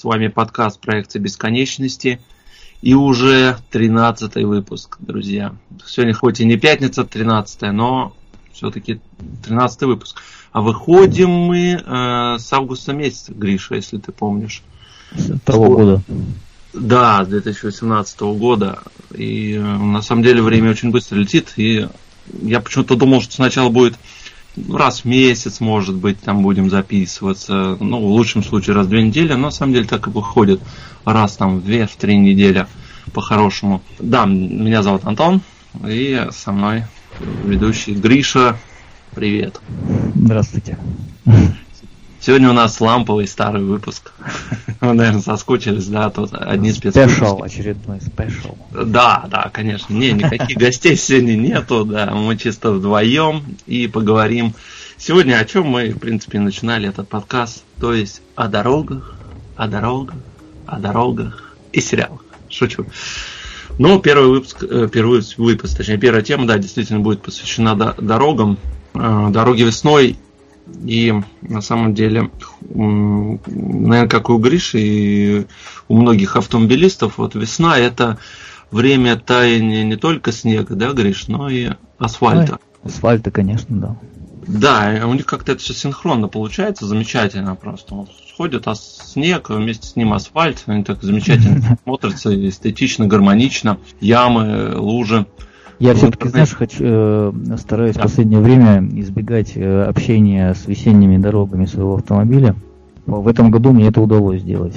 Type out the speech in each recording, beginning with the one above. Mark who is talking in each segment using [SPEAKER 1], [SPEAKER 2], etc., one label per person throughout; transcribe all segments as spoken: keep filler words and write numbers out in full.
[SPEAKER 1] С вами подкаст «Проекция бесконечности». И уже тринадцатый выпуск, друзья. Сегодня хоть и не пятница тринадцатая, но все-таки тринадцатый выпуск. А выходим мы э, с августа месяца, Гриша, если ты помнишь.
[SPEAKER 2] С того года.
[SPEAKER 1] Да, с две тысячи восемнадцатого года. И э, на самом деле время очень быстро летит. И я почему-то думал, что сначала будет раз в месяц, может быть, там будем записываться. Ну, в лучшем случае раз в две недели. Но на самом деле так и выходит. Раз там в две, в три недели по-хорошему. Да, меня зовут Антон. И со мной ведущий Гриша. Привет.
[SPEAKER 2] Здравствуйте.
[SPEAKER 1] Сегодня у нас ламповый старый выпуск. Вы, наверное, соскучились, да? Тут одни спецвыпуски.
[SPEAKER 2] Спешл, очередной спешл.
[SPEAKER 1] Да, да, конечно. Не, никаких гостей сегодня нету, да. Мы чисто вдвоем и поговорим сегодня о чем мы, в принципе, начинали этот подкаст. То есть о дорогах, о дорогах, о дорогах и сериалах. Шучу. Ну, первый выпуск, первый выпуск, точнее, первая тема, да, действительно будет посвящена дорогам. Дороги весной. И на самом деле, наверное, как и у Гриши и у многих автомобилистов, вот весна — это время таяния не только снега, да, Гриш, но и асфальта.
[SPEAKER 2] Асфальта, конечно, да.
[SPEAKER 1] Да, у них как-то это все синхронно получается, замечательно просто. Вот сходит а снег, вместе с ним асфальт, они так замечательно смотрятся, эстетично, гармонично, ямы, лужи.
[SPEAKER 2] Я все-таки, знаешь, хочу, э, стараюсь да. в последнее время избегать э, общения с весенними дорогами своего автомобиля. В этом году мне это удалось сделать.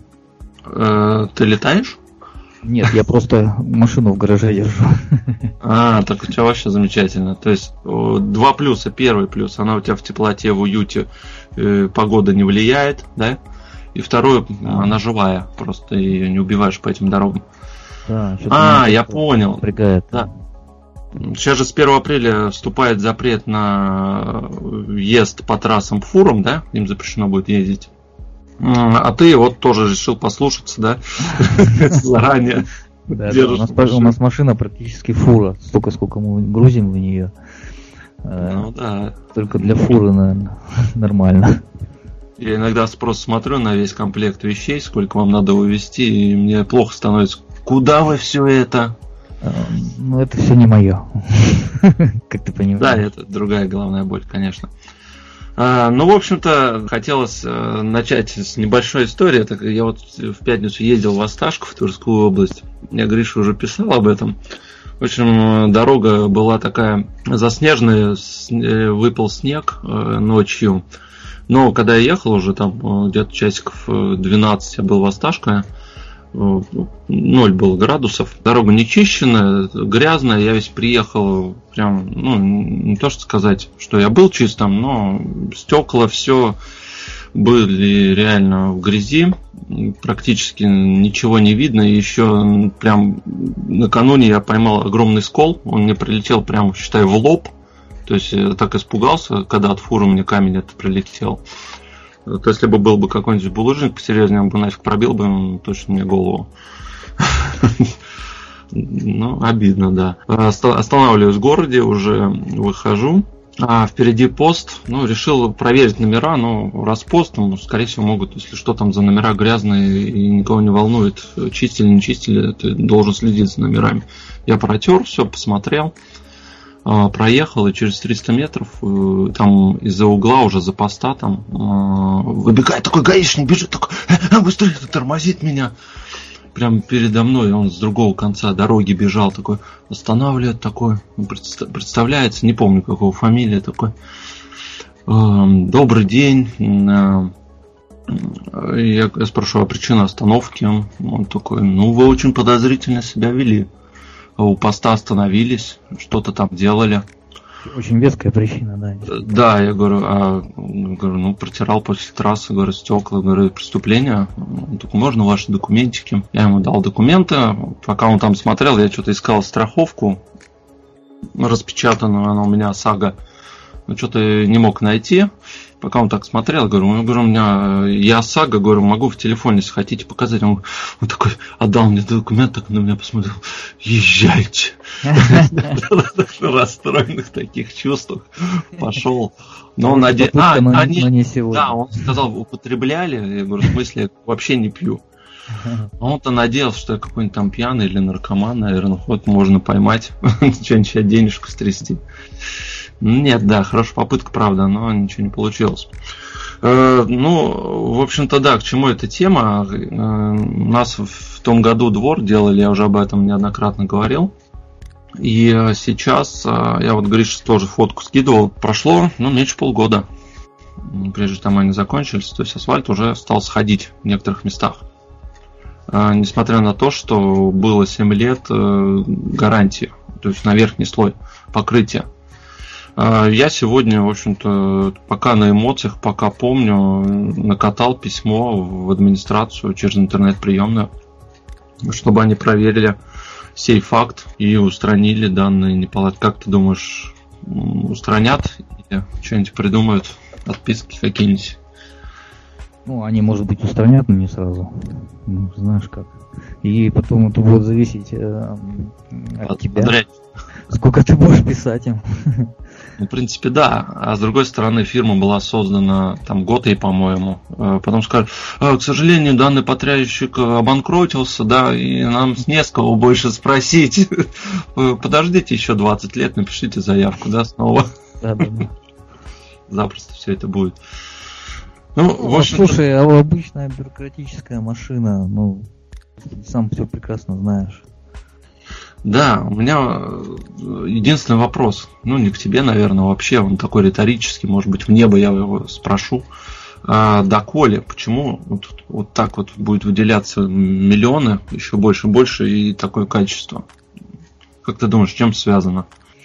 [SPEAKER 1] Э, ты летаешь?
[SPEAKER 2] Нет, я просто машину в гараже держу.
[SPEAKER 1] А, так у тебя вообще замечательно. То есть два плюса. Первый плюс, она у тебя в теплоте, в уюте, э, погода не влияет, да? И второе, да. она живая, просто ее не убиваешь по этим дорогам.
[SPEAKER 2] Да,
[SPEAKER 1] а, я понял.
[SPEAKER 2] Напрягает.
[SPEAKER 1] Да. Сейчас же с первого апреля вступает запрет на въезд по трассам фурам, да? Им запрещено будет ездить. А ты вот тоже решил послушаться, да? Заранее.
[SPEAKER 2] Да, да, у, нас, у нас машина практически фура. Столько, сколько мы грузим в нее.
[SPEAKER 1] Ну да.
[SPEAKER 2] Только для фуры, наверное, нормально.
[SPEAKER 1] Я иногда просто смотрю на весь комплект вещей, сколько вам надо увезти, и мне плохо становится. Куда вы все это?
[SPEAKER 2] Ну, это все не мое. Как ты понимаешь.
[SPEAKER 1] Да, это другая головная боль, конечно. А, ну, в общем-то, хотелось а, начать с небольшой истории. Так, я вот в пятницу ездил в Осташков, в Тверскую область. Я Гриша уже писал об этом. В общем, дорога была такая заснеженная, выпал снег а, ночью. Но когда я ехал уже там где-то часиков двенадцать, я был в Осташкове. Ноль было градусов, дорога не чищенная, грязная, я весь приехал прям, ну, не то что сказать, что я был чистым, но стекла все были реально в грязи, практически ничего не видно, и еще прям накануне я поймал огромный скол, он мне прилетел прям, считай, в лоб, то есть я так испугался, когда от фуры мне камень это прилетел. То если бы был бы какой-нибудь булыжник посерьезнее, он бы нафиг пробил бы он точно мне голову. Ну, обидно, да. Останавливаюсь в городе, уже выхожу. А впереди пост. Ну, решил проверить номера, но раз пост, ну, скорее всего, могут, если что там за номера грязные и никого не волнует, чистили, не чистили, ты должен следить за номерами. Я протер, все, посмотрел. Проехал, и через триста метров там из-за угла, уже за поста там выбегает такой гаишник, бежит такой, а, быстрее, тормозит меня. Прямо передо мной, он с другого конца дороги бежал, такой, останавливает такой, представляется, не помню какого фамилия, такой, добрый день. Я спрашиваю, а причина остановки? Он такой, ну вы очень подозрительно себя вели. У поста остановились, что-то там делали.
[SPEAKER 2] Очень веская причина, да.
[SPEAKER 1] Да, я говорю, а, говорю, ну, протирал после трассы, говорю, стекла, говорю, преступление. Он такой, можно ваши документики? Я ему дал документы. Пока он там смотрел, я что-то искал страховку распечатанную, она у меня ОСАГО. Но что-то не мог найти. Пока он так смотрел, говорю, он, говорю, у меня, я ОСАГО, говорю, могу в телефоне, если хотите, показать. Он, он такой отдал мне документ, так на меня посмотрел, езжайте. В расстроенных таких чувствах пошел. Но он надеялся. А, они, да, он сказал, употребляли. Я говорю, в смысле, вообще не пью. А он-то надеялся, что я какой-нибудь там пьяный или наркоман, наверное, вот можно поймать, что-нибудь денежку стрясти. Нет, да, хорошая попытка, правда, но ничего не получилось. Э, ну, в общем-то, да, к чему эта тема? Э, у нас в том году двор делали, я уже об этом неоднократно говорил. И сейчас, я вот, Грише тоже фотку скидывал, прошло, ну, меньше полгода, прежде чем они закончились, то есть асфальт уже стал сходить в некоторых местах. Э, несмотря на то, что было семь лет э, гарантии, то есть на верхний слой покрытия. Я сегодня, в общем-то, пока на эмоциях, пока помню, накатал письмо в администрацию через интернет-приемную, чтобы они проверили сей факт и устранили данные неполадки. Как ты думаешь, устранят или что-нибудь придумают, отписки какие-нибудь?
[SPEAKER 2] Ну, они, может быть, устранят, но не сразу. Ну, знаешь как. И потом это будет зависеть э, от, от тебя. Подряд. Сколько ты будешь писать им.
[SPEAKER 1] Ну, в принципе, да. А с другой стороны, фирма была создана там год ей, по-моему. Потом скажут, к сожалению, данный подрядчик обанкротился, да, и нам не с кого больше спросить. Подождите еще двадцать лет, напишите заявку, да, снова. Да, да, да. Запросто все это будет. Ну,
[SPEAKER 2] ну в общем, слушай, а обычная бюрократическая машина, ну, сам все прекрасно знаешь.
[SPEAKER 1] Да, у меня единственный вопрос, ну не к тебе, наверное, вообще, он такой риторический, может быть, в небо я его спрошу. А, доколе, почему вот, вот так вот будет выделяться миллионы, еще больше и больше, и такое качество? Как ты думаешь, с чем связано?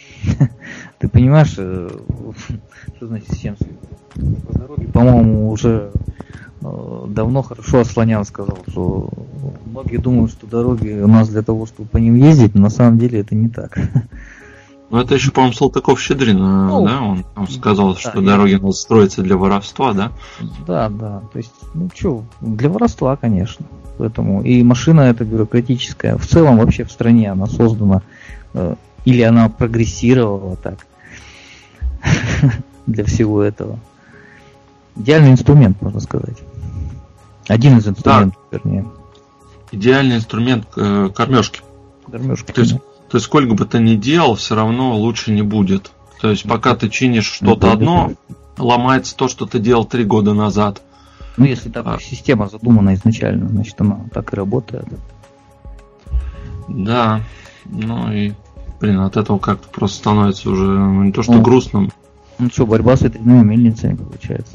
[SPEAKER 2] Ты понимаешь, что значит с чем связано? По-моему, уже давно хорошо Асланян сказал, что многие думают, что дороги у нас для того, чтобы по ним ездить, но на самом деле это не так.
[SPEAKER 1] Ну это еще, по-моему, Салтыков-Щедрин, ну, да, он, он сказал, да, что да, дороги надо строиться для воровства, да?
[SPEAKER 2] Да, да, то есть, ну что, для воровства, конечно. Поэтому и машина эта бюрократическая, в целом вообще в стране она создана, или она прогрессировала так для всего этого. Идеальный инструмент, можно сказать. Один из инструментов, да, вернее.
[SPEAKER 1] Идеальный инструмент э, кормежки.
[SPEAKER 2] Кормежки.
[SPEAKER 1] То есть, то есть, сколько бы ты ни делал, все равно лучше не будет. То есть, пока ты чинишь что-то да, одно, да. ломается то, что ты делал три года назад.
[SPEAKER 2] Ну, если так а... система задумана изначально, значит, она так и работает.
[SPEAKER 1] Да. Ну и, блин, от этого как-то просто становится уже ну, не то, что ну, грустным.
[SPEAKER 2] Ну что, борьба с ветряными мельницами получается.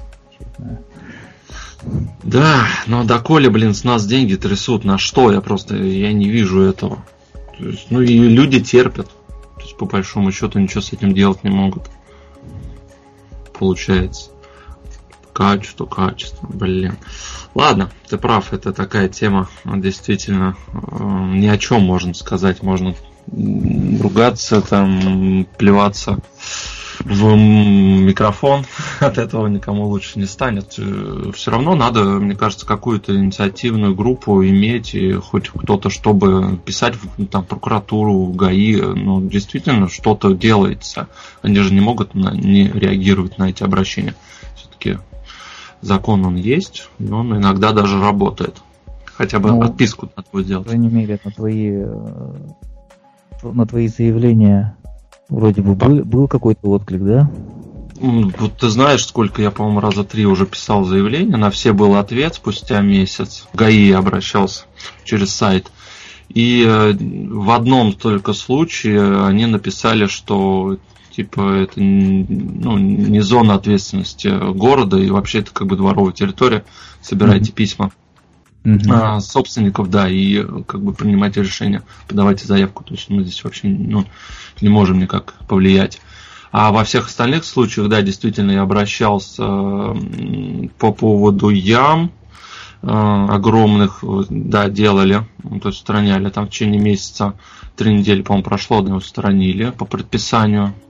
[SPEAKER 1] Да, но доколе, блин, с нас деньги трясут, на что? Я просто, я не вижу этого. То есть, ну и люди терпят. То есть, по большому счету, ничего с этим делать не могут. Получается. Качество, качество, блин. Ладно, ты прав, это такая тема, действительно, ни о чем можно сказать. Можно ругаться, там, плеваться в микрофон, от этого никому лучше не станет. Все равно надо, мне кажется, какую-то инициативную группу иметь, и хоть кто-то, чтобы писать в там, прокуратуру, ГАИ, ну, действительно, что-то делается. Они же не могут на, не реагировать на эти обращения. Все-таки закон он есть, и он иногда даже работает. Хотя бы ну, отписку надо будет сделать.
[SPEAKER 2] По крайней мере, на твои, на твои заявления вроде бы был, был какой-то отклик, да?
[SPEAKER 1] Вот ты знаешь, сколько я, по-моему, раза три уже писал заявление, на все был ответ спустя месяц. В ГАИ обращался через сайт. И в одном только случае они написали, что типа это ну, не зона ответственности города, и вообще это как бы дворовая территория. Собирайте mm-hmm. письма mm-hmm. а, собственников, да, и как бы принимайте решение, подавайте заявку. То есть мы здесь вообще ну, не можем никак повлиять. А во всех остальных случаях, да, действительно, я обращался по поводу ям огромных, да, делали, то есть устраняли там в течение месяца, три недели, по-моему, прошло, да, устранили по предписанию,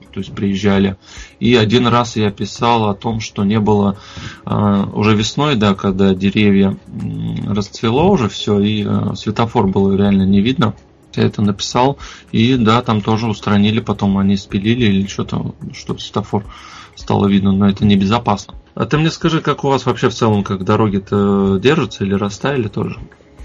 [SPEAKER 1] то есть приезжали. И один раз я писал о том, что не было э, уже весной, да, когда деревья э, расцвело уже все, и э, светофор было реально не видно. Я это написал, и да, там тоже устранили, потом они спилили или что-то, чтобы светофор стало видно, но это небезопасно. А ты мне скажи, как у вас вообще в целом, как дороги-то держатся или растаяли тоже?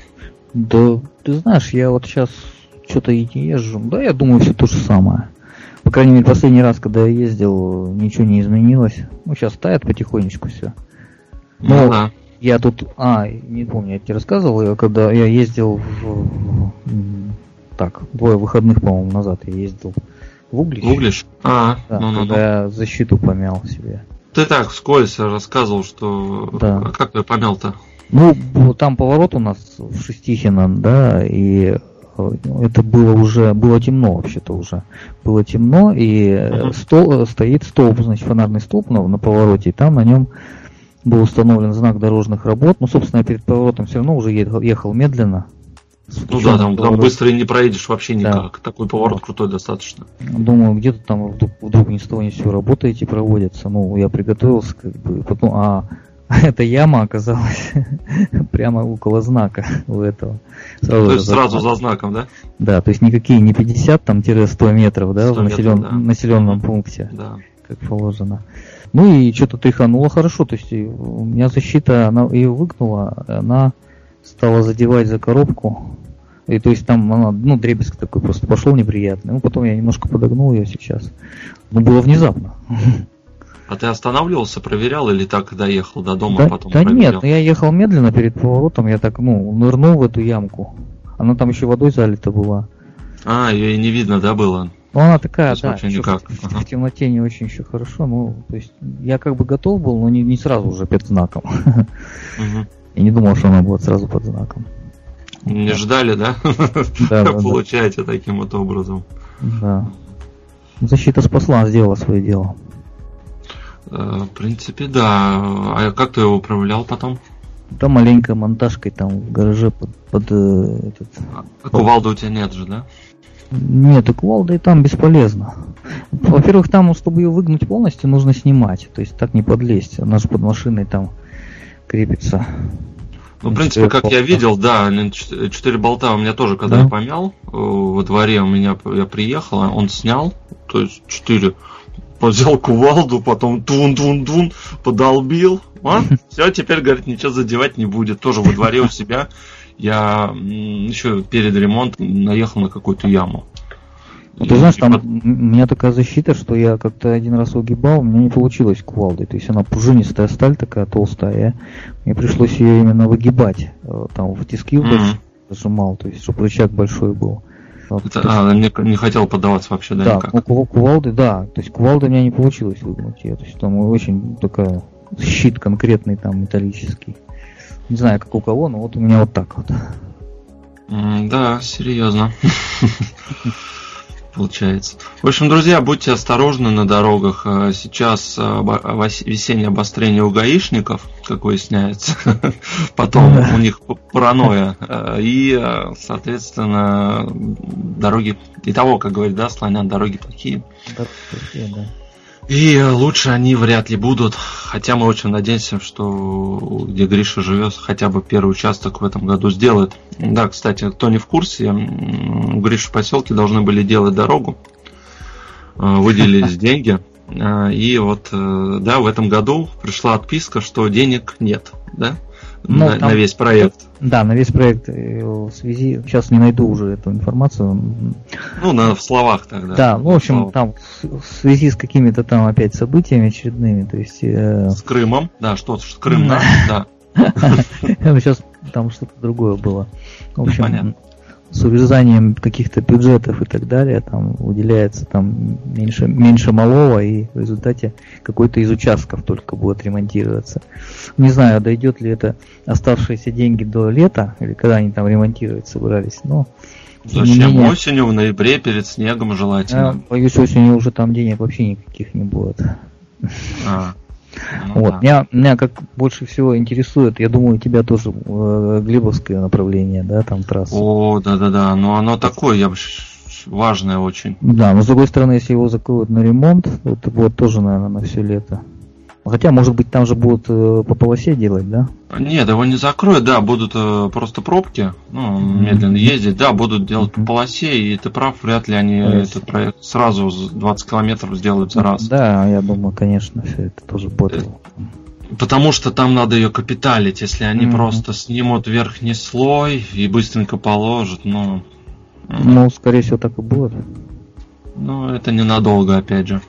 [SPEAKER 2] Да, ты знаешь, я вот сейчас что-то и не езжу. Да, я думаю, все то же самое. По крайней мере, последний раз, когда я ездил, ничего не изменилось. Ну, сейчас тает потихонечку все. Но
[SPEAKER 1] ну, да.
[SPEAKER 2] Я тут... А, не помню, я тебе рассказывал, когда я ездил в... Так, двое выходных, по-моему, назад я ездил в Углич.
[SPEAKER 1] В Углич? А,
[SPEAKER 2] да,
[SPEAKER 1] ну,
[SPEAKER 2] когда
[SPEAKER 1] ну,
[SPEAKER 2] я защиту помял себе.
[SPEAKER 1] Ты так вскользь рассказывал, что...
[SPEAKER 2] Да.
[SPEAKER 1] А как ты помял-то?
[SPEAKER 2] Ну, там поворот у нас в Шестихино, да, и это было уже, было темно вообще-то уже. Было темно, и uh-huh. стол, стоит столб, значит, фонарный столб на, на повороте, и там на нем был установлен знак дорожных работ. Ну, собственно, я перед поворотом все равно уже ехал, ехал медленно.
[SPEAKER 1] Ну да, там, там быстро и не проедешь вообще никак. Да. Такой поворот
[SPEAKER 2] да.
[SPEAKER 1] крутой достаточно.
[SPEAKER 2] Думаю, где-то там вдруг, вдруг ни с того ни с сего работаете, проводятся. Ну, я приготовился, как бы, потом, а эта яма оказалась прямо около знака у этого.
[SPEAKER 1] Сразу то есть за сразу за знаком, да?
[SPEAKER 2] Да, то есть никакие не пятьдесят, там, сто метров, да, в населен...
[SPEAKER 1] метров, да.
[SPEAKER 2] населенном пункте,
[SPEAKER 1] да.
[SPEAKER 2] как положено. Ну и что-то тряхануло хорошо, то есть у меня защита, она ее выгнула, она стала задевать за коробку. И то есть там она, ну, дребезг такой просто пошел неприятный. Ну, потом я немножко подогнул ее сейчас. Но было внезапно.
[SPEAKER 1] А ты останавливался, проверял или так доехал до дома,
[SPEAKER 2] да,
[SPEAKER 1] потом
[SPEAKER 2] да
[SPEAKER 1] проверил?
[SPEAKER 2] нет, я ехал медленно перед поворотом, я так, ну, нырнул в эту ямку. Она там еще водой залита была.
[SPEAKER 1] А, ее и не видно, да, было?
[SPEAKER 2] Ну, она такая, да,
[SPEAKER 1] вообще никак.
[SPEAKER 2] В,
[SPEAKER 1] ага.
[SPEAKER 2] в темноте не очень еще хорошо. Ну, то есть я как бы готов был, но не, не сразу уже перед знаком.
[SPEAKER 1] Угу.
[SPEAKER 2] Я не думал, что она будет сразу под знаком.
[SPEAKER 1] Не да. ждали, да?
[SPEAKER 2] Да, да,
[SPEAKER 1] получаете да. таким вот образом.
[SPEAKER 2] Да. Защита спасла, сделала свое дело.
[SPEAKER 1] В принципе, да. А как ты его управлял потом?
[SPEAKER 2] Да, маленькой монтажкой там в гараже под, под э, этот...
[SPEAKER 1] А кувалды у тебя нет же, да?
[SPEAKER 2] Нет, и кувалда и там бесполезно. Во-первых, там, чтобы ее выгнуть полностью, нужно снимать. То есть так не подлезть. Она же под машиной там крепится.
[SPEAKER 1] Ну, в принципе, как болта. Я видел, да, четыре болта у меня тоже, когда да. я помял во дворе, у меня я приехал, он снял, то есть четыре. Взял кувалду, потом тун-тун-тун, подолбил. А? Все, теперь, говорит, ничего задевать не будет. Тоже во дворе у себя я еще перед ремонтом наехал на какую-то яму.
[SPEAKER 2] Ну, ты знаешь, там под... у меня такая защита, что я как-то один раз угибал, у меня не получилось кувалдой. То есть она пружинистая сталь такая толстая. Мне пришлось ее именно выгибать. Там в тиски mm-hmm. зажимал, то есть чтобы рычаг большой был.
[SPEAKER 1] Это, а, не, не хотел поддаваться вообще, да,
[SPEAKER 2] да,
[SPEAKER 1] никак?
[SPEAKER 2] Ну, кувалды, да. То есть кувалды у меня не получилось выгнуть ее. То есть там очень такая щит конкретный там металлический. Не знаю, как у кого, но вот у меня вот так вот.
[SPEAKER 1] Mm, да, серьезно. Получается. В общем, друзья, будьте осторожны на дорогах. Сейчас весеннее обострение у гаишников, как выясняется. Потом у них паранойя. И, соответственно, дороги и того, как говорит, да, слонят, дороги плохие. И лучше они вряд ли будут. Хотя мы очень надеемся, что где Гриша живет, хотя бы первый участок в этом году сделает. Да, кстати, кто не в курсе, у Гриши в поселке должны были делать дорогу. Выделились деньги. И вот, да, в этом году пришла отписка, что денег нет, да?
[SPEAKER 2] Ну,
[SPEAKER 1] на,
[SPEAKER 2] там,
[SPEAKER 1] на весь проект.
[SPEAKER 2] Да, на весь проект в связи... Сейчас не найду уже эту информацию.
[SPEAKER 1] Ну, на, в словах тогда.
[SPEAKER 2] Да, ну, в общем, там в связи с какими-то там опять событиями очередными, то есть... Э...
[SPEAKER 1] С Крымом, да, что-то, Крым, да, да.
[SPEAKER 2] Сейчас там что-то другое было. В общем, с урезанием каких-то бюджетов и так далее, там выделяется там меньше, меньше малого, и в результате какой-то из участков только будет ремонтироваться. Не знаю, дойдет ли это оставшиеся деньги до лета, или когда они там ремонтировать собирались, но...
[SPEAKER 1] Зачем? Менее... Осенью, в ноябре, перед снегом желательно.
[SPEAKER 2] Я боюсь, осенью уже там денег вообще никаких не будет.
[SPEAKER 1] А. Ну,
[SPEAKER 2] вот.
[SPEAKER 1] да.
[SPEAKER 2] меня, меня как больше всего интересует, я думаю, тебя тоже э, Глебовское направление, да, там трасса.
[SPEAKER 1] О, да-да-да, но оно такое, я бы важное очень.
[SPEAKER 2] Да, но с другой стороны, если его закроют на ремонт, это будет тоже, наверное, на все лето. Хотя, может быть, там же будут э, по полосе делать, да?
[SPEAKER 1] Нет, его не закроют, да, будут э, просто пробки, ну, медленно ездить, да, будут делать по полосе, и ты прав, вряд ли они
[SPEAKER 2] Конечно.
[SPEAKER 1] этот проект сразу двадцать километров сделают за раз.
[SPEAKER 2] Да, я думаю, конечно, все это тоже будет.
[SPEAKER 1] Потому что там надо ее капиталить, если они
[SPEAKER 2] Мгм.
[SPEAKER 1] просто снимут верхний слой и быстренько положат, ну,
[SPEAKER 2] Ну, скорее всего, так и будет.
[SPEAKER 1] ну это ненадолго, опять же.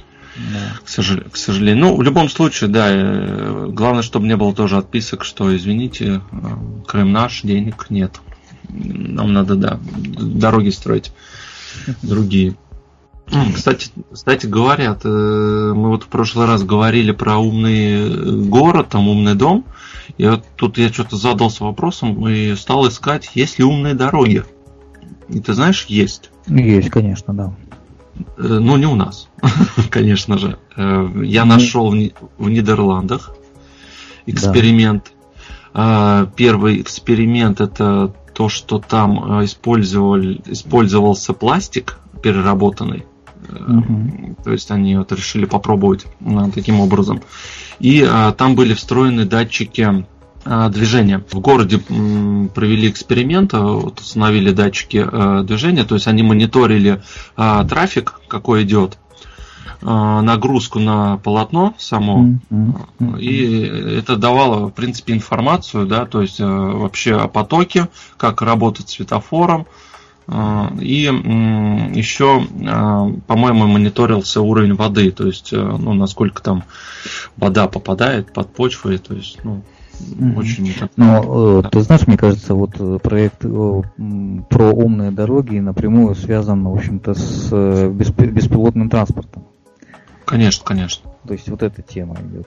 [SPEAKER 2] Да.
[SPEAKER 1] К сожалению, к сожалению. Ну, в любом случае, да, э, главное, чтобы не было тоже отписок, что, извините, э, Крым наш, денег нет. Нам надо, да, дороги строить другие. М, Кстати, кстати, говорят, э, мы вот в прошлый раз говорили про умный город, там умный дом, и вот тут я что-то задался вопросом и стал искать, есть ли умные дороги. И ты знаешь, есть.
[SPEAKER 2] Есть, конечно, да.
[SPEAKER 1] Э, Ну, не у нас, конечно же. Э, Я нашел в Ни- в Нидерландах эксперимент. А, Первый эксперимент это то, что там э, использовали, использовался пластик переработанный. Э,
[SPEAKER 2] Мгм.
[SPEAKER 1] То есть они вот решили попробовать э, таким образом. И э, там были встроены датчики э, движения. В городе м, провели эксперимент, э, вот установили датчики э, движения, то есть они мониторили э, трафик, какой идет, э, нагрузку на полотно само,
[SPEAKER 2] Мгм. Мгм.
[SPEAKER 1] и это давало, в принципе, информацию, да, то есть э, вообще о потоке, как работать светофором. Э, И м, еще, э, по-моему, мониторился уровень воды, то есть, э, ну, насколько там вода попадает под почвой, то есть, ну,
[SPEAKER 2] Мгм.
[SPEAKER 1] очень так-
[SPEAKER 2] Но э, ты знаешь, мне кажется, вот э, проект э, м, про умные дороги напрямую связан, в общем-то, с э, беспи- беспилотным транспортом.
[SPEAKER 1] Конечно, конечно.
[SPEAKER 2] То есть вот эта тема идет.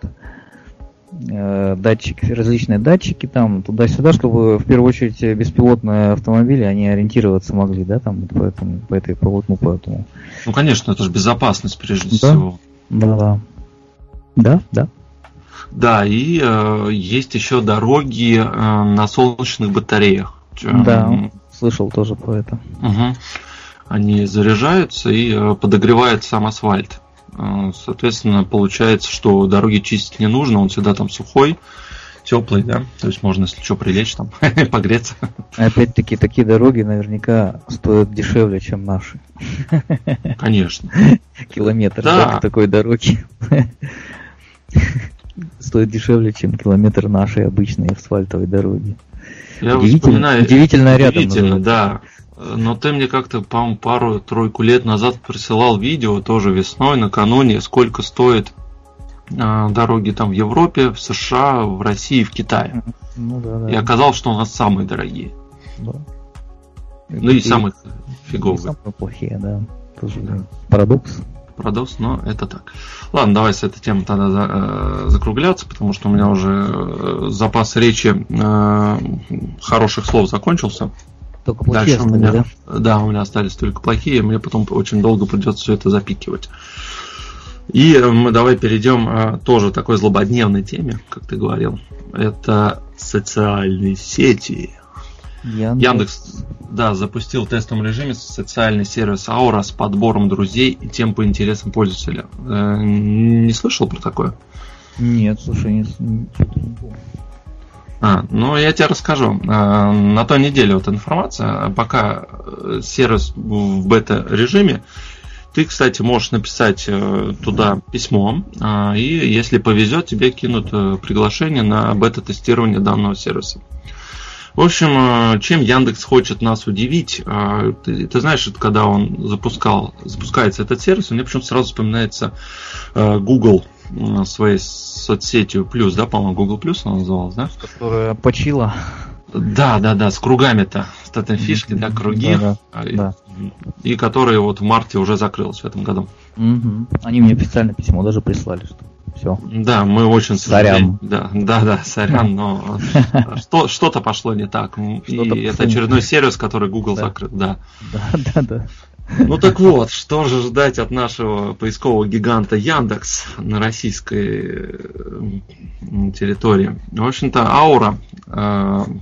[SPEAKER 2] Э, Датчики, различные датчики там туда-сюда, чтобы в первую очередь э, беспилотные автомобили, они ориентироваться могли, да, там вот по этому, по этой полотну, поэтому.
[SPEAKER 1] Ну, конечно, это же безопасность прежде
[SPEAKER 2] Да.
[SPEAKER 1] всего.
[SPEAKER 2] Да, да. Да, да.
[SPEAKER 1] Да, и э, есть еще дороги э, на солнечных батареях.
[SPEAKER 2] Да,
[SPEAKER 1] Эм,
[SPEAKER 2] слышал тоже про это.
[SPEAKER 1] Мгм. Они заряжаются и э, подогревает сам асфальт. Э, Соответственно, получается, что дороги чистить не нужно, он всегда там сухой, теплый, да. То есть можно, если что, прилечь там, погреться.
[SPEAKER 2] Опять-таки, такие дороги наверняка стоят дешевле, чем наши.
[SPEAKER 1] Конечно.
[SPEAKER 2] Километр
[SPEAKER 1] Да.
[SPEAKER 2] да, такой дороги стоит дешевле, чем километр нашей обычной асфальтовой дороги.
[SPEAKER 1] Я
[SPEAKER 2] Удивительно-
[SPEAKER 1] вспоминаю,
[SPEAKER 2] удивительно рядом
[SPEAKER 1] удивительно,
[SPEAKER 2] называется.
[SPEAKER 1] да. Но ты мне как-то, по-моему, пару-тройку лет назад присылал видео, тоже весной, накануне, сколько стоит э, дороги там в Европе, в США, в России, в Китае.
[SPEAKER 2] Ну да, да.
[SPEAKER 1] И оказалось, что у нас самые дорогие.
[SPEAKER 2] Да.
[SPEAKER 1] Ну и самые
[SPEAKER 2] и
[SPEAKER 1] фиговые.
[SPEAKER 2] самые плохие, да. Тоже блин, парадокс.
[SPEAKER 1] Парадокс, но это так. Ладно, давай с этой темы тогда за- э, закругляться, потому что у меня уже э, запас речи э, хороших слов закончился.
[SPEAKER 2] Только плохие
[SPEAKER 1] Дальше у
[SPEAKER 2] остались,
[SPEAKER 1] меня,
[SPEAKER 2] да?
[SPEAKER 1] да, у меня остались только плохие, и мне потом очень долго придется все это запикивать. И э, мы давай перейдем э, тоже к такой злободневной теме, как ты говорил. Это социальные сети.
[SPEAKER 2] Яндекс.
[SPEAKER 1] Яндекс, да, запустил в тестовом режиме социальный сервис Аура с подбором друзей и тем по интересам пользователя. Э, Не слышал про такое?
[SPEAKER 2] Нет, слушай, не, не, что-то не помню.
[SPEAKER 1] А, ну я тебе расскажу. Э, На той неделе вот информация, пока э, сервис в бета-режиме, ты, кстати, можешь написать э, туда письмо, э, и если повезет, тебе кинут э, приглашение на бета-тестирование данного сервиса. В общем, э, чем Яндекс хочет нас удивить, э, ты, ты знаешь, это когда он запускал, запускается этот сервис, у меня почему-то сразу вспоминается э, Google э, своей соцсетью Плюс, да, по-моему, Google Плюс она называлась, да?
[SPEAKER 2] Которая почила.
[SPEAKER 1] Да, да, да, с кругами-то, с этой фишки, да, круги,
[SPEAKER 2] Да,
[SPEAKER 1] а,
[SPEAKER 2] да.
[SPEAKER 1] и, и которые вот в марте уже закрылась в этом году.
[SPEAKER 2] Мгм. Они мне официально письмо даже прислали, что все.
[SPEAKER 1] Да, мы очень
[SPEAKER 2] Сорян.
[SPEAKER 1] сожалеем. Да, да, да, сорян, но что, что-то пошло не так. И
[SPEAKER 2] Что-то
[SPEAKER 1] это
[SPEAKER 2] пошло не
[SPEAKER 1] очередной
[SPEAKER 2] так.
[SPEAKER 1] сервис, который Google
[SPEAKER 2] Да.
[SPEAKER 1] закрыл, да.
[SPEAKER 2] Да, да, да.
[SPEAKER 1] Ну так вот, что же ждать от нашего поискового гиганта Яндекс на российской э, территории? В общем-то, Аура э,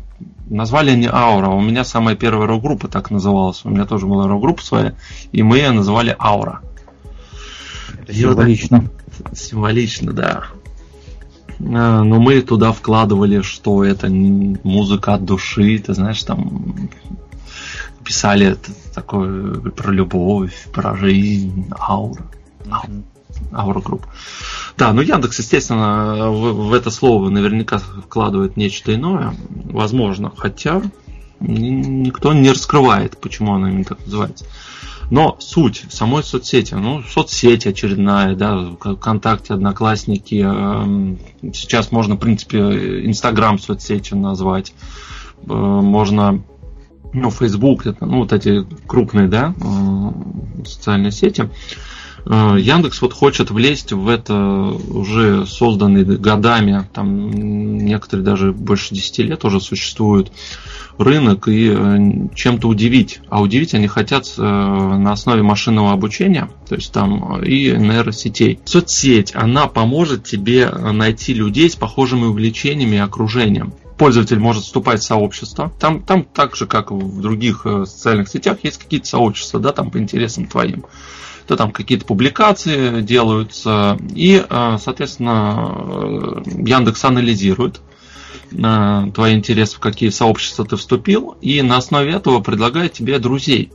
[SPEAKER 1] назвали они Аура. У меня самая первая рок-группа так называлась. У меня тоже была рок-группа своя, и мы ее называли Аура.
[SPEAKER 2] Это символично.
[SPEAKER 1] Символично, да. Но мы туда вкладывали, что это музыка от души, ты знаешь, там писали это такое про любовь, про жизнь, аура. Mm-hmm. Аура групп. Да, ну Яндекс, естественно, в, в это слово наверняка вкладывает нечто иное, возможно, хотя никто не раскрывает, почему она именно так называется. Но суть самой соцсети, ну, соцсеть очередная, да, ВКонтакте, Одноклассники, сейчас можно, в принципе, Инстаграм соцсетью назвать, можно, ну, Фейсбук, это, ну, вот эти крупные, да, социальные сети. Яндекс вот хочет влезть в это уже созданный годами, там некоторые даже больше десяти лет уже существуют, рынок и чем-то удивить. А удивить они хотят на основе машинного обучения, то есть там и нейросетей. Соцсеть, она поможет тебе найти людей с похожими увлечениями и окружением. Пользователь может вступать в сообщество. Там, там так же, как в других социальных сетях, есть какие-то сообщества, да, там по интересам твоим. То там какие-то публикации делаются. И, соответственно, Яндекс анализирует твои интересы, в какие сообщества ты вступил, и на основе этого предлагает тебе друзей,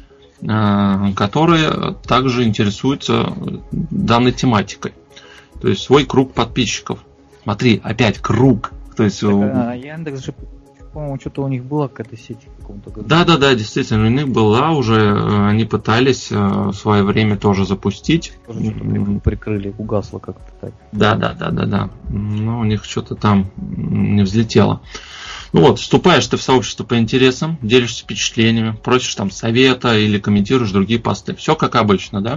[SPEAKER 1] которые также интересуются данной тематикой. То есть свой круг подписчиков. Смотри, опять круг. То есть,
[SPEAKER 2] так, а Яндекс же, по-моему, что-то у них была какая-то сеть в каком-то году.
[SPEAKER 1] Да, да, да, действительно, у них была уже, они пытались в свое время тоже запустить.
[SPEAKER 2] Тоже что-то прикрыли, угасло как-то так.
[SPEAKER 1] Да, да, да, да, да. Но у них что-то там не взлетело. Ну вот, вступаешь ты в сообщество по интересам, делишься впечатлениями, просишь там совета или комментируешь другие посты. Все как обычно, да?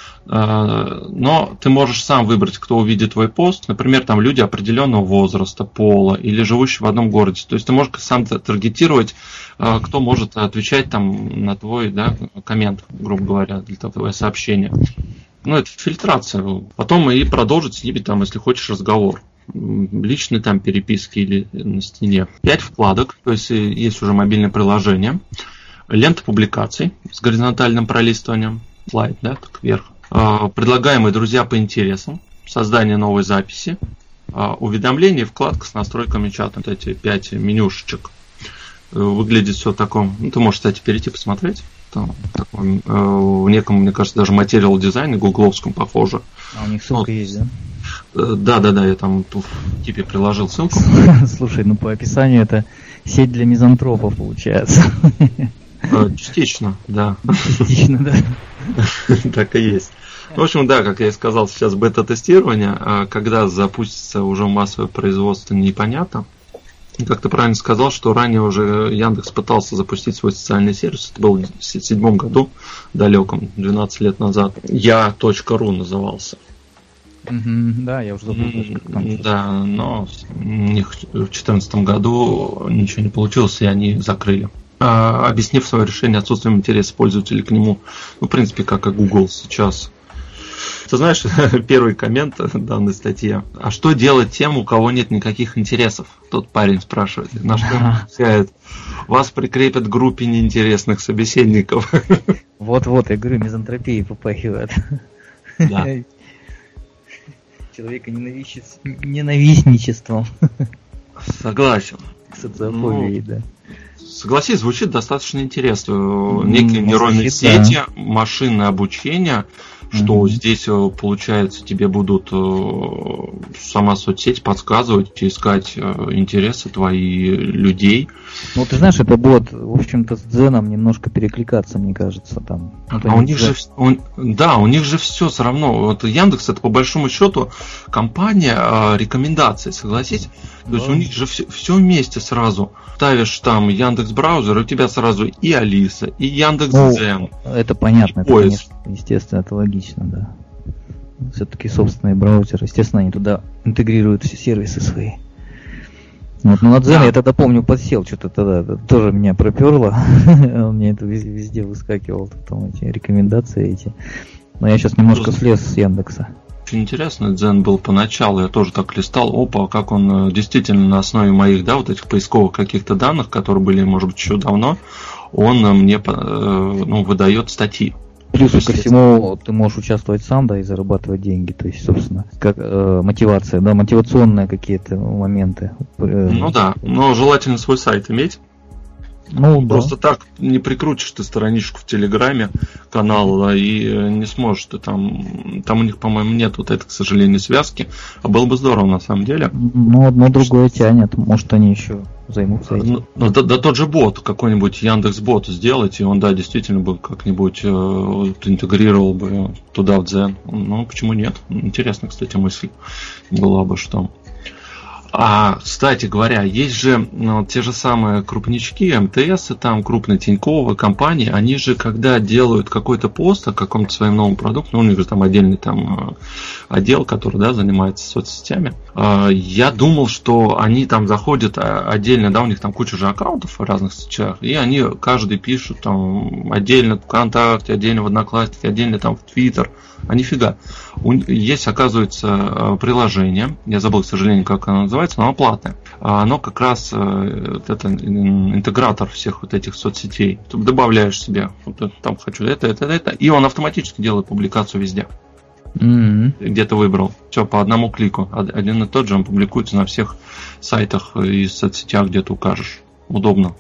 [SPEAKER 1] Но ты можешь сам выбрать, кто увидит твой пост. Например, там люди определенного возраста, пола или живущие в одном городе. То есть ты можешь сам таргетировать, кто может отвечать там на твой, да, коммент, грубо говоря, для твоего сообщения. Ну, это фильтрация. Потом и продолжить с ними, там, если хочешь, разговор. Личные там переписки или на стене. Пять вкладок, то есть есть уже мобильное приложение. Лента публикаций с горизонтальным пролистыванием. Слайд, да, так вверх. Предлагаемые друзья по интересам, создание новой записи, уведомления, вкладка с настройками чата. Вот эти пять менюшечек. Выглядит все в таком. Ну, ты можешь, кстати, перейти посмотреть. Там, таком, в неком, мне кажется, даже материал дизайне гугловском похоже.
[SPEAKER 2] А у них ссылка вот есть, да?
[SPEAKER 1] Да, да, да, я там в типе приложил ссылку.
[SPEAKER 2] Слушай, ну по описанию это сеть для мизантропов получается.
[SPEAKER 1] Частично, да.
[SPEAKER 2] Частично, да.
[SPEAKER 1] Так и есть. В общем, да, как я и сказал, сейчас бета-тестирование, а когда запустится уже массовое производство, непонятно. И как ты правильно сказал, что ранее уже Яндекс пытался запустить свой социальный сервис, это было в две тысячи седьмом году, далеком, двенадцать лет назад. я точка ру назывался.
[SPEAKER 2] Mm-hmm, да, я уже забыл.
[SPEAKER 1] Mm-hmm, да, но у них в две тысячи четырнадцатом году ничего не получилось, и они закрыли, объяснив свое решение отсутствием интереса пользователей к нему. Ну, в принципе, как и Google сейчас. Ты знаешь, первый коммент данной статье. А что делать тем, у кого нет никаких интересов? Тот парень спрашивает. На что он отвечает: вас прикрепят к группе неинтересных собеседников.
[SPEAKER 2] Вот-вот, я говорю, мизантропией попахивает.
[SPEAKER 1] Да.
[SPEAKER 2] Человека ненавистничеством.
[SPEAKER 1] Согласен.
[SPEAKER 2] Социофобией, ну, да.
[SPEAKER 1] Согласись, звучит достаточно интересно. Некие нейронные сети, да, машинное обучение, что mm-hmm. здесь, получается, тебе будут сама соцсеть подсказывать, искать интересы твои людей.
[SPEAKER 2] Ну, ты знаешь, это будет, в общем-то, с Дзеном немножко перекликаться, мне кажется, там.
[SPEAKER 1] А у них же, он, да, у них же все все равно. Вот Яндекс — это по большому счету компания а, рекомендаций, согласись. То да. есть у них же все, все вместе сразу. Ставишь там Яндекс браузер, у тебя сразу и Алиса, и Яндекс Дзен.
[SPEAKER 2] Ну, это понятно, это, конечно, естественно, это логично, да. Все-таки собственный браузер, естественно, они туда интегрируют все сервисы свои. Вот, ну на Дзен да. я тогда помню подсел, что-то тогда тоже меня проперло. Он мне это везде выскакивал, там эти рекомендации эти. Но я сейчас немножко слез с Яндекса.
[SPEAKER 1] очень интересно. Дзен был поначалу, я тоже так листал, опа, как он действительно на основе моих, да, вот этих поисковых каких-то данных, которые были, может быть, еще давно, он мне, ну, выдает статьи.
[SPEAKER 2] Плюс ко всему ты можешь участвовать сам, да, и зарабатывать деньги. То есть, собственно, как э, мотивация, да, мотивационные какие-то моменты.
[SPEAKER 1] Ну да, но желательно свой сайт иметь. Ну, просто да. Так не прикрутишь ты страничку в Телеграме, канал, да, и не сможешь ты там. Там у них, по-моему, нет вот этой, к сожалению, связки. А было бы здорово на самом деле.
[SPEAKER 2] Ну, одно другое тянет. Может, они еще займутся этим.
[SPEAKER 1] Ну, да, да тот же бот, какой-нибудь Яндекс.Бот сделать, и он, да, действительно бы как-нибудь э, интегрировал бы туда в Дзен. Ну, почему нет? Интересно, кстати, мысль была бы, что... А, кстати говоря, есть же ну, те же самые крупнички, эм тэ эс, там крупные тиньковые компании, они же, когда делают какой-то пост о каком-то своем новом продукте, ну, у них же там отдельный там отдел, который, да, занимается соцсетями, я думал, что они там заходят отдельно, да, у них там куча же аккаунтов в разных сетях, и они каждый пишут там отдельно в ВКонтакте, отдельно в Однокласснике, отдельно там в Твиттер. А нифига. Есть, оказывается, приложение. Я забыл, к сожалению, как оно называется, но оно платное. Оно как раз это интегратор всех вот этих соцсетей. Ты добавляешь себе, вот там хочу это, это, это, и он автоматически делает публикацию везде. Mm-hmm. Где ты выбрал. Все по одному клику. Один и тот же он публикуется на всех сайтах и соцсетях, где ты укажешь. Удобно.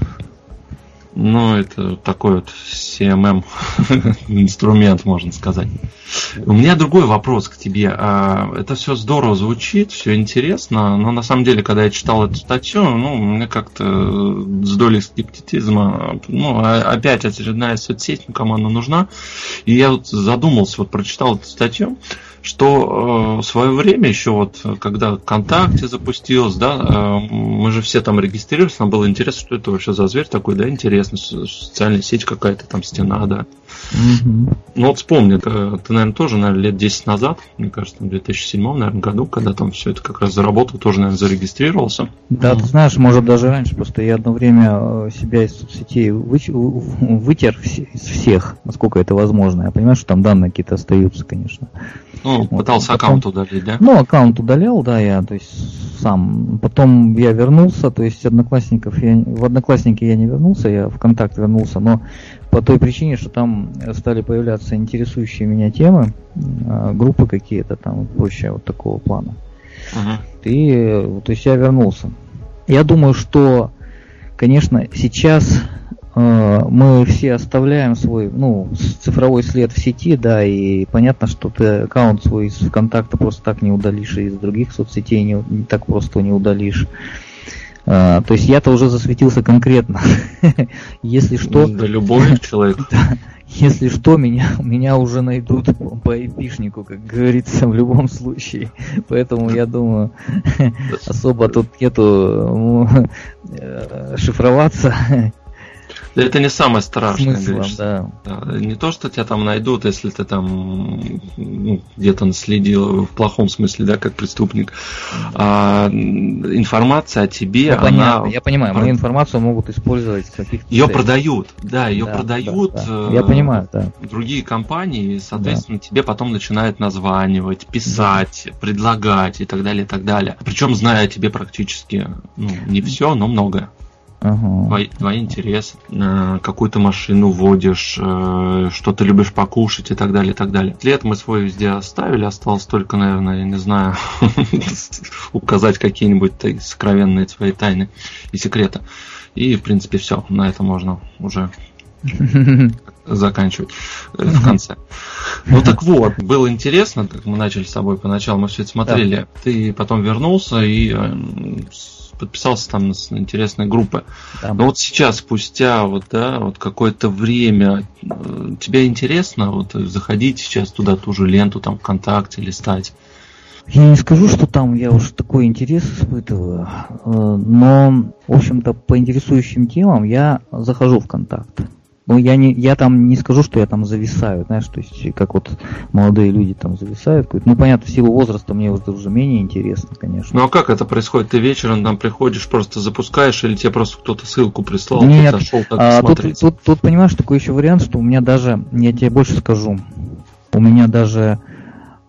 [SPEAKER 1] Ну, это такой вот си эм эм инструмент, можно сказать. У меня другой вопрос к тебе. Это все здорово звучит, все интересно, но на самом деле, когда я читал эту статью, ну, мне как-то с долей скептицизма, ну, опять очередная соцсеть, кому она нужна. И я вот задумался, вот прочитал эту статью, что э, в свое время еще вот, когда ВКонтакте запустилось, да, э, мы же все там регистрировались, нам было интересно, что это вообще за зверь такой, да, интересно, социальная сеть какая-то там, стена, да. Mm-hmm. Ну вот вспомни, ты, ты, наверное, тоже, наверное, лет десять назад, мне кажется, в две тысячи седьмом, наверное, году, когда там все это как раз заработал, тоже, наверное, зарегистрировался.
[SPEAKER 2] Да, mm-hmm. Ты знаешь, может даже раньше, просто я одно время себя из соцсетей вы, вытер из всех, насколько это возможно. Я понимаю, что там данные какие-то остаются, конечно.
[SPEAKER 1] Ну, вот. Пытался аккаунт удалить, да?
[SPEAKER 2] Ну, аккаунт удалял, да, я, то есть сам. Потом я вернулся, то есть одноклассников я, в Одноклассники я не вернулся, я в ВКонтакт вернулся, но по той причине, что там стали появляться интересующие меня темы, группы какие-то там, прочее, вот такого плана. Uh-huh. И, то есть я вернулся. Я думаю, что, конечно, сейчас э, мы все оставляем свой, ну, цифровой след в сети, да, и понятно, что ты аккаунт свой из ВКонтакта просто так не удалишь, и из других соцсетей не, не так просто не удалишь. Uh, то есть я-то уже засветился конкретно. Если что...
[SPEAKER 1] Да любой человек.
[SPEAKER 2] Да, если что, меня, меня уже найдут по, по эпишнику, как говорится, в любом случае. Поэтому я думаю, особо тут нету э, шифроваться.
[SPEAKER 1] Да это не самое страшное.
[SPEAKER 2] Смыслом, да.
[SPEAKER 1] Да. Не то, что тебя там найдут, если ты там ну, где-то наследил в плохом смысле, да, как преступник. А информация о тебе,
[SPEAKER 2] ну,
[SPEAKER 1] она...
[SPEAKER 2] Понятно, я понимаю, мою информацию могут использовать в каких-то...
[SPEAKER 1] Ее целях. продают, да, ее да, продают.
[SPEAKER 2] Да, да. Я понимаю, да.
[SPEAKER 1] Другие компании, и, соответственно, да. тебе потом начинают названивать, писать, да. предлагать и так далее, и так далее. Причем зная о тебе практически, ну, не все, но многое. Uh-huh. Твои, твои интересы, э, какую-то машину водишь, э, что ты любишь покушать и так далее, и так далее. След мы свой везде оставили, осталось только, наверное, я не знаю, указать какие-нибудь сокровенные свои тайны и секреты. И, в принципе, все, на это можно уже заканчивать в конце. Ну так вот, было интересно, как мы начали с тобой поначалу, мы все это смотрели. Да. Ты потом вернулся и подписался там на интересные группы. Да. Но вот сейчас, спустя вот, да, вот какое-то время, тебе интересно вот заходить сейчас туда, ту же ленту, там ВКонтакте листать?
[SPEAKER 2] Я не скажу, что там я уж такой интерес испытываю, но, в общем-то, по интересующим темам я захожу в ВКонтакт. Ну, я не, я там не скажу, что я там зависаю, знаешь, то есть, как вот молодые люди там зависают. Ну, понятно, в силу возраста мне уже менее интересно, конечно.
[SPEAKER 1] Ну, а как это происходит? Ты вечером там приходишь, просто запускаешь, или тебе просто кто-то ссылку прислал,
[SPEAKER 2] Нет,
[SPEAKER 1] ты зашел, так
[SPEAKER 2] а, тут, тут, тут, понимаешь, такой еще вариант, что у меня даже, я тебе больше скажу, у меня даже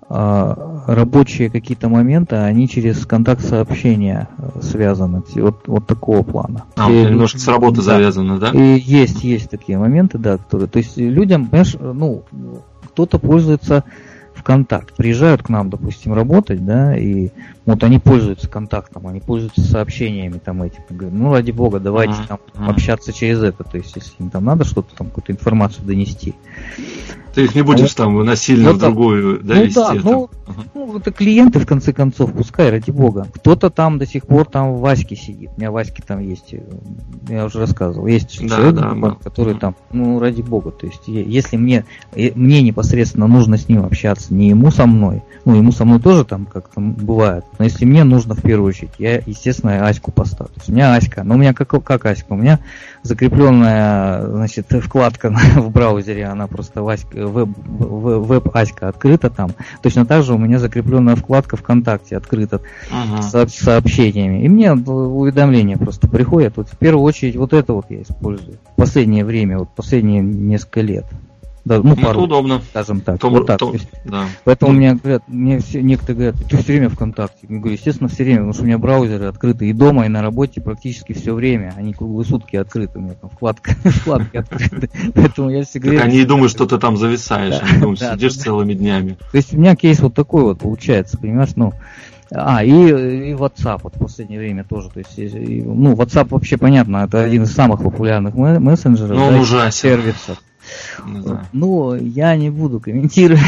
[SPEAKER 2] а рабочие какие-то моменты, они через контакт сообщения связаны, вот, вот такого плана.
[SPEAKER 1] А, и, немножко с работы да. завязано, да?
[SPEAKER 2] И есть, есть такие моменты, да, которые, то есть людям, понимаешь, ну, кто-то пользуется ВКонтакт, приезжают к нам, допустим, работать, да, и вот они пользуются контактом, они пользуются сообщениями там этим, говорят, ну, ради бога, давайте mm-hmm. там mm-hmm. общаться через это, то есть, если им там надо что-то, там, какую-то информацию донести.
[SPEAKER 1] Ты их не будешь а там насильно ну, в другую, да,
[SPEAKER 2] ну,
[SPEAKER 1] вести?
[SPEAKER 2] Да, ну, uh-huh. ну, это клиенты, в конце концов, пускай, ради бога. Кто-то там до сих пор там в Ваське сидит, у меня Ваське там есть, я уже рассказывал, есть да, человек, да, да. который uh-huh. там, ну, ради бога, то есть, если мне, мне непосредственно нужно с ним общаться, не ему со мной, ну, ему со мной тоже там как-то бывает, но если мне нужно в первую очередь, я, естественно, Аську поставлю. У меня Аська, но у меня как, как Аська, у меня закрепленная, значит, вкладка в браузере, она просто Васька, веб, веб Аська открыта там. Точно так же у меня закрепленная вкладка ВКонтакте открыта uh-huh. с сообщениями. И мне уведомления просто приходят. Вот в первую очередь вот это вот я использую. В последнее время, вот последние несколько лет. Да, ну, пару,
[SPEAKER 1] удобно.
[SPEAKER 2] Скажем так.
[SPEAKER 1] То,
[SPEAKER 2] вот так.
[SPEAKER 1] То,
[SPEAKER 2] есть,
[SPEAKER 1] да.
[SPEAKER 2] Поэтому мне говорят, мне все, некоторые говорят, ты все время ВКонтакте. Я говорю, естественно, все время, потому что у меня браузеры открыты и дома, и на работе практически все время. Они круглые сутки открыты, у меня там вкладка, вкладки открыты. Поэтому я всегда говорю.
[SPEAKER 1] Они думают, что ты там зависаешь, они думают, сидишь целыми днями.
[SPEAKER 2] То есть у меня кейс вот такой вот получается, понимаешь, ну. А, и, и WhatsApp вот в последнее время тоже. То есть, и, ну, WhatsApp вообще понятно, это один из самых популярных мессенджеров,
[SPEAKER 1] ну, он ужасен.
[SPEAKER 2] Сервисов. Ну, я не буду комментировать.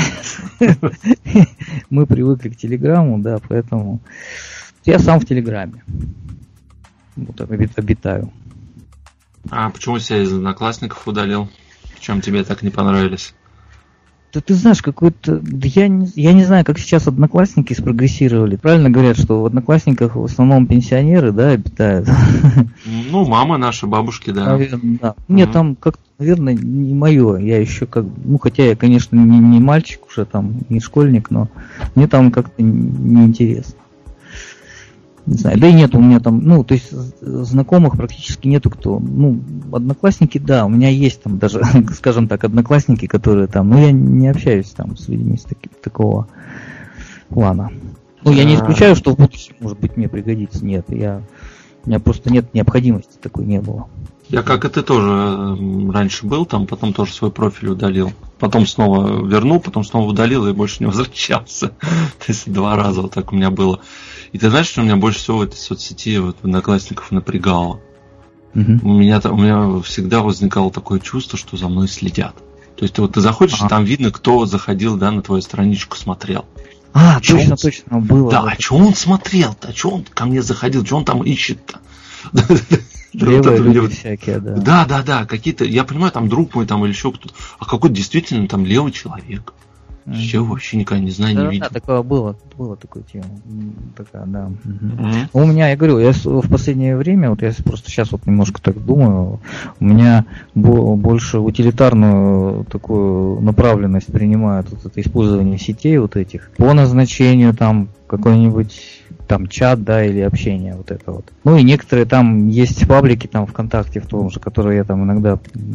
[SPEAKER 2] Мы привыкли к Телеграму, да, поэтому я сам в Телеграме. Вот обитаю.
[SPEAKER 1] А почему себя из Одноклассников удалил? В чем тебе так не понравились?
[SPEAKER 2] Да ты знаешь, какой-то... Я не, я не знаю, как сейчас Одноклассники спрогрессировали. Правильно говорят, что в Одноклассниках в основном пенсионеры, да, обитают?
[SPEAKER 1] Ну, мама наши, бабушки, да.
[SPEAKER 2] Наверное, да. Мне uh-huh. там как-то, наверное, не мое. Я еще как... Ну, хотя я, конечно, не, не мальчик уже, там, не школьник, но мне там как-то неинтересно. Не знаю, да и нет у меня там, ну, то есть знакомых практически нету кто, ну, одноклассники, да, у меня есть там даже, скажем так, одноклассники, которые там, но я не общаюсь там с людьми с таки, такого плана. Ну, я не исключаю, что в будущем, может быть, мне пригодится, нет, я, у меня просто нет необходимости такой не было.
[SPEAKER 1] Я, как и ты, тоже раньше был там, потом тоже свой профиль удалил. Потом снова вернул, потом снова удалил и больше не возвращался. То есть два раза вот так у меня было. И ты знаешь, что меня больше всего в этой соцсети вот, Одноклассников напрягало? Uh-huh. У меня, у меня всегда возникало такое чувство, что за мной следят. То есть ты, вот, ты заходишь, uh-huh. и там видно, кто заходил, да, на твою страничку смотрел.
[SPEAKER 2] А, чё точно, он... точно, было.
[SPEAKER 1] Да, а что он смотрел-то? А что он ко мне заходил? Что он там ищет-то?
[SPEAKER 2] Левые вот люди вот... всякие, да.
[SPEAKER 1] Да, да, да, какие-то, я понимаю, там друг мой там или еще кто-то, а какой-то действительно там левый человек. Mm-hmm. Я вообще никогда не знаю,
[SPEAKER 2] да,
[SPEAKER 1] не видел.
[SPEAKER 2] Да, такое было, было такое тема. Такая, да. Mm-hmm. Mm-hmm. У меня, я говорю, я в последнее время, вот я просто сейчас вот немножко так думаю, у меня больше утилитарную такую направленность принимает вот это использование сетей вот этих по назначению там какой-нибудь там чат, да, или общение, вот это вот. Ну и некоторые там есть паблики там ВКонтакте в том же, которые я там иногда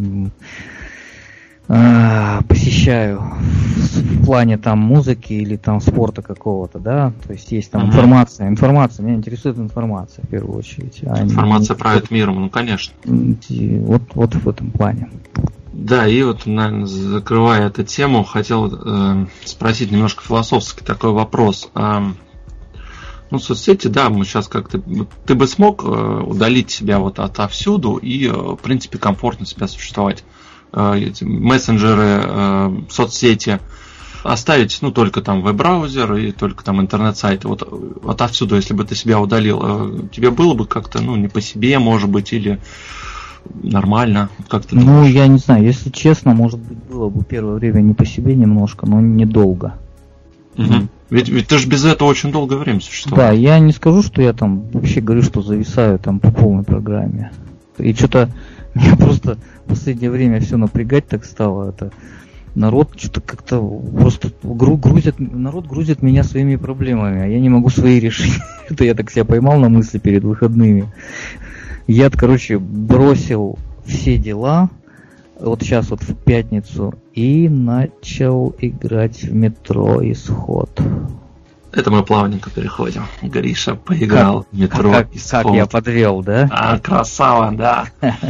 [SPEAKER 2] э, посещаю в плане там музыки или там спорта какого-то, да, то есть есть там uh-huh. информация, информация, меня интересует информация в первую очередь. А
[SPEAKER 1] информация
[SPEAKER 2] не...
[SPEAKER 1] про этот мир, ну конечно.
[SPEAKER 2] И вот, вот в этом плане.
[SPEAKER 1] Да, и вот, наверное, закрывая эту тему, хотел э, спросить немножко философский такой вопрос. Э, ну, соцсети, да, мы сейчас как-то... Ты бы смог э, удалить себя вот отовсюду и, э, в принципе, комфортно себя существовать? Э, эти мессенджеры, э, соцсети оставить, ну, только там веб-браузер и только там интернет-сайты. Вот отовсюду, если бы ты себя удалил, э, тебе было бы как-то, ну, не по себе, может быть, или... Нормально, как ты думаешь?
[SPEAKER 2] Ну, я не знаю, если честно, может быть, было бы первое время не по себе немножко, но недолго.
[SPEAKER 1] Угу. Mm. Ведь, ведь ты же без этого очень долгое время существовал.
[SPEAKER 2] Да, я не скажу, что я там вообще говорю, что зависаю там по полной программе. И что-то меня просто в последнее время все напрягать так стало. Это народ что-то как-то просто грузит, народ грузит меня своими проблемами, а я не могу свои решить. Это я так себя поймал на мысли перед выходными. Я, короче, бросил все дела вот сейчас вот в пятницу, и начал играть в Метро Исход.
[SPEAKER 1] Это мы плавненько переходим. Гриша поиграл
[SPEAKER 2] как,
[SPEAKER 1] в Метро
[SPEAKER 2] как,
[SPEAKER 1] Исход.
[SPEAKER 2] Как я подвел, да?
[SPEAKER 1] А, красава, да.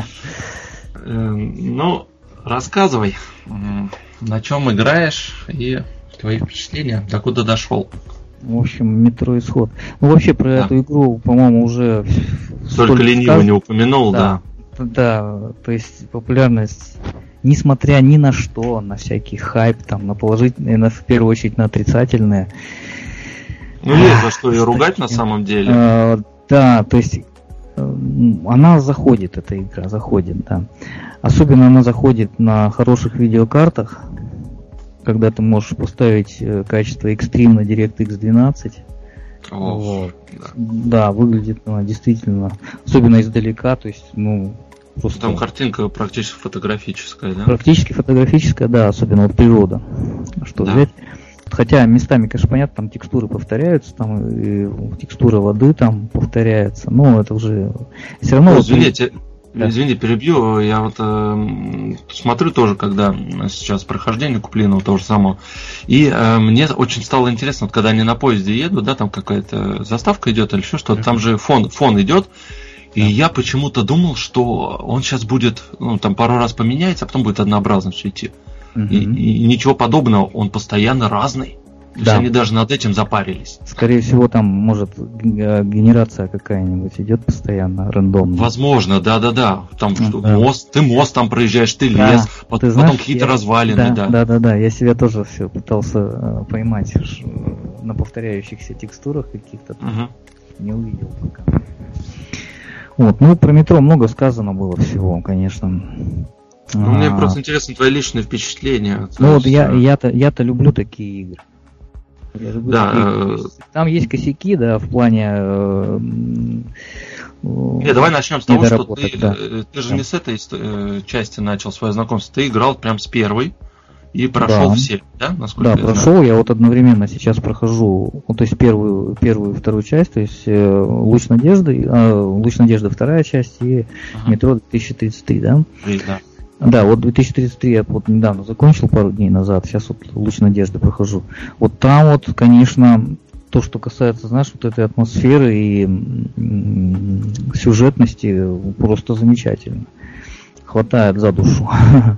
[SPEAKER 1] Ну, рассказывай, на чем играешь и твои впечатления, докуда дошел.
[SPEAKER 2] В общем, Метро Исход. Ну, вообще, про
[SPEAKER 1] Да.
[SPEAKER 2] эту игру, по-моему, уже...
[SPEAKER 1] Только лениво
[SPEAKER 2] сказ...
[SPEAKER 1] не упомянул, да.
[SPEAKER 2] да. Да, то есть популярность, несмотря ни на что, на всякий хайп, там, на положительные, на, в первую очередь на отрицательные.
[SPEAKER 1] Ну, есть за что ее ругать на самом деле.
[SPEAKER 2] Э, да, то есть э, она заходит, эта игра, заходит, да. Особенно она заходит на хороших видеокартах, когда ты можешь поставить качество Extreme на DirectX двенадцать.
[SPEAKER 1] О,
[SPEAKER 2] вот.
[SPEAKER 1] да.
[SPEAKER 2] Да, выглядит она действительно, особенно издалека, то есть, ну, просто...
[SPEAKER 1] Там картинка практически фотографическая, да?
[SPEAKER 2] Практически фотографическая, да, особенно вот природа. Что
[SPEAKER 1] Да.
[SPEAKER 2] взять? Хотя местами, конечно, понятно, там текстуры повторяются, там и текстура воды там повторяется, но это уже все равно...
[SPEAKER 1] Ну,
[SPEAKER 2] вот-
[SPEAKER 1] извините,
[SPEAKER 2] Да.
[SPEAKER 1] извини, перебью. Я вот э, смотрю тоже, когда сейчас прохождение Куплинова того же самого. И э, мне очень стало интересно, вот когда они на поезде едут, да, там какая-то заставка идет или еще что-то, там же фон, фон идет. И
[SPEAKER 2] Да.
[SPEAKER 1] я почему-то думал, что он сейчас будет, ну, там пару раз поменяется, а потом будет однообразно все идти.
[SPEAKER 2] Мгм.
[SPEAKER 1] И, и ничего подобного, он постоянно разный. То есть
[SPEAKER 2] Да.
[SPEAKER 1] они даже над этим запарились.
[SPEAKER 2] Скорее всего, там, может, г- генерация какая-нибудь идет постоянно, рандомно.
[SPEAKER 1] Возможно, да-да-да. Там
[SPEAKER 2] Мгм.
[SPEAKER 1] что, мост, ты мост там проезжаешь, ты
[SPEAKER 2] Да,
[SPEAKER 1] лес,
[SPEAKER 2] ты
[SPEAKER 1] потом
[SPEAKER 2] знаешь,
[SPEAKER 1] какие-то
[SPEAKER 2] я-
[SPEAKER 1] развалины,
[SPEAKER 2] да,
[SPEAKER 1] да.
[SPEAKER 2] да, да, да. Я себя тоже все пытался э, поймать ш- на повторяющихся текстурах каких-то,
[SPEAKER 1] Мгм.
[SPEAKER 2] не увидел пока. Вот, ну про метро много сказано было всего, конечно.
[SPEAKER 1] Ну, мне
[SPEAKER 2] А,
[SPEAKER 1] просто интересно твои личные впечатления. То
[SPEAKER 2] Ну вот
[SPEAKER 1] есть,
[SPEAKER 2] я,
[SPEAKER 1] э,
[SPEAKER 2] я-то, я-то люблю такие игры. Я люблю
[SPEAKER 1] Да,
[SPEAKER 2] такие
[SPEAKER 1] э,
[SPEAKER 2] игры. Там есть косяки, да, в плане... э, м,
[SPEAKER 1] Не, давай начнем с того, что
[SPEAKER 2] недоработок,
[SPEAKER 1] ты,
[SPEAKER 2] да.
[SPEAKER 1] э, ты же
[SPEAKER 2] Да.
[SPEAKER 1] не с этой э, части начал свое знакомство, ты играл прям с первой и прошел
[SPEAKER 2] Да.
[SPEAKER 1] все, да, насколько
[SPEAKER 2] Да,
[SPEAKER 1] я знаю?
[SPEAKER 2] прошел, я вот одновременно сейчас прохожу, ну, то есть первую, первую и вторую часть, то есть э, Луч Надежды, э, Луч Надежды вторая часть и
[SPEAKER 1] Ага.
[SPEAKER 2] Метро две тысячи тридцать три, да?
[SPEAKER 1] И, да.
[SPEAKER 2] Да, вот две тысячи тридцать три я вот недавно закончил, пару дней назад, сейчас вот Луч Надежды прохожу. Вот там вот, конечно, то, что касается, знаешь, вот этой атмосферы и м, сюжетности, просто замечательно. Хватает за душу.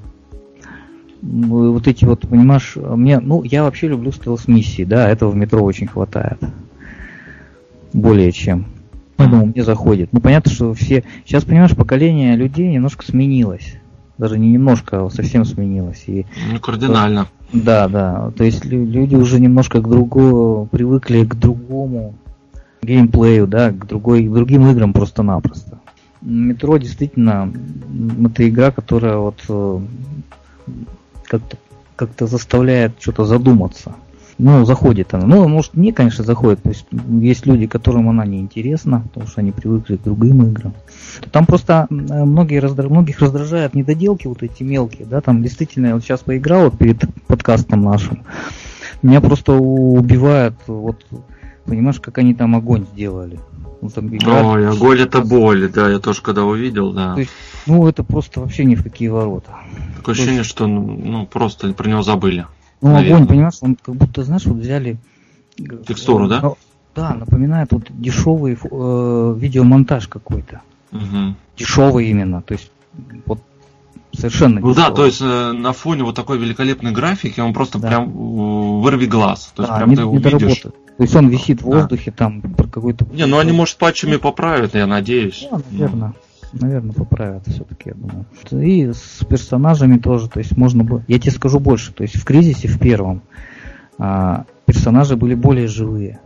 [SPEAKER 2] Ну, вот эти вот, понимаешь, мне, ну, я вообще люблю стелс-миссии, да, этого в метро очень хватает. Более чем. Я думаю, мне заходит. Ну, понятно, что все... Сейчас, понимаешь, поколение людей немножко сменилось. Даже не немножко, а совсем сменилось. И,
[SPEAKER 1] Ну, кардинально.
[SPEAKER 2] да, да. То есть лю- люди уже немножко к другому привыкли к другому геймплею, да, к другой, к другим играм просто-напросто. Метро действительно м, это игра, которая вот э, как-то как-то заставляет что-то задуматься. Ну, заходит она. Ну, может, мне, конечно, заходит. То есть есть люди, которым она не интересна, потому что они привыкли к другим играм. Там просто м, многие раздра... многих раздражают недоделки вот эти мелкие, да, там действительно, я вот сейчас поиграл вот перед подкастом нашим, меня просто убивает, вот, понимаешь, как они там огонь сделали. Ну, там игра-
[SPEAKER 1] Ой, огонь это боль, да, я тоже когда увидел, да.
[SPEAKER 2] То есть, ну, это просто вообще ни в какие ворота.
[SPEAKER 1] Такое ощущение, что ну, ну, просто про него забыли.
[SPEAKER 2] Ну,
[SPEAKER 1] Наверное.
[SPEAKER 2] огонь, понимаешь, он как будто, знаешь, вот взяли...
[SPEAKER 1] Текстуру, да?
[SPEAKER 2] Ну, да, напоминает вот дешевый э, видеомонтаж какой-то.
[SPEAKER 1] Мгм.
[SPEAKER 2] Дешевый именно, то есть вот совершенно
[SPEAKER 1] Ну да,
[SPEAKER 2] дешевый.
[SPEAKER 1] то есть э, на фоне вот такой великолепной графики он просто
[SPEAKER 2] Да.
[SPEAKER 1] прям э, вырви глаз. То есть
[SPEAKER 2] Да,
[SPEAKER 1] прям
[SPEAKER 2] не-
[SPEAKER 1] ты его
[SPEAKER 2] не
[SPEAKER 1] видишь.
[SPEAKER 2] доработан. То есть он висит в
[SPEAKER 1] Да.
[SPEAKER 2] воздухе, там про какой-то...
[SPEAKER 1] Не, ну они, может, патчами поправят, я надеюсь.
[SPEAKER 2] Да, наверное. Наверное, поправят все-таки, я думаю. И с персонажами тоже, то есть можно было... Я тебе скажу больше, то есть в кризисе в первом а, персонажи были более живые.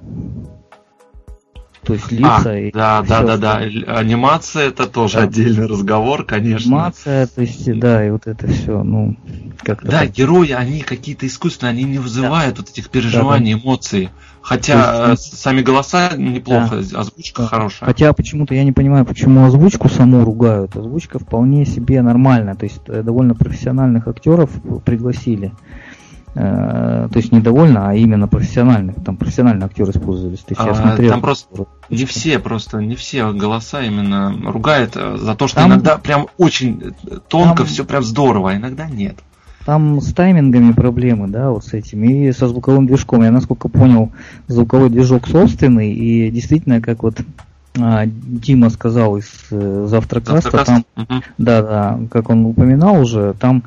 [SPEAKER 2] То есть лица
[SPEAKER 1] А,
[SPEAKER 2] и
[SPEAKER 1] да,
[SPEAKER 2] всё
[SPEAKER 1] да, да, да.
[SPEAKER 2] остальное.
[SPEAKER 1] Л- Анимация это тоже
[SPEAKER 2] Да.
[SPEAKER 1] отдельный разговор, конечно.
[SPEAKER 2] Анимация, то есть, да, и вот это все, ну, как-то...
[SPEAKER 1] Да,
[SPEAKER 2] так.
[SPEAKER 1] герои, они какие-то искусственные, они не вызывают вот этих переживаний, эмоций. Хотя
[SPEAKER 2] То
[SPEAKER 1] э, сами голоса неплохо, озвучка
[SPEAKER 2] Да.
[SPEAKER 1] хорошая.
[SPEAKER 2] Хотя почему-то я не понимаю, почему озвучку саму ругают. Озвучка вполне себе нормальная. То есть э, довольно профессиональных актеров пригласили. то есть недовольна, а именно профессиональных, там профессиональные актеры использовались. То есть я
[SPEAKER 1] А,
[SPEAKER 2] смотрел.
[SPEAKER 1] там просто не все, просто не все голоса именно ругают за то, что
[SPEAKER 2] Там-
[SPEAKER 1] иногда прям очень тонко,
[SPEAKER 2] там-
[SPEAKER 1] все прям здорово, а иногда нет.
[SPEAKER 2] Там с таймингами проблемы, да, вот с этим, и со звуковым движком. Я, насколько понял, звуковой движок собственный, и действительно, как вот а, Дима сказал из э, Завтракаста,
[SPEAKER 1] Завтракаст?
[SPEAKER 2] там,
[SPEAKER 1] Мгм.
[SPEAKER 2] да, да, как он упоминал уже, там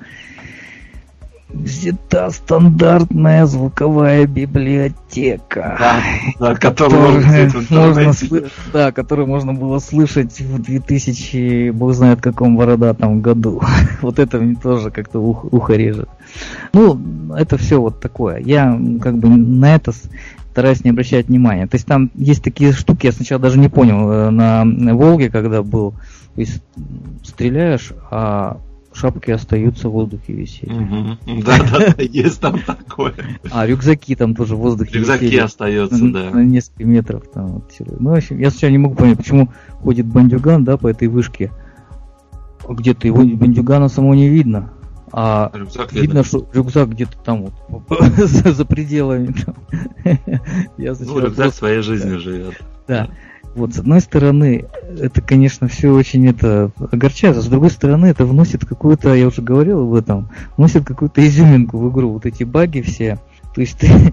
[SPEAKER 2] взята стандартная звуковая библиотека.
[SPEAKER 1] Да, да, который
[SPEAKER 2] Которую
[SPEAKER 1] можно взять в
[SPEAKER 2] можно
[SPEAKER 1] интернете.
[SPEAKER 2] сли- да, которую можно было слышать в две тысячи, бог знает каком бородатом году. Вот это мне тоже как-то ух- ухо режет. Ну, это все вот такое. Я м, как бы на это с- стараюсь не обращать внимания. То есть там есть такие штуки, я сначала даже не понял, э, на Волге, когда был, то есть м, стреляешь, а шапки остаются в воздухе висеть.
[SPEAKER 1] Мгм. Да, да, да, есть там такое.
[SPEAKER 2] А рюкзаки там тоже в воздухе
[SPEAKER 1] Рюкзаки
[SPEAKER 2] висели.
[SPEAKER 1] остаются,
[SPEAKER 2] на,
[SPEAKER 1] да.
[SPEAKER 2] на несколько метров там. Вот, всё. Ну, в общем, я сначала не могу понять, почему ходит бандюган, да, по этой вышке. А где-то его бандюгана самого не видно. А
[SPEAKER 1] Рюкзак
[SPEAKER 2] видно,
[SPEAKER 1] видно.
[SPEAKER 2] что рюкзак где-то там вот за за пределами. там. Я
[SPEAKER 1] Ну,
[SPEAKER 2] сначала
[SPEAKER 1] рюкзак
[SPEAKER 2] просто-
[SPEAKER 1] своей жизнью живет.
[SPEAKER 2] Да. Вот, с одной стороны, это, конечно, все очень это огорчает, а с другой стороны, это вносит какую-то, я уже говорил об этом, вносит какую-то изюминку в игру, вот эти баги все. То есть ты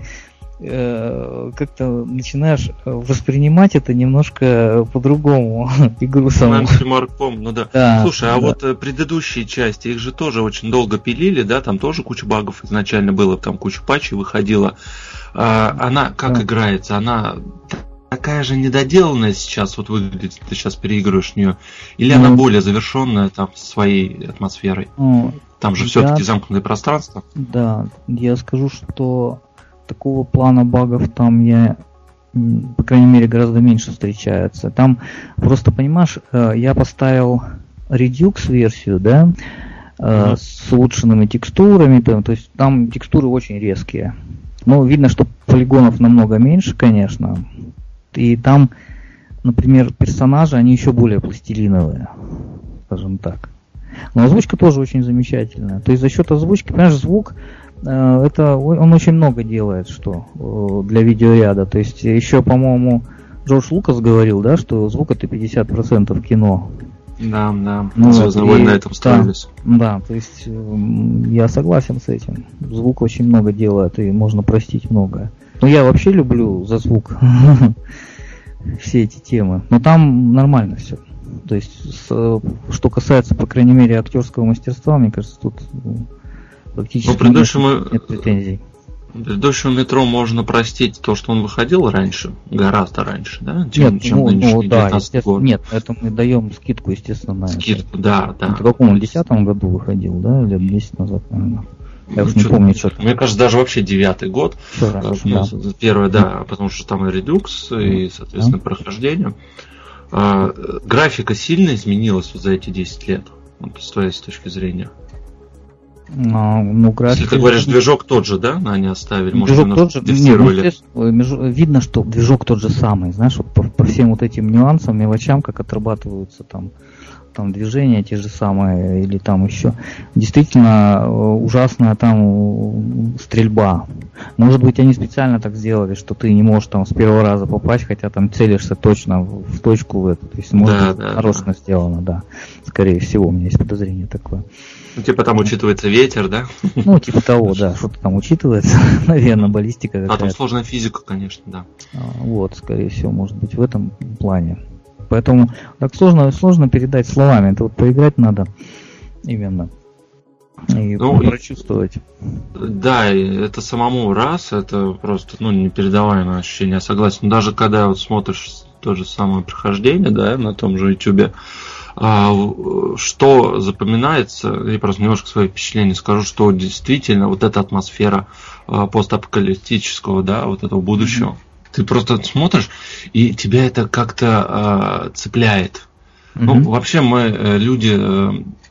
[SPEAKER 2] э, как-то начинаешь воспринимать это немножко по-другому, игру саму.
[SPEAKER 1] С ремарком, ну да.
[SPEAKER 2] Да,
[SPEAKER 1] Слушай, а
[SPEAKER 2] да.
[SPEAKER 1] вот э, предыдущие части, их же тоже очень долго пилили, да, там тоже куча багов изначально было, там куча патчей выходила. А, она как
[SPEAKER 2] Да.
[SPEAKER 1] играется? Она такая же недоделанная сейчас вот выглядит, ты сейчас переигрываешь в нее, или
[SPEAKER 2] Ну,
[SPEAKER 1] она более завершенная там своей атмосферой?
[SPEAKER 2] Ну,
[SPEAKER 1] Там же
[SPEAKER 2] я-
[SPEAKER 1] все-таки замкнутое пространство.
[SPEAKER 2] Да, я скажу, что такого плана багов там я, м, по крайней мере, гораздо меньше встречается. Там просто, понимаешь, э, я поставил Redux версию, да, э,
[SPEAKER 1] Мгм.
[SPEAKER 2] с улучшенными текстурами, там, то есть там текстуры очень резкие. Ну, видно, что полигонов намного меньше, конечно. И там, например, персонажи, они еще более пластилиновые, скажем так. Но озвучка тоже очень замечательная. То есть за счет озвучки, понимаешь, звук, э, это о- он очень много делает, что э, для видеоряда. То есть еще, по-моему, Джордж Лукас говорил, да, что звук это пятьдесят процентов кино.
[SPEAKER 1] Да, да.
[SPEAKER 2] Ну,
[SPEAKER 1] Звездные
[SPEAKER 2] вот,
[SPEAKER 1] войны
[SPEAKER 2] и-
[SPEAKER 1] на этом строились.
[SPEAKER 2] Да, то есть м, я согласен с этим. Звук очень много делает, и можно простить многое. Но я вообще люблю за звук все эти темы. Но там нормально все. То есть, с- что касается, по крайней мере, актерского мастерства, мне кажется, тут м, практически
[SPEAKER 1] Ну, предыдущему-
[SPEAKER 2] нет, нет претензий.
[SPEAKER 1] Предыдущему метро можно простить то, что он выходил раньше, гораздо раньше, да, чем,
[SPEAKER 2] Нет,
[SPEAKER 1] чем
[SPEAKER 2] ну,
[SPEAKER 1] нынешний
[SPEAKER 2] ну да,
[SPEAKER 1] девятнадцатый
[SPEAKER 2] естественно,
[SPEAKER 1] год.
[SPEAKER 2] нет, это мы даем скидку, естественно, на это.
[SPEAKER 1] Скидку, да, да.
[SPEAKER 2] Это в каком он, в десятом году выходил, да, лет десять назад, наверное. Я
[SPEAKER 1] Ну,
[SPEAKER 2] уж не
[SPEAKER 1] чё-то-
[SPEAKER 2] помню, что-то.
[SPEAKER 1] Мне кажется, даже вообще девятый год.
[SPEAKER 2] Всё
[SPEAKER 1] Э,
[SPEAKER 2] раньше,
[SPEAKER 1] ну,
[SPEAKER 2] да.
[SPEAKER 1] Первое, да, потому что там и редукс, и, соответственно, прохождение. А, э, графика сильно изменилась вот за эти десять лет, вот, с твоей точки зрения.
[SPEAKER 2] А, ну,
[SPEAKER 1] Если
[SPEAKER 2] графика...
[SPEAKER 1] ты говоришь, движок тот же, да, они оставили, может,
[SPEAKER 2] Движок
[SPEAKER 1] немножко
[SPEAKER 2] тот же, не, ну,
[SPEAKER 1] тестировали.
[SPEAKER 2] естественно, межу- видно, что движок тот же самый, знаешь, вот по, по всем вот этим нюансам, мелочам, как отрабатываются там, там движения те же самые, или там еще. Действительно э, ужасная там э, стрельба. Может быть, они специально так сделали, что ты не можешь там с первого раза попасть, хотя там целишься точно в, в точку в эту. То есть, может
[SPEAKER 1] Да,
[SPEAKER 2] быть,
[SPEAKER 1] да,
[SPEAKER 2] нарочно сделано, да. Скорее всего, у меня есть подозрение такое.
[SPEAKER 1] Ну, типа там учитывается ветер, да?
[SPEAKER 2] Ну, типа того, да, что-то там учитывается, наверное, баллистика
[SPEAKER 1] А там
[SPEAKER 2] какая-то.
[SPEAKER 1] сложная физика, конечно, да.
[SPEAKER 2] А, Вот, скорее всего, может быть, в этом плане. Поэтому так сложно, сложно передать словами. Это вот поиграть надо именно. И
[SPEAKER 1] Ну, и-
[SPEAKER 2] прочувствовать.
[SPEAKER 1] Да, и это самому раз, это просто, ну, непередаваемое ощущение, я согласен. Но даже когда вот смотришь то же самое прохождение, да, на том же ютубе, а, в- что запоминается, я просто немножко свои впечатления скажу, что действительно вот эта атмосфера а, постапокалиптического, да, вот этого будущего, ты просто смотришь, и тебя это как-то а, цепляет. Ну,
[SPEAKER 2] Мгм.
[SPEAKER 1] вообще мы, э, люди, э,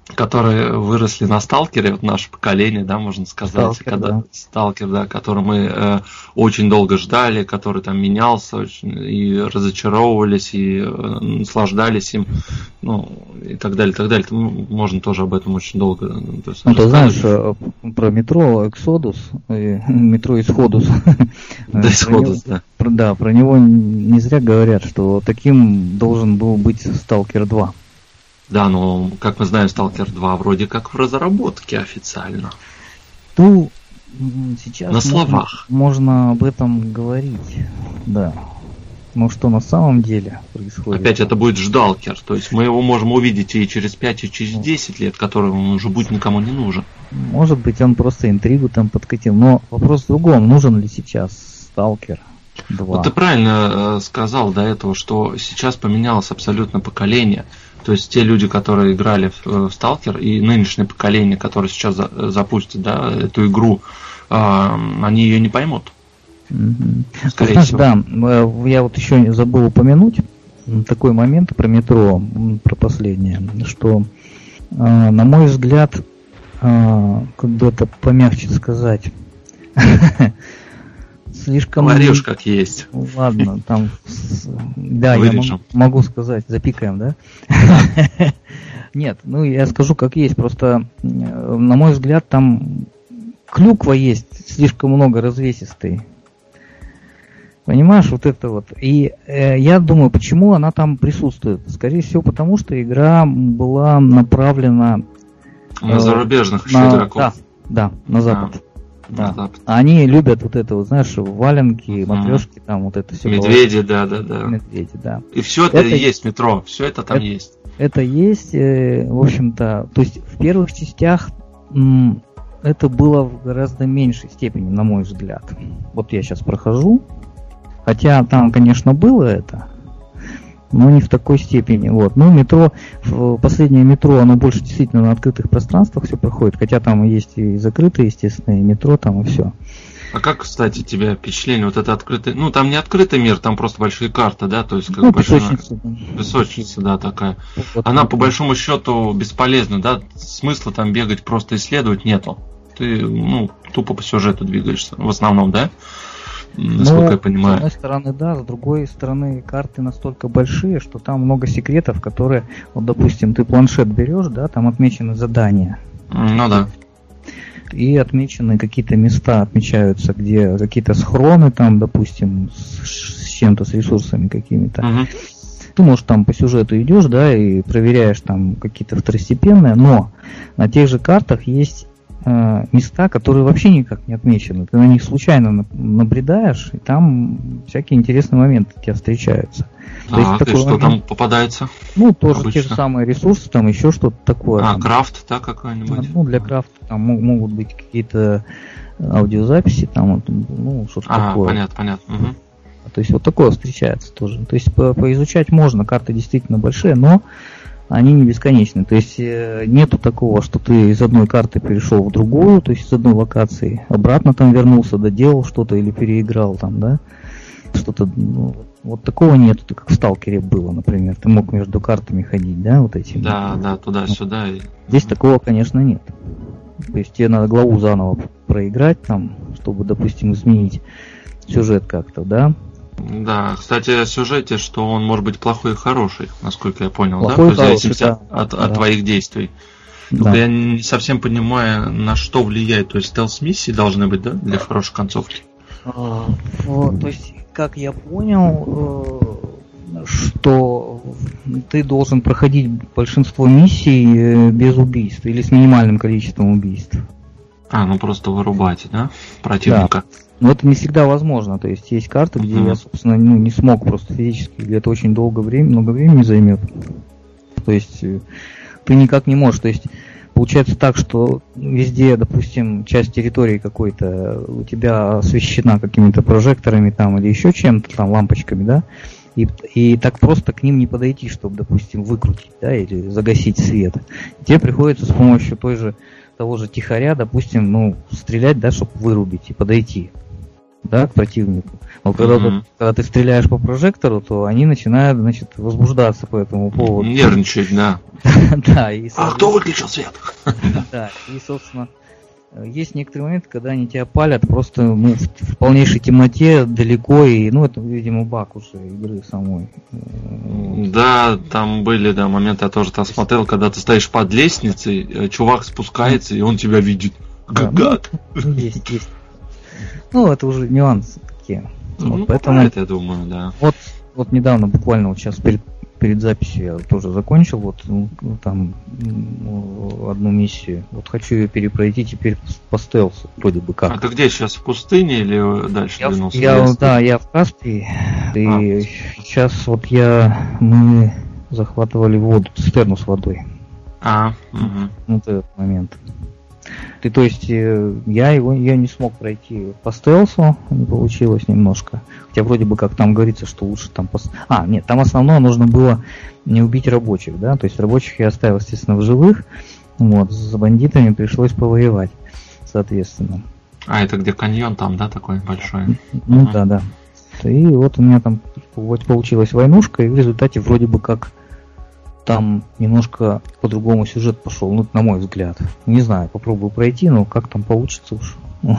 [SPEAKER 1] которые выросли на сталкере, вот наше поколение, да, можно сказать,
[SPEAKER 2] Сталкер,
[SPEAKER 1] когда
[SPEAKER 2] да.
[SPEAKER 1] сталкер, да, который мы э, очень долго ждали, который там менялся очень, и разочаровывались, и э, наслаждались им, ну, и так далее, и так далее. Ну, можно тоже об этом очень долго. То есть,
[SPEAKER 2] ну, ты знаешь про метро Exodus, э, метро Исходус.
[SPEAKER 1] Да, Исходус, да.
[SPEAKER 2] Да, про него не зря говорят, что таким должен был быть Сталкер два.
[SPEAKER 1] Да, но, как мы знаем, Сталкер два вроде как в разработке официально.
[SPEAKER 2] Ну, сейчас
[SPEAKER 1] на
[SPEAKER 2] можно,
[SPEAKER 1] словах.
[SPEAKER 2] Можно об этом говорить, да. Но что на самом деле происходит?
[SPEAKER 1] Опять это будет ждалкер, то есть мы его можем увидеть и через пять, и через десять лет, который он уже будет никому не нужен.
[SPEAKER 2] Может быть, он просто интригу там подкатил. Но вопрос в другом, нужен ли сейчас Сталкер два?
[SPEAKER 1] Вот ты правильно э, сказал до этого, что сейчас поменялось абсолютно поколение. То есть те люди, которые играли в Сталкер, и нынешнее поколение, которое сейчас за, запустит, да, эту игру, э, они ее не поймут.
[SPEAKER 2] Mm-hmm. Скорее Знаешь, всего. Да, я вот еще забыл упомянуть такой момент про метро, про последнее, что, э, на мой взгляд, э, как бы это помягче сказать, слишком...
[SPEAKER 1] Говоришь, как есть.
[SPEAKER 2] Ладно, там... Да, вырежем. Я могу, могу сказать, запикаем, да? Нет, ну я скажу, как есть. Просто, на мой взгляд, там клюква есть слишком много развесистой. Понимаешь, вот это вот. И э, я думаю, почему она там присутствует. Скорее всего, потому что игра была направлена...
[SPEAKER 1] На э, зарубежных еще
[SPEAKER 2] на,
[SPEAKER 1] игроков.
[SPEAKER 2] Да, да, на Запад. А. Да.
[SPEAKER 1] Да.
[SPEAKER 2] Они любят вот это, вот, знаешь, валенки, матрешки, там вот это все.
[SPEAKER 1] Медведи, да, да, да.
[SPEAKER 2] Медведи, да.
[SPEAKER 1] И все это, это есть метро, все это там
[SPEAKER 2] это,
[SPEAKER 1] есть.
[SPEAKER 2] Это есть, э, в общем-то, то есть в первых частях м, это было в гораздо меньшей степени, на мой взгляд. Вот я сейчас прохожу, хотя там, конечно, было это, но не в такой степени. Вот. Ну, метро, последнее метро, оно больше действительно на открытых пространствах все проходит, хотя там есть и закрытые, естественно, и метро там, и все.
[SPEAKER 1] А как, кстати, тебе впечатление, вот это открытый, ну, там не открытый мир, там просто большие карты, да, то есть как
[SPEAKER 2] ну,
[SPEAKER 1] большая...
[SPEAKER 2] песочница.
[SPEAKER 1] Песочница, да, такая.
[SPEAKER 2] Вот,
[SPEAKER 1] Она,
[SPEAKER 2] вот,
[SPEAKER 1] по большому счету, бесполезна, да, смысла там бегать, просто исследовать нету. Ты, ну, тупо по сюжету двигаешься, в основном, да? Насколько
[SPEAKER 2] ну,
[SPEAKER 1] я понимаю.
[SPEAKER 2] С одной стороны, да, с другой стороны, карты настолько большие, что там много секретов, которые, вот, допустим, ты планшет берешь, да, там отмечены задания.
[SPEAKER 1] Ну да.
[SPEAKER 2] И отмечены какие-то места, отмечаются, где какие-то схроны там, допустим, с, с чем-то, с ресурсами какими-то.
[SPEAKER 1] Угу.
[SPEAKER 2] Ты, может, там по сюжету идешь, да, и проверяешь там какие-то второстепенные, но на тех же картах есть э, места, которые вообще никак не отмечены. Ты на них случайно набредаешь, и там всякие интересные моменты тебе встречаются.
[SPEAKER 1] А, То есть, и что момент, там попадается?
[SPEAKER 2] Ну, тоже
[SPEAKER 1] обычно?
[SPEAKER 2] Те же самые ресурсы, там еще что-то такое.
[SPEAKER 1] А,
[SPEAKER 2] там,
[SPEAKER 1] крафт, да, какой-нибудь?
[SPEAKER 2] Ну, для крафта там могут быть какие-то аудиозаписи, там, ну, что-то
[SPEAKER 1] а,
[SPEAKER 2] такое.
[SPEAKER 1] понятно, понятно. Угу.
[SPEAKER 2] То есть вот такое встречается тоже. То есть по поизучать можно, карты действительно большие, но они не бесконечны. То есть э, нету такого, что ты из одной карты перешел в другую, то есть из одной локации, обратно там вернулся, доделал что-то или переиграл там, да, что-то, ну, вот такого нету, так как в Сталкере было, например. Ты мог между картами ходить, да, вот эти.
[SPEAKER 1] Да, да, туда-сюда.
[SPEAKER 2] Здесь такого, конечно, нет. То есть тебе надо главу заново проиграть там, чтобы, допустим, изменить сюжет как-то, да.
[SPEAKER 1] Да, кстати, о сюжете, что он может быть плохой и хороший, насколько я понял,
[SPEAKER 2] плохой,
[SPEAKER 1] да? То есть, в зависимости
[SPEAKER 2] да,
[SPEAKER 1] от,
[SPEAKER 2] да.
[SPEAKER 1] от твоих действий.
[SPEAKER 2] Да.
[SPEAKER 1] Только я не совсем понимаю, на что влияет. То есть стелс-миссии должны быть, да, для хорошей концовки?
[SPEAKER 2] А, вот, то есть, как я понял, что ты должен проходить большинство миссий без убийств или с минимальным количеством убийств.
[SPEAKER 1] А, ну просто вырубать, да, противника?
[SPEAKER 2] Да. Но это не всегда возможно. То есть есть карты, где mm-hmm. я, собственно, ну, не смог просто физически, где это очень долго времени, много времени займет. То есть ты никак не можешь. То есть получается так, что везде, допустим, часть территории какой-то у тебя освещена какими-то прожекторами там или еще чем-то, там лампочками, да, и, и так просто к ним не подойти, чтобы, допустим, выкрутить, да, или загасить свет. И тебе приходится с помощью той же, того же тихоря, допустим, ну, стрелять, да, чтобы вырубить и подойти. да, к противнику. Но когда, mm-hmm. ты, когда ты стреляешь по прожектору, то они начинают, значит, возбуждаться по этому поводу.
[SPEAKER 1] Нервничать, да.
[SPEAKER 2] Да.
[SPEAKER 1] А кто выключил свет?
[SPEAKER 2] Да, и, собственно, есть некоторые моменты, когда они тебя палят просто ну, в, в полнейшей темноте, далеко, и, ну, это, видимо, баг уже игры самой.
[SPEAKER 1] Да, там были, да, моменты, я тоже там смотрел, когда ты стоишь под лестницей, чувак спускается, и он тебя видит.
[SPEAKER 2] Да, гад. Ну, есть, есть. Ну, это уже нюансы такие.
[SPEAKER 1] Ну,
[SPEAKER 2] вот, поэтому,
[SPEAKER 1] это, я думаю, да.
[SPEAKER 2] Вот, вот недавно, буквально вот сейчас перед перед записью я тоже закончил вот ну, там ну, одну миссию. Вот хочу ее перепройти теперь по стелсу, вроде бы как.
[SPEAKER 1] А ты где сейчас, в пустыне или дальше
[SPEAKER 2] я,
[SPEAKER 1] двинулся?
[SPEAKER 2] Я, да, я в Каспии. И а. сейчас вот я мы захватывали воду, цистерну с водой.
[SPEAKER 1] А, угу.
[SPEAKER 2] Вот этот момент. И то есть я его я не смог пройти по стелсу, не получилось немножко. Хотя вроде бы как там говорится, что лучше там пос... А, нет, там основное нужно было не убить рабочих, да, то есть рабочих я оставил, естественно, в живых. Вот, с бандитами пришлось повоевать, соответственно.
[SPEAKER 1] А, это где каньон там, да, такой большой?
[SPEAKER 2] Ну uh-huh. да, да. И вот у меня там вот получилась войнушка, и в результате вроде бы как там немножко по-другому сюжет пошел, ну, на мой взгляд. Не знаю, попробую пройти, но как там получится уж.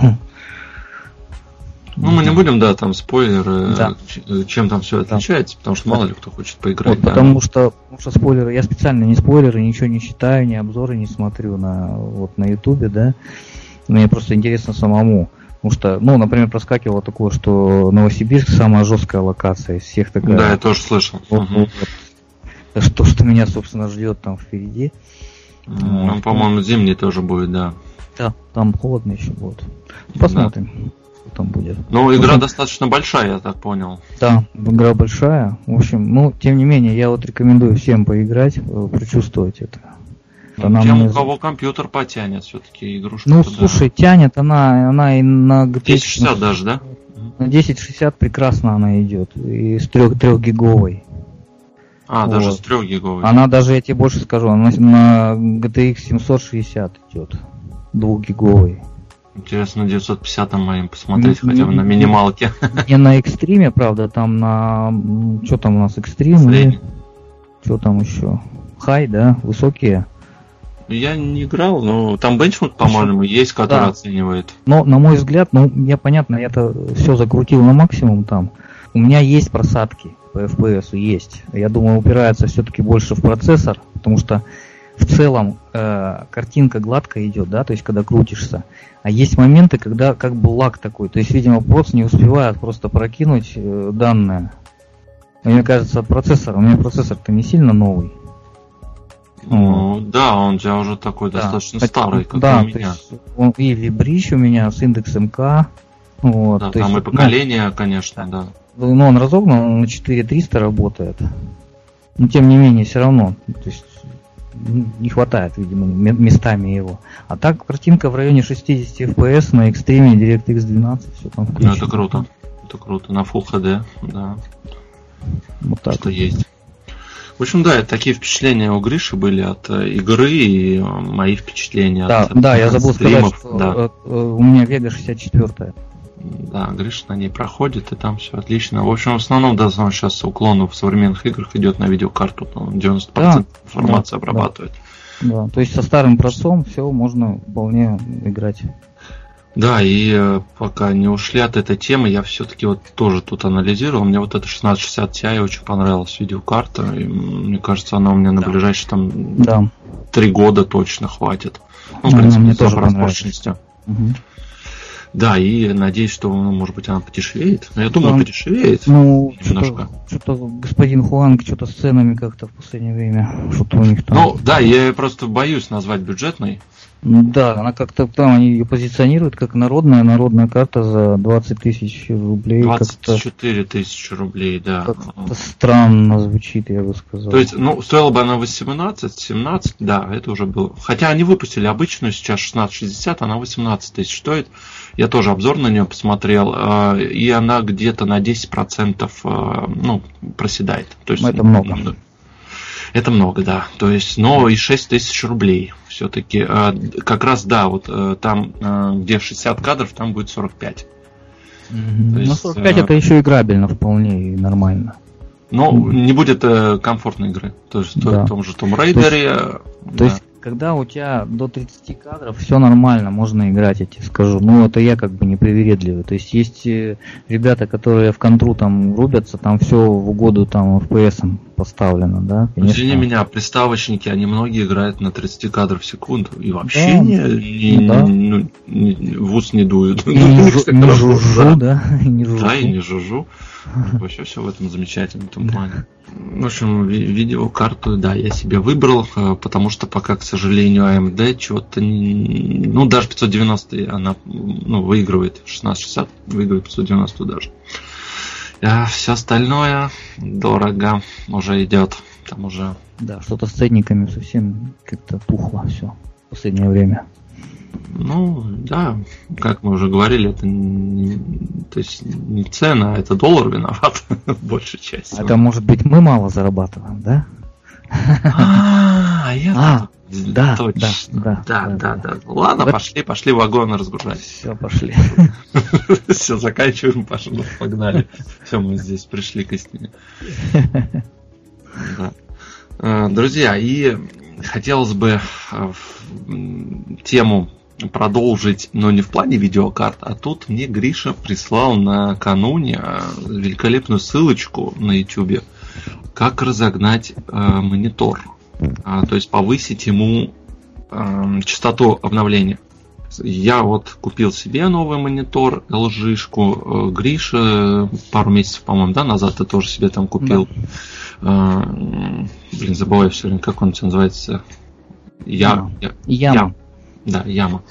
[SPEAKER 1] Ну, мы не будем, да, там спойлеры,
[SPEAKER 2] да.
[SPEAKER 1] чем там все отличается, да. Потому что мало ли кто хочет поиграть.
[SPEAKER 2] Вот,
[SPEAKER 1] да.
[SPEAKER 2] потому, что, потому что спойлеры, я специально не спойлеры, ничего не читаю, ни обзоры не смотрю на вот на Ютубе, да. Мне просто интересно самому. Потому что, ну, например, проскакивало такое, что Новосибирск самая жесткая локация из всех такая.
[SPEAKER 1] Да, я тоже слышал.
[SPEAKER 2] Вот,
[SPEAKER 1] угу.
[SPEAKER 2] вот. Что, что меня, собственно, ждет там впереди.
[SPEAKER 1] Ну, вот. По-моему, зимний тоже будет, да.
[SPEAKER 2] Да, там холодно еще будет. Посмотрим, да. Что там будет.
[SPEAKER 1] Ну, игра общем, достаточно большая, я так понял.
[SPEAKER 2] Да, игра большая. В общем, ну, тем не менее, я вот рекомендую всем поиграть, прочувствовать это.
[SPEAKER 1] Она Тем, мне... у кого компьютер потянет, все-таки игрушка.
[SPEAKER 2] Ну, слушай, да. тянет она, она и на джи ти экс
[SPEAKER 1] десять шестьдесят даже, да?
[SPEAKER 2] На десять шестьдесят прекрасно она идет. И с трехгиговой.
[SPEAKER 1] А, вот. Даже с трехгиговой.
[SPEAKER 2] Она даже, я тебе больше скажу, она на джи ти экс семьсот шестьдесят идет. двухгиговой.
[SPEAKER 1] Интересно, на девятьсот пятидесятом моим посмотреть, не, хотя бы не, на минималке.
[SPEAKER 2] Не на экстриме, правда, там на... Что там у нас, экстрим? Или... Что там еще? Хай, да, высокие.
[SPEAKER 1] Я не играл, но там бенчмарк, по-моему, есть, который да. оценивает.
[SPEAKER 2] Но, на мой взгляд, ну, я понятно, я-то все закрутил на максимум там. У меня есть просадки по эф пи эс, есть. Я думаю, упирается все-таки больше в процессор, потому что в целом э, картинка гладко идет, да, то есть когда крутишься. А есть моменты, когда как бы лаг такой, то есть, видимо, проц не успевает просто прокинуть э, данные. Мне кажется, от процессора, у меня процессор-то не сильно новый.
[SPEAKER 1] Ну, вот. Да, он у тебя уже такой да. достаточно старый, как
[SPEAKER 2] да,
[SPEAKER 1] у меня.
[SPEAKER 2] Он или брич у меня с индексом К. Вот,
[SPEAKER 1] да, там есть, и поколение, ну, конечно, да.
[SPEAKER 2] Ну, он разогнан, он на четыре триста работает. Но тем не менее, все равно. То есть не хватает, видимо, местами его. А так картинка в районе шестьдесят эф пи эс на экстриме DirectX двенадцать, все там включено.
[SPEAKER 1] Ну, это круто. Это круто. На Full эйч ди, да.
[SPEAKER 2] Вот так.
[SPEAKER 1] Что есть. В общем, да, такие впечатления у Гриши были от э, игры и э, мои впечатления
[SPEAKER 2] да,
[SPEAKER 1] от
[SPEAKER 2] Да, от, я забыл
[SPEAKER 1] стримов,
[SPEAKER 2] сказать, что
[SPEAKER 1] да.
[SPEAKER 2] э, э, у меня Вега шестьдесят четыре.
[SPEAKER 1] Да, Гриша на ней проходит, и там все отлично. В общем, в основном, да, он сейчас уклон в современных играх идет на видеокарту, там девяносто процентов да, информации да, обрабатывает.
[SPEAKER 2] Да. да, то есть со старым процессором все можно вполне играть.
[SPEAKER 1] Да, и э, пока не ушли от этой темы, я все-таки вот тоже тут анализировал. Мне вот эта шестнадцать шестьдесят Ti очень понравилась видеокарта. И, мне кажется, она у меня на да. ближайшие там да. три года точно хватит. Ну, в принципе, мне тоже мощностью. Угу. Да, и надеюсь, что, ну, может быть, она подешевеет. Но я думаю, он, подешевеет.
[SPEAKER 2] Ну, немножко. Что-то, что-то господин Хуанг что-то с ценами как-то в последнее время. Что-то у них там.
[SPEAKER 1] Ну, да, я просто боюсь назвать бюджетной.
[SPEAKER 2] Да, она как-то там, они ее позиционируют как народная, народная карта за двадцать тысяч рублей.
[SPEAKER 1] двадцать четыре тысячи рублей, да.
[SPEAKER 2] Как-то странно звучит, я бы сказал.
[SPEAKER 1] То есть, ну, стоила бы она восемнадцать, семнадцать, да, это уже было. Хотя они выпустили обычную сейчас шестнадцать шестьдесят, она восемнадцать тысяч стоит. Я тоже обзор на нее посмотрел, и она где-то на десять процентов, ну, проседает. То есть,
[SPEAKER 2] это много.
[SPEAKER 1] Это много, да. То есть, но и шесть тысяч рублей все-таки. Как раз, да, вот там, где шестьдесят кадров, там будет сорок пять.
[SPEAKER 2] Mm-hmm. На сорок пять э... это еще играбельно вполне и нормально.
[SPEAKER 1] Но mm-hmm. не будет э, комфортной игры. То есть да. в том же Tomb Raider.
[SPEAKER 2] То есть, да. то есть когда у тебя до тридцати кадров, все нормально, можно играть, я тебе скажу. Ну, это я как бы не привередливый. То есть есть ребята, которые в контру там рубятся, там все в угоду там эф пи эс поставлено, да?
[SPEAKER 1] Конечно. Извини меня, приставочники, они многие играют на тридцать кадров в секунду. И вообще да. не, не, да. не, не, в ус не дуют.
[SPEAKER 2] И не, жу, не жужжу, да?
[SPEAKER 1] И не жужжу. Да, и не жужжу. Вообще все в этом замечательно, в этом плане. В общем, видеокарту, да, я себе выбрал, потому что пока, к сожалению, эй эм ди чего-то, ну, даже пятьсот девяносто она, ну, выигрывает, шестнадцать шестьдесят выигрывает пятьсот девяносто даже. А все остальное дорого уже идет, там уже...
[SPEAKER 2] Да, что-то с ценниками совсем как-то пухло все в последнее время.
[SPEAKER 1] Ну, да, как мы уже говорили, это не, то есть не цена, а это доллар виноват в большей части.
[SPEAKER 2] Это может быть мы мало зарабатываем, да?
[SPEAKER 1] А, я
[SPEAKER 2] а, да, точно.
[SPEAKER 1] Да, да, да, да, да. Ладно, пошли, пошли вагоны разгружать.
[SPEAKER 2] Все, пошли.
[SPEAKER 1] Все, заканчиваем, пошли, погнали. Все, мы здесь пришли к истине. Друзья, и хотелось бы тему продолжить, но не в плане видеокарт, а тут мне Гриша прислал накануне великолепную ссылочку на YouTube, как разогнать э, монитор, а, то есть повысить ему э, частоту обновления. Я вот купил себе новый монитор, эл джи-шку, Гриша пару месяцев, по-моему, да, назад ты тоже себе там купил. Да. Э, блин, забываю все время, как он называется. Я, я,
[SPEAKER 2] Яма.
[SPEAKER 1] Я. Да, Яма.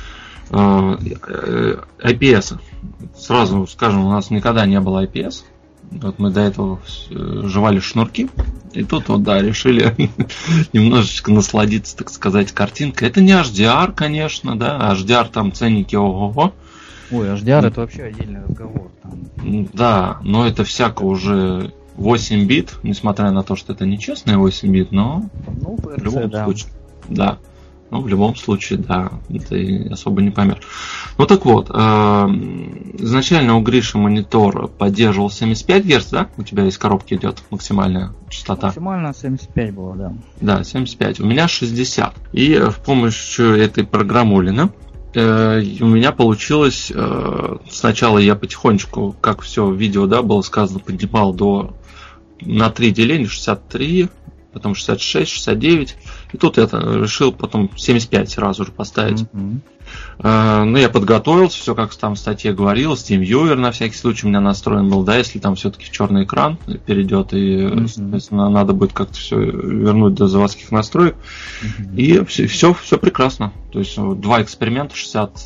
[SPEAKER 1] ай пи эс. Сразу скажем, у нас никогда не было ай пи эс. Вот мы до этого жевали шнурки. И тут вот, да, решили немножечко насладиться, так сказать, картинкой. Это не эйч ди ар, конечно, да. эйч ди ар там ценники ого-го.
[SPEAKER 2] Ой, эйч ди ар это вообще отдельный разговор. Там.
[SPEAKER 1] Да, но это всяко уже восемь бит, несмотря на то, что это нечестные восемь бит, но
[SPEAKER 2] ну,
[SPEAKER 1] в любом да. случае, да. Ну, в любом случае, да, это особо не помер. Ну, так вот, э, изначально у Гриши монитор поддерживал семьдесят пять герц, да? У тебя из коробки идет максимальная частота.
[SPEAKER 2] Максимально семьдесят пять было, да.
[SPEAKER 1] Да, семьдесят пять. У меня шестьдесят. И с помощью этой программулины э, у меня получилось, э, сначала я потихонечку, как все в видео, да, было сказано, поднимал до на три деления, шестьдесят три, потом шестьдесят шесть, шестьдесят девять. И тут я решил потом семьдесят пять сразу же поставить. Mm-hmm. Uh, ну, я подготовился, все как там в статье говорилось, TeamViewer на всякий случай у меня настроен был, да, если там все-таки в черный экран перейдет, и, mm-hmm. соответственно, надо будет как-то все вернуть до заводских настроек. Mm-hmm. И все, все, все прекрасно. То есть два эксперимента, шестьдесят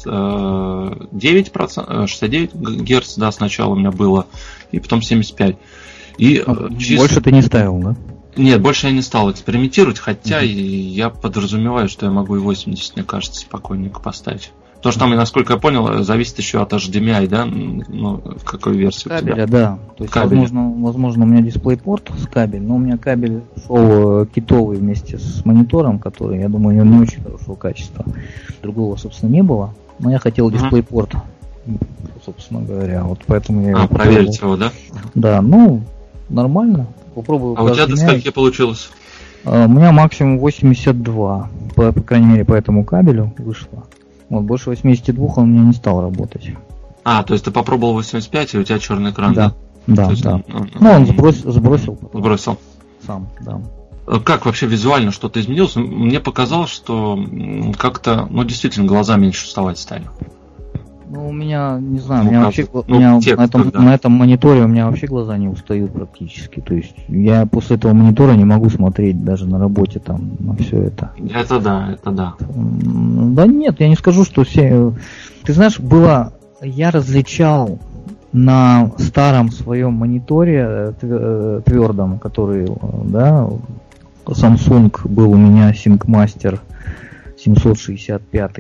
[SPEAKER 1] девять процентов, шестьдесят девять герц, да, сначала у меня было, и потом семьдесят пять. И,
[SPEAKER 2] чисто... Больше ты не ставил, да?
[SPEAKER 1] Нет, больше я не стал экспериментировать, хотя mm-hmm. я подразумеваю, что я могу и восемьдесят, мне кажется, спокойненько поставить. Потому что там, насколько я понял, зависит еще от эйч ди эм ай, да? Ну, в какой версии
[SPEAKER 2] кабеля,
[SPEAKER 1] у тебя?
[SPEAKER 2] Да. То есть, возможно, возможно, у меня DisplayPort с кабель, но у меня кабель шел китовый вместе с монитором, который, я думаю, не очень хорошего качества. Другого, собственно, не было. Но я хотел DisplayPort, mm-hmm. собственно говоря. Вот поэтому я
[SPEAKER 1] а, проверить его, да?
[SPEAKER 2] Да, ну, нормально. Попробую.
[SPEAKER 1] А у тебя до скольки получилось?
[SPEAKER 2] Uh, у меня максимум восемьдесят два, по, по крайней мере, по этому кабелю вышло. Вот, больше восемьдесят два он у меня не стал работать.
[SPEAKER 1] А, то есть ты попробовал восемьдесят пять, и у тебя черный экран,
[SPEAKER 2] да?
[SPEAKER 1] Да,
[SPEAKER 2] да.
[SPEAKER 1] Есть,
[SPEAKER 2] да. Ну, ну, он сброс, сбросил.
[SPEAKER 1] Сбросил.
[SPEAKER 2] Сам, да.
[SPEAKER 1] Как вообще визуально что-то изменилось? Мне показалось, что как-то, ну, действительно, глаза меньше вставать стали.
[SPEAKER 2] Ну, у меня, не знаю,
[SPEAKER 1] ну,
[SPEAKER 2] у меня вообще
[SPEAKER 1] ну,
[SPEAKER 2] у меня
[SPEAKER 1] текст,
[SPEAKER 2] на, этом,
[SPEAKER 1] да.
[SPEAKER 2] на этом мониторе у меня вообще глаза не устают практически. То есть я после этого монитора не могу смотреть даже на работе там на все это.
[SPEAKER 1] Это да, это да.
[SPEAKER 2] Да нет, я не скажу, что все. Ты знаешь, было, я различал на старом своем мониторе твердом, который, да, Samsung был у меня SyncMaster семьсот шестьдесят пять.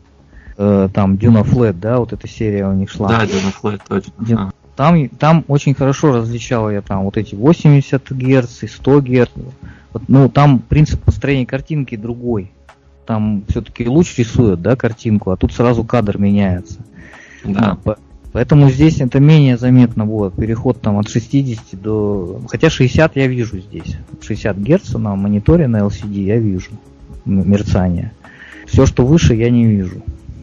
[SPEAKER 2] Там Duna Flat, да, вот эта серия у них шла.
[SPEAKER 1] Да, Duna Flat, точно.
[SPEAKER 2] Там, там очень хорошо различал я там вот эти восемьдесят герц и сто герц. Вот, ну, там принцип построения картинки другой. Там все-таки луч рисует, да, картинку, а тут сразу кадр меняется.
[SPEAKER 1] Да.
[SPEAKER 2] Ну, Поэтому здесь это менее заметно будет, переход там от шестидесяти до... Хотя шестьдесят я вижу здесь. шестьдесят Гц на мониторе на эл си ди я вижу мерцание. Все, что выше, я не вижу.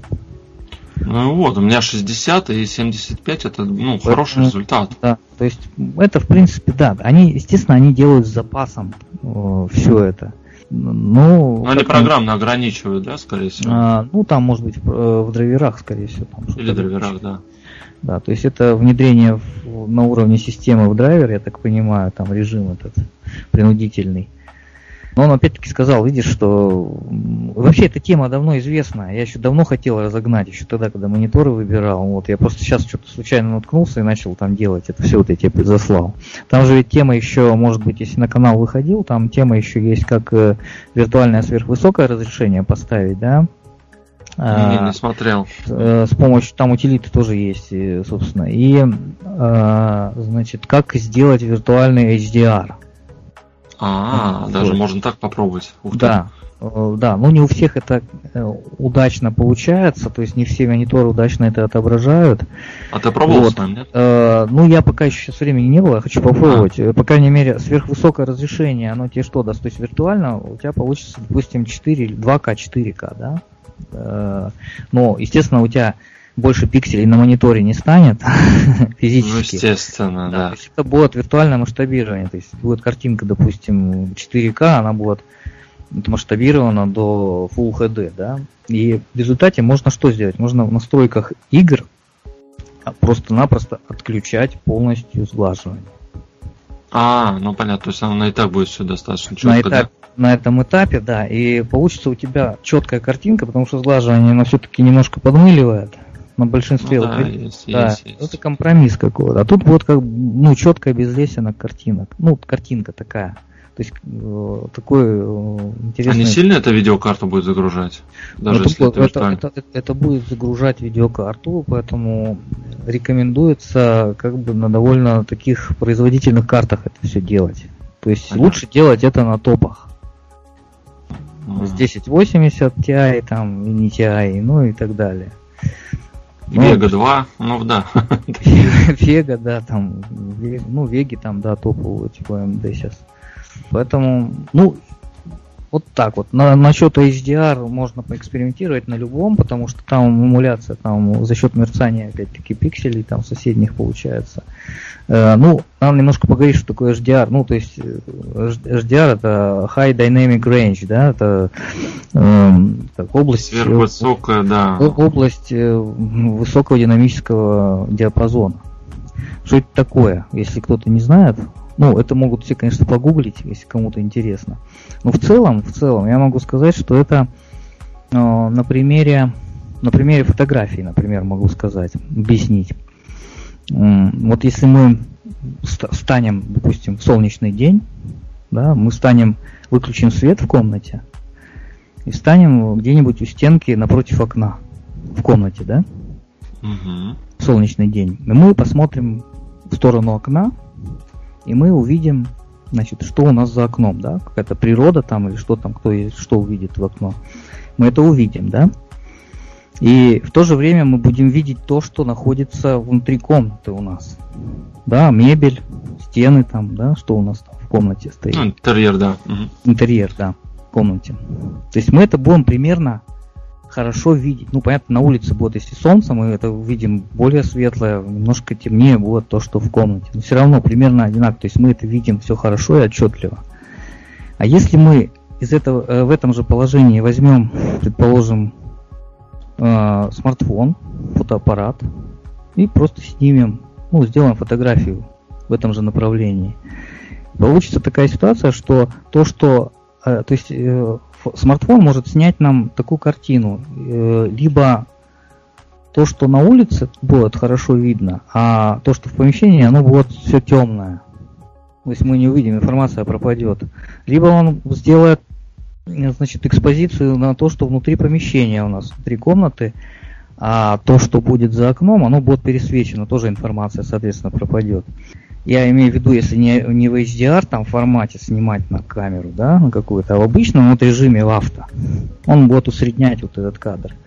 [SPEAKER 1] Ну вот, у меня шестьдесят и семьдесят пять это, ну, хороший
[SPEAKER 2] Поэтому,
[SPEAKER 1] результат.
[SPEAKER 2] Да, то есть это, в принципе, да. Они, естественно, они делают с запасом э, все это. Ну,
[SPEAKER 1] Но они программно ограничивают, да, скорее всего?
[SPEAKER 2] А, ну, там, может быть, в, в драйверах, скорее всего. Там
[SPEAKER 1] Или в драйверах, да.
[SPEAKER 2] Да, то есть это внедрение в, на уровне системы в драйвер, я так понимаю, там режим этот принудительный. Но он опять-таки сказал, видишь, что вообще эта тема давно известна. Я еще давно хотел разогнать, еще тогда, когда мониторы выбирал. Вот я просто сейчас что-то случайно наткнулся и начал там делать это все, вот я тебе заслал. Там же ведь тема еще, может быть, если на канал выходил, там тема еще есть, как э, виртуальное сверхвысокое разрешение поставить, да?
[SPEAKER 1] Не, не смотрел.
[SPEAKER 2] С помощью, там утилиты тоже есть, собственно. И, значит, как сделать виртуальный эйч ди ар.
[SPEAKER 1] А, даже вот. Можно так попробовать. Ух
[SPEAKER 2] да, да, ну не у всех это удачно получается, то есть не все мониторы удачно это отображают.
[SPEAKER 1] А ты пробовал
[SPEAKER 2] вот.
[SPEAKER 1] с ним, нет?
[SPEAKER 2] Э, ну я пока еще сейчас времени не было, хочу попробовать. А. По крайней мере, сверхвысокое разрешение, оно тебе что даст? То есть виртуально у тебя получится, допустим, четыре, два ка, четыре ка, да? Э, но, естественно, у тебя больше пикселей на мониторе не станет физически.
[SPEAKER 1] Ну, естественно, да.
[SPEAKER 2] да. То есть это будет виртуальное масштабирование. То есть будет картинка, допустим, четыре ка, она будет масштабирована до Full эйч ди, да. И в результате можно что сделать? Можно в настройках игр просто-напросто отключать полностью сглаживание.
[SPEAKER 1] А, ну понятно, то есть оно и так будет все достаточно четко,
[SPEAKER 2] на, этап,
[SPEAKER 1] да?
[SPEAKER 2] на этом этапе, да, и получится у тебя четкая картинка, потому что сглаживание оно все-таки немножко подмыливает на большинстве.
[SPEAKER 1] Ну,
[SPEAKER 2] вот,
[SPEAKER 1] да, есть,
[SPEAKER 2] да,
[SPEAKER 1] есть, есть.
[SPEAKER 2] Это компромисс какой-то. А тут вот как ну четкое без лесенок картинок. Ну, картинка такая. То есть э, такой э, интересный...
[SPEAKER 1] А не сильно эта видеокарта будет загружать? Даже
[SPEAKER 2] это,
[SPEAKER 1] если это,
[SPEAKER 2] это, это, это, это будет загружать видеокарту, поэтому рекомендуется как бы на довольно таких производительных картах это все делать. То есть Понятно. Лучше делать это на топах. Mm. С десять восемьдесят Ti, там, и не Ti, ну и так далее.
[SPEAKER 1] Вега два, ну да.
[SPEAKER 2] Вега, да, там, ну, Веги там, да, топовые, типа эм дэ сейчас. Поэтому, ну, вот так вот. На, насчет эйч ди ар можно поэкспериментировать на любом, потому что там эмуляция, там за счет мерцания, опять-таки, пикселей там соседних получается. Э, ну, надо немножко поговорить, что такое эйч ди ар. Ну, то есть эйч ди ар это High Dynamic Range, да, это э, так, область...
[SPEAKER 1] Сверхвысокая, да.
[SPEAKER 2] Область высокого динамического диапазона. Что это такое, если кто-то не знает? Ну, это могут все, конечно, погуглить, если кому-то интересно. Но в целом, в целом, я могу сказать, что это э, на примере, на примере фотографии, например, могу сказать, объяснить. Э, вот если мы встанем, допустим, в солнечный день, да, мы встанем, выключим свет в комнате и встанем где-нибудь у стенки напротив окна в комнате, да,
[SPEAKER 1] угу.
[SPEAKER 2] в солнечный день. И мы посмотрим в сторону окна, и мы увидим, значит, что у нас за окном, да, какая-то природа там или что там, кто что увидит в окно. Мы это увидим, да. И в то же время мы будем видеть то, что находится внутри комнаты у нас. Да, мебель, стены там, да, что у нас там в комнате стоит.
[SPEAKER 1] Ну, интерьер, да. Угу.
[SPEAKER 2] Интерьер, да, в комнате. То есть мы это будем примерно хорошо видеть. Ну, понятно, на улице будет, если солнце, мы это увидим более светлое, немножко темнее будет то, что в комнате. Но все равно примерно одинаково. То есть мы это видим все хорошо и отчетливо. А если мы из этого, в этом же положении возьмем, предположим, э, смартфон, фотоаппарат и просто снимем, ну, сделаем фотографию в этом же направлении, получится такая ситуация, что то, что, э, то есть э, смартфон может снять нам такую картину, э, либо то, что на улице будет хорошо видно, а то, что в помещении, оно будет все темное. То есть мы не увидим, информация пропадет. Либо он сделает, значит, экспозицию на то, что внутри помещения у нас, внутри комнаты, а то, что будет за окном, оно будет пересвечено, тоже информация, соответственно, пропадет. Я имею в виду, если не, не в эйч ди ар там формате снимать на камеру, да, на какую-то, а в обычном вот режиме в авто, он будет усреднять вот этот кадр.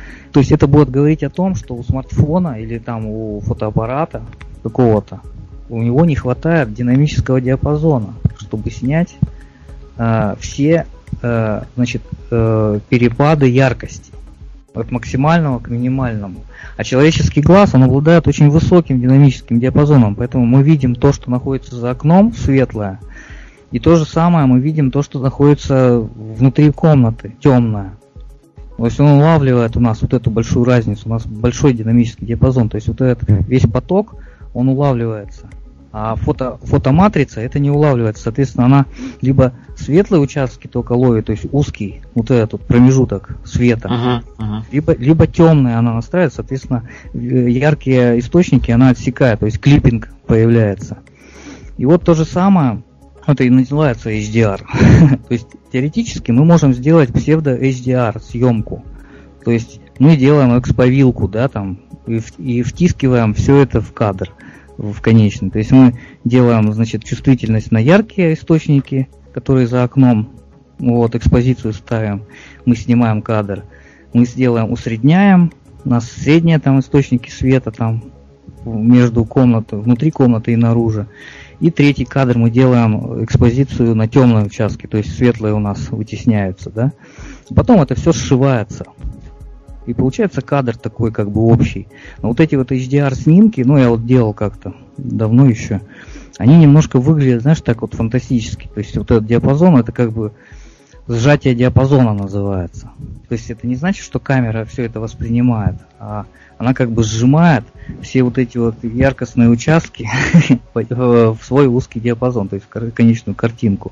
[SPEAKER 2] То есть это будет говорить о том, что у смартфона или там у фотоаппарата какого-то у него не хватает динамического диапазона, чтобы снять э, все э, значит, э, перепады яркости от максимального к минимальному. А человеческий глаз, он обладает очень высоким динамическим диапазоном, поэтому мы видим то, что находится за окном, светлое, и то же самое мы видим то, что находится внутри комнаты, темное. То есть он улавливает у нас вот эту большую разницу, у нас большой динамический диапазон, то есть вот этот весь поток, он улавливается. А фото, фотоматрица это не улавливается, соответственно, она либо светлые участки только ловит, то есть узкий вот этот промежуток света, uh-huh, uh-huh. либо, либо темные она настраивает, соответственно, яркие источники она отсекает, то есть клиппинг появляется. И вот то же самое, это и называется эйч ди ар. То есть теоретически мы можем сделать псевдо-эйч ди ар съемку. То есть мы делаем эксповилку, да, там, и, и втискиваем все это в кадр, в конечный. То есть мы делаем, значит, чувствительность на яркие источники, которые за окном, вот, экспозицию ставим, мы снимаем кадр, мы сделаем, усредняем, у нас средние там источники света там между комнатой, внутри комнаты и наружу. И третий кадр мы делаем экспозицию на темные участки, то есть светлые у нас вытесняются, да. Потом это все сшивается. И получается кадр такой как бы общий. Но вот эти вот эйч ди ар снимки, ну я вот делал как-то давно еще, они немножко выглядят, знаешь, так вот фантастически. То есть вот этот диапазон, это как бы сжатие диапазона называется. То есть это не значит, что камера все это воспринимает, а она как бы сжимает все вот эти вот яркостные участки в свой узкий диапазон, то есть в конечную картинку.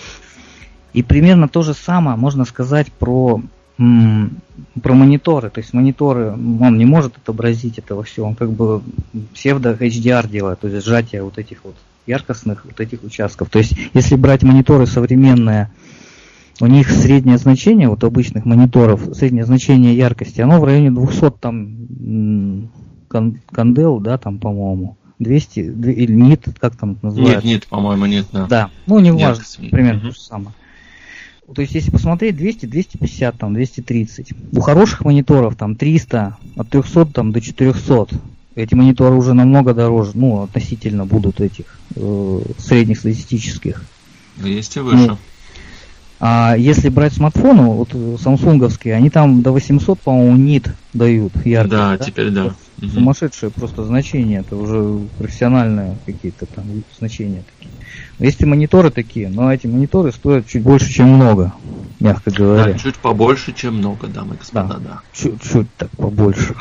[SPEAKER 2] И примерно то же самое можно сказать про, м- про мониторы. То есть мониторы, он не может отобразить этого всего, он как бы псевдо-эйч ди ар делает, то есть сжатие вот этих вот яркостных вот этих участков. То есть если брать мониторы современные, у них среднее значение, вот обычных мониторов, среднее значение яркости, оно в районе двести там кандел, да, там, по-моему, двести, или нит, как там называется?
[SPEAKER 1] Нет, нет, по-моему, нет, да.
[SPEAKER 2] Да, ну, не важно,
[SPEAKER 1] нет,
[SPEAKER 2] примерно
[SPEAKER 1] угу.
[SPEAKER 2] то же самое. То есть, если посмотреть, двести, двести пятьдесят, там, двести тридцать. У хороших мониторов, там, триста, от трехсот там, до четырехсот. Эти мониторы уже намного дороже, ну, относительно будут этих э, средних статистических.
[SPEAKER 1] Есть и выше. Ну,
[SPEAKER 2] а если брать смартфоны, вот самсунговские, они там до восемьсот, по-моему, нит дают яркость.
[SPEAKER 1] Да,
[SPEAKER 2] да?
[SPEAKER 1] теперь да.
[SPEAKER 2] Это сумасшедшие просто значения, это уже профессиональные какие-то там значения такие. Есть и мониторы такие, но эти мониторы стоят чуть больше, чем много, мягко говоря.
[SPEAKER 1] Да, чуть побольше, чем много, дамы и господа, да.
[SPEAKER 2] да. Чуть-чуть так побольше.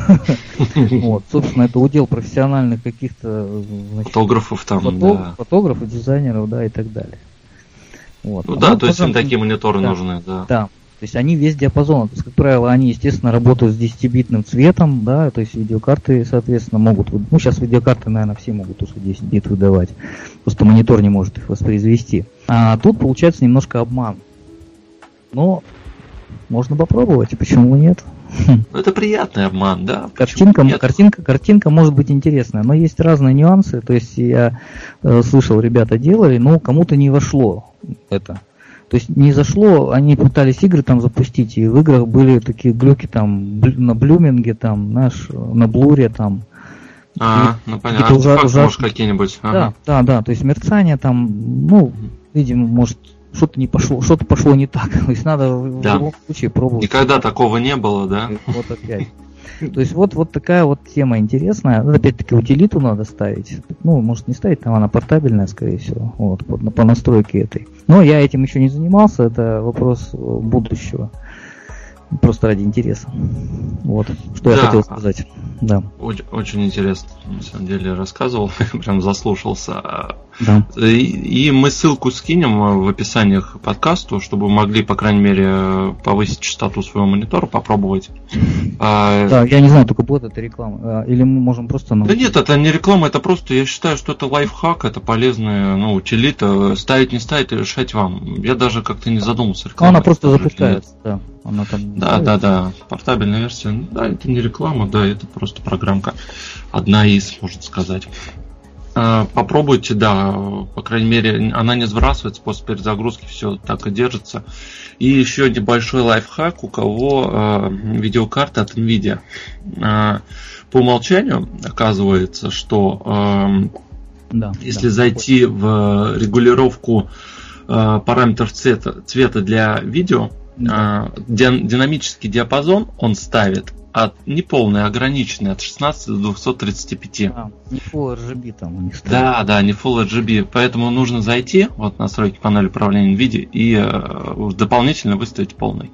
[SPEAKER 2] Вот, собственно, это удел профессиональных каких-то
[SPEAKER 1] фотографов там, да.
[SPEAKER 2] Фотографов, дизайнеров, да, и так далее. Вот.
[SPEAKER 1] Ну
[SPEAKER 2] а
[SPEAKER 1] да,
[SPEAKER 2] вот
[SPEAKER 1] то есть им
[SPEAKER 2] потом...
[SPEAKER 1] такие мониторы
[SPEAKER 2] да,
[SPEAKER 1] нужны, да.
[SPEAKER 2] Да, то есть они весь диапазон, то есть, как правило, они, естественно, работают с десятибитным цветом, да, то есть видеокарты, соответственно, могут, ну сейчас видеокарты, наверное, все могут уже десять бит выдавать, просто монитор не может их воспроизвести. А тут получается немножко обман, но можно попробовать, почему нет?
[SPEAKER 1] Это приятный обман, да.
[SPEAKER 2] Картинка, картинка, картинка может быть интересная, но есть разные нюансы. То есть я э, слышал, ребята делали, но кому-то не вошло это. То есть не зашло, они пытались игры там запустить, и в играх были такие глюки там на блюминге, там, знаешь, на блуре там.
[SPEAKER 1] А, ну понятно,
[SPEAKER 2] ужа-
[SPEAKER 1] ужас...
[SPEAKER 2] ужас...
[SPEAKER 1] может какие-нибудь. Ага.
[SPEAKER 2] Да, да, да, то есть мерцание там, ну, видимо, может, что-то не пошло, что-то пошло не так. То есть надо да. в любом случае пробовать.
[SPEAKER 1] Никогда такого не было, да?
[SPEAKER 2] Вот опять. То есть вот, вот такая вот тема интересная. Опять-таки утилиту надо ставить. Ну, может не ставить, там она портабельная, скорее всего, вот, по, по настройке этой. Но я этим еще не занимался, это вопрос будущего. Просто ради интереса. Вот, что да. я хотел сказать. Да.
[SPEAKER 1] Очень, очень интересно, на самом деле, рассказывал, прям заслушался.
[SPEAKER 2] Да.
[SPEAKER 1] И, и мы ссылку скинем в описании к подкасту, чтобы вы могли, по крайней мере, повысить частоту своего монитора, попробовать.
[SPEAKER 2] Да, я не знаю, только будет это реклама. Или мы можем просто...
[SPEAKER 1] Да нет, это не реклама, это просто, я считаю, что это лайфхак, это полезная, ну, утилита. Ставить, не ставить, решать вам. Я даже как-то не задумался.
[SPEAKER 2] Она просто запускается, да. Она там...
[SPEAKER 1] Да, да, да, портабельная версия. Да, это не реклама, да, это просто программка. Одна из, можно сказать. Попробуйте, да, по крайней мере, она не сбрасывается после перезагрузки, все так и держится. И еще небольшой лайфхак, у кого э, видеокарта от Nvidia. Э, по умолчанию оказывается, что э, да, если да, зайти в регулировку э, параметров цвета, цвета для видео, да. э, динамический диапазон он ставит от неполный, ограниченный, от шестнадцати до двухсот тридцати пяти. А,
[SPEAKER 2] не Full эр джи би там у них стоит.
[SPEAKER 1] Да, да, не Full эр джи би. Поэтому нужно зайти, вот настройки панели управления Nvidia, и э, дополнительно выставить полный.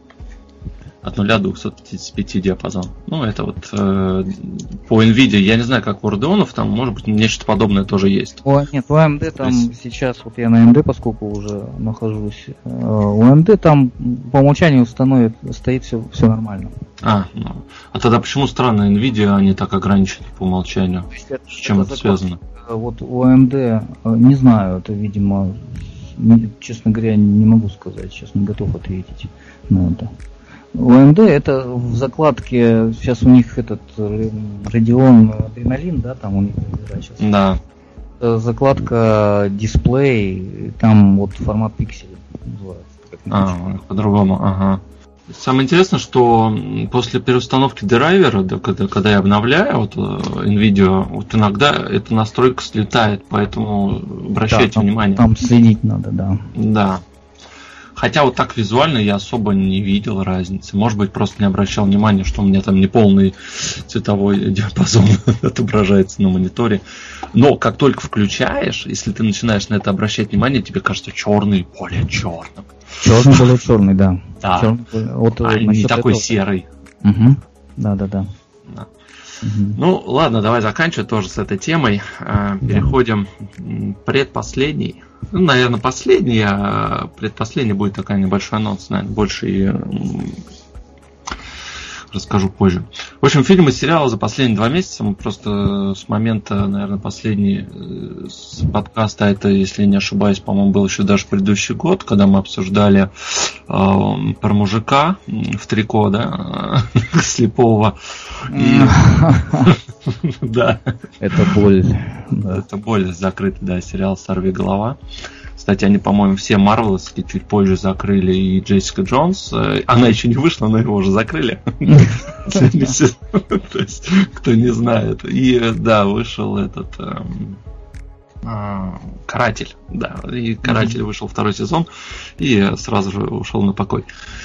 [SPEAKER 1] От нуля до двухсот пятидесяти пяти диапазон. Ну, это вот э, по Nvidia, я не знаю, как у Radeon, там, может быть, нечто подобное тоже есть.
[SPEAKER 2] О, нет, у эй эм ди там есть... сейчас, вот я на эй эм ди, поскольку уже нахожусь, э, у эй эм ди там по умолчанию установит, стоит все, все нормально.
[SPEAKER 1] А, ну, а тогда почему странно, Nvidia, они так ограничены по умолчанию? Это, С чем это, это связано?
[SPEAKER 2] Вот у эй эм ди, не знаю, это, видимо, честно говоря, не могу сказать, сейчас не готов ответить на это. У эй эм ди это в закладке, сейчас у них этот Radeon Adrenalin, да, там у них сейчас.
[SPEAKER 1] Да.
[SPEAKER 2] Закладка дисплей, там вот формат пикселей называется.
[SPEAKER 1] А, по-другому, ага. Самое интересное, что после переустановки драйвера, да, когда, когда я обновляю вот, Nvidia, вот иногда эта настройка слетает, поэтому обращайте да, там, внимание.
[SPEAKER 2] Там следить надо, да.
[SPEAKER 1] Да. Хотя вот так визуально я особо не видел разницы. Может быть, просто не обращал внимания, что у меня там неполный цветовой диапазон отображается на мониторе. Но как только включаешь, если ты начинаешь на это обращать внимание, тебе кажется черный более черным.
[SPEAKER 2] Черный более черный, да.
[SPEAKER 1] Да. Черный, вот, а не такой этого... серый.
[SPEAKER 2] Угу. Да, да, да.
[SPEAKER 1] да. Угу. Ну, ладно, давай заканчивать тоже с этой темой. Переходим к предпоследней. Ну, наверное, последний, а предпоследний будет такой небольшой анонс, наверное, больше и расскажу позже. В общем, фильмы и сериалы за последние два месяца, мы просто с момента, наверное, последней с подкаста, это, если не ошибаюсь, по-моему, был еще даже предыдущий год, когда мы обсуждали э, про мужика в трико, да, слепого. Да.
[SPEAKER 2] Это боль.
[SPEAKER 1] Это боль, закрытый, да, сериал «Сорви голова». Кстати, они, по-моему, все марвеловские чуть позже закрыли, и Джессика Джонс. Она еще не вышла, но его уже закрыли. То есть, кто не знает. И, да, вышел этот... Каратель. Да, и Каратель вышел второй сезон, и сразу же ушел на покой.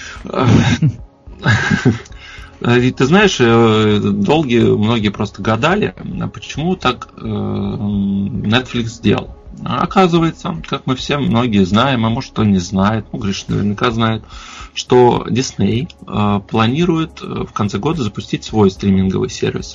[SPEAKER 1] И ты знаешь, долгие, многие просто гадали, почему так Netflix сделал. А оказывается, как мы все многие знаем, а может кто не знает, ну, Гриш наверняка знает, что Disney э, планирует в конце года запустить свой стриминговый сервис.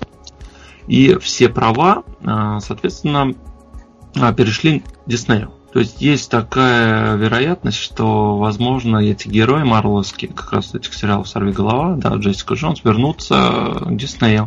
[SPEAKER 1] И все права, э, соответственно, перешли к Disney. То есть есть такая вероятность, что, возможно, эти герои марвеловские, как раз этих сериалов «Сорви голова», да, Джессика Джонс, вернутся к Disney.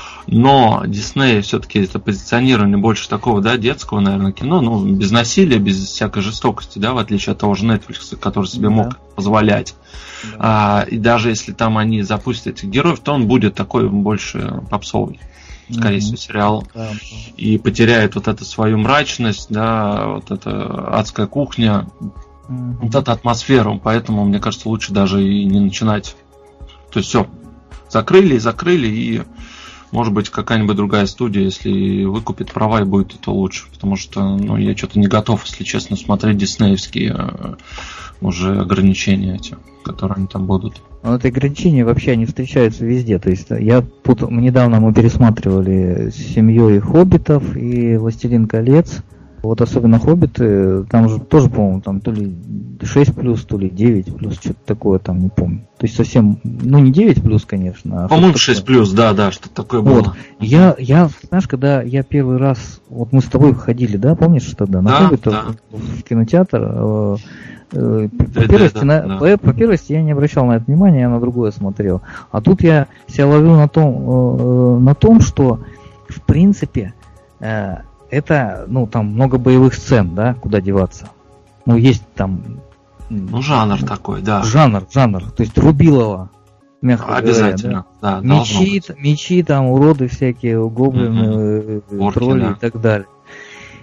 [SPEAKER 1] Но Disney все-таки это позиционирование больше такого, да, детского, наверное, кино, ну, без насилия, без всякой жестокости, да, в отличие от того же Netflix, который себе да. мог позволять. Да. А, и даже если там они запустят этих героев, то он будет такой больше попсовый, скорее всего, mm-hmm. сериал. Да. И потеряет вот эту свою мрачность, да, вот эта адская кухня, mm-hmm. вот эту атмосферу. Поэтому, мне кажется, лучше даже и не начинать. То есть все, закрыли и закрыли, и может быть, какая-нибудь другая студия, если выкупит права и будет, это лучше. Потому что ну, я что-то не готов, если честно, смотреть диснеевские э, уже ограничения эти, которые они там будут.
[SPEAKER 2] Но эти ограничения вообще они встречаются везде. То есть я тут недавно мы пересматривали с семьей «Хоббитов» и «Властелин колец». Вот особенно «Хоббиты», там же тоже, по-моему, там то ли шесть плюс, то ли девять плюс, что-то такое там, не помню. То есть совсем, ну не девять плюс, конечно.
[SPEAKER 1] А по-моему, шесть плюс, да, да, что-то такое было.
[SPEAKER 2] Вот. Я, я, знаешь, когда я первый раз, вот мы с тобой ходили, да, помнишь тогда, на да, «Хоббитов» да. в кинотеатр, э, э, по, первости, да, на, да. По, по первости я не обращал на это внимания, я на другое смотрел. А тут я себя ловил на том, э, на том, что, в принципе, э, это, ну, там много боевых сцен, да, куда деваться. Ну, есть там...
[SPEAKER 1] Ну, жанр ну, такой, да.
[SPEAKER 2] Жанр, жанр. То есть Рубилова, мягко
[SPEAKER 1] обязательно,
[SPEAKER 2] говоря, да. да мечи, мечи, там, уроды всякие, гоблины, mm-hmm. тролли и так далее.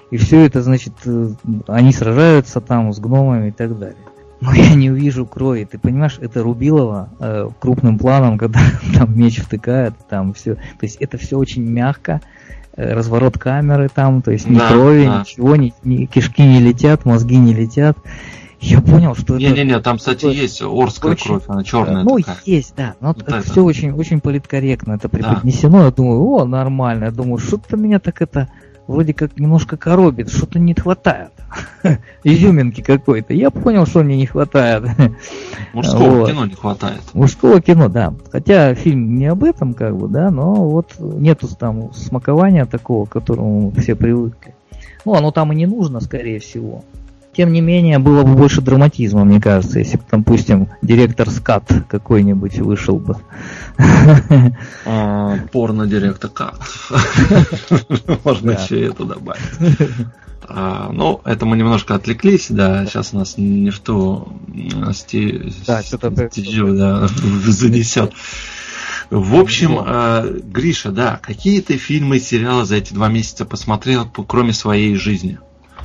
[SPEAKER 2] И все это, значит, они сражаются там с гномами и так далее. Но я не увижу крови. Ты понимаешь, это Рубилова э, крупным планом, когда там меч втыкает, там все. То есть это все очень мягко. Э, разворот камеры там, то есть ни да, крови, да. ничего, ни, ни кишки не летят, мозги не летят. Я понял, что
[SPEAKER 1] не, это... Не-не-не, там, кстати, такое... есть орская очень... кровь, она черная
[SPEAKER 2] Ну,
[SPEAKER 1] такая.
[SPEAKER 2] есть, да. Но вот это,
[SPEAKER 1] это
[SPEAKER 2] все очень, очень политкорректно, это преподнесено. Да. Я думаю, о, нормально. Я думаю, что-то меня так это... вроде как немножко коробит, что-то не хватает. Изюминки какой-то. Я понял, что мне не хватает.
[SPEAKER 1] Мужского вот. кино не хватает.
[SPEAKER 2] Мужского кино, да. Хотя фильм не об этом, как бы, да, но вот нету там смакования такого, к которому все привыкли. Ну, оно там и не нужно, скорее всего. Тем не менее, было бы больше драматизма, мне кажется, если бы, там, допустим, директор Скат какой-нибудь вышел бы.
[SPEAKER 1] А, порно-директор Скат. Можно еще и это добавить. А, ну, это мы немножко отвлеклись, да, сейчас нас не в ту стезю да, занесет. В общем, э, Гриша, да, какие ты фильмы и сериалы за эти два месяца посмотрел, кроме своей жизни?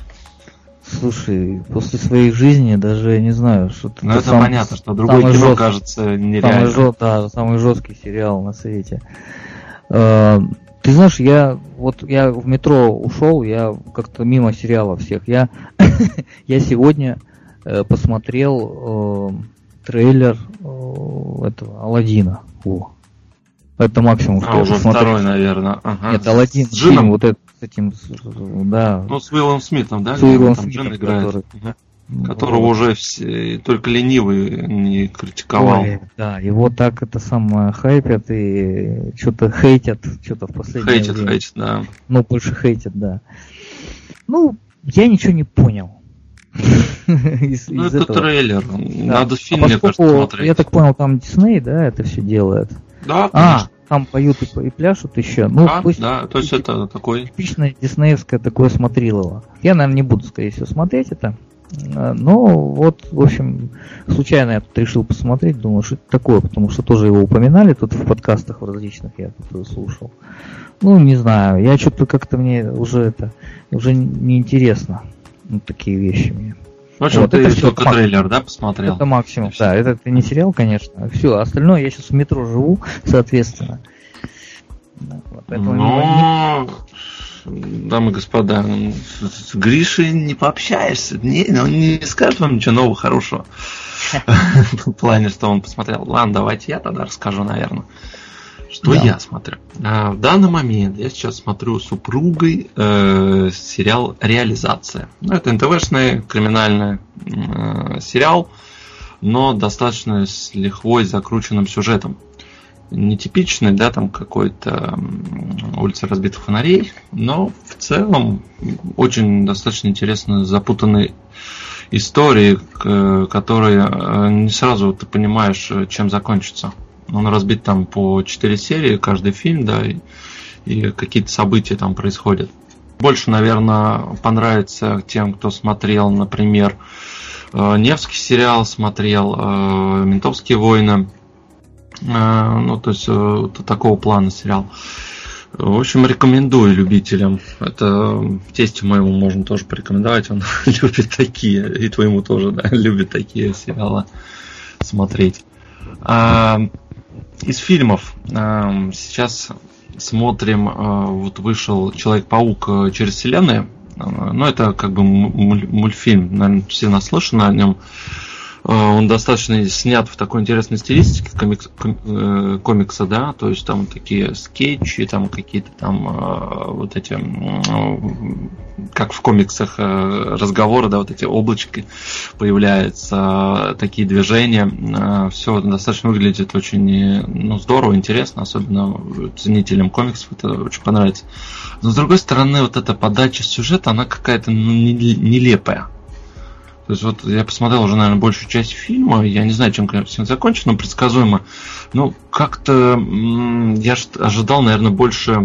[SPEAKER 2] Слушай, после своей жизни даже я не знаю, что-то...
[SPEAKER 1] Ну это сам, понятно, что другое кино жест... кажется нереально.
[SPEAKER 2] Самый, жест... да, самый жесткий сериал на свете. Э, ты знаешь, я вот я в метро ушел, я как-то мимо сериалов всех. Я, я сегодня э, посмотрел э, трейлер э, этого Аладдина. О. Это максимум,
[SPEAKER 1] что а, я уже посмотрел. Второй, наверное. Ага.
[SPEAKER 2] Нет, Аладдин,
[SPEAKER 1] с Джином?
[SPEAKER 2] Вот этот, с этим, да.
[SPEAKER 1] Ну, с Уиллом Смитом, да?
[SPEAKER 2] С Уиллом Смитом,
[SPEAKER 1] Джин играет. Который... Угу. Которого вот. уже все, только ленивый не критиковал.
[SPEAKER 2] Ой, да, его так это самое хайпят и что-то хейтят, что-то в последнее
[SPEAKER 1] хейтят,
[SPEAKER 2] время.
[SPEAKER 1] Хейтят, да.
[SPEAKER 2] Ну, больше хейтят, да. Ну, я ничего не понял.
[SPEAKER 1] из, ну, из это этого. Трейлер. Да. Надо фильм, а мне кажется, смотреть.
[SPEAKER 2] Я так понял, там Дисней, да, это все делает.
[SPEAKER 1] Да,
[SPEAKER 2] конечно. А, там поют и, и пляшут еще. Ну,
[SPEAKER 1] да, пусть, да, то есть это такой...
[SPEAKER 2] Типичное диснеевское такое смотрилово. Я, наверное, не буду, скорее всего, смотреть это. Но вот, в общем, случайно я тут решил посмотреть, думаю, что это такое, потому что тоже его упоминали тут в подкастах в различных, я тут слушал. Ну, не знаю, я что-то как-то мне уже это, уже неинтересно, вот такие вещи мне.
[SPEAKER 1] В общем, вот, ты это только все, трейлер, да, посмотрел?
[SPEAKER 2] Это максимум, да, это, это не сериал, конечно. Все, остальное я сейчас в метро живу, соответственно.
[SPEAKER 1] Да, вот, поэтому но... не... Дамы и господа, с Гришей не пообщаешься, не, он не скажет вам ничего нового, хорошего. В плане, что он посмотрел. Ладно, давайте я тогда расскажу, наверное. Что да. я смотрю? А, в данный момент я сейчас смотрю с супругой э, сериал «Реализация». Ну, это эн тэ вэ-шный криминальный э, сериал, но достаточно с лихвой закрученным сюжетом. Нетипичный, да, там какой-то улица разбитых фонарей, но в целом очень достаточно интересно запутанные истории, которые не сразу ты понимаешь, чем закончится. Он разбит там по четыре серии, каждый фильм, да, и, и какие-то события там происходят. Больше, наверное, понравится тем, кто смотрел, например, Невский сериал, смотрел «Ментовские войны». Ну, то есть, это такого плана сериал. В общем, рекомендую любителям. Это тестю моему можно тоже порекомендовать. Он любит такие, и твоему тоже, да, любит такие сериалы смотреть. А, из фильмов а, сейчас смотрим, а, вот вышел Человек-паук через вселенную. Ну, это как бы мультфильм, наверное, все наслышаны о нем. Он достаточно снят в такой интересной стилистике комикс, комикса, да, то есть там такие скетчи, там какие-то там вот эти, как в комиксах, разговоры, да, вот эти облачки появляются, такие движения, все достаточно выглядит очень, ну, здорово, интересно, особенно ценителям комиксов это очень понравится. Но с другой стороны, вот эта подача сюжета, она какая-то, ну, нелепая. То есть вот я посмотрел уже, наверное, большую часть фильма, я не знаю, чем, конечно, закончено, но предсказуемо. Ну, как-то я ожидал, наверное, больше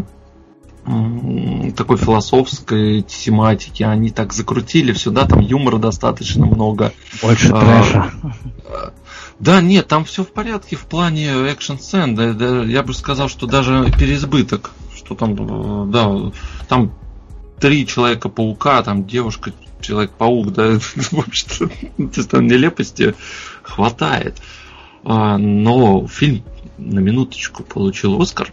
[SPEAKER 1] такой философской тематики. Они так закрутили все, да, там юмора достаточно много.
[SPEAKER 2] Больше трэша.
[SPEAKER 1] Да, нет, там все в порядке в плане экшн-сцен. Да, да, я бы сказал, что даже переизбыток. Что там, да, там три Человека-паука, там девушка, Человек-паук, да, в общем-то, то есть там нелепости хватает. Но фильм на минуточку получил Оскар.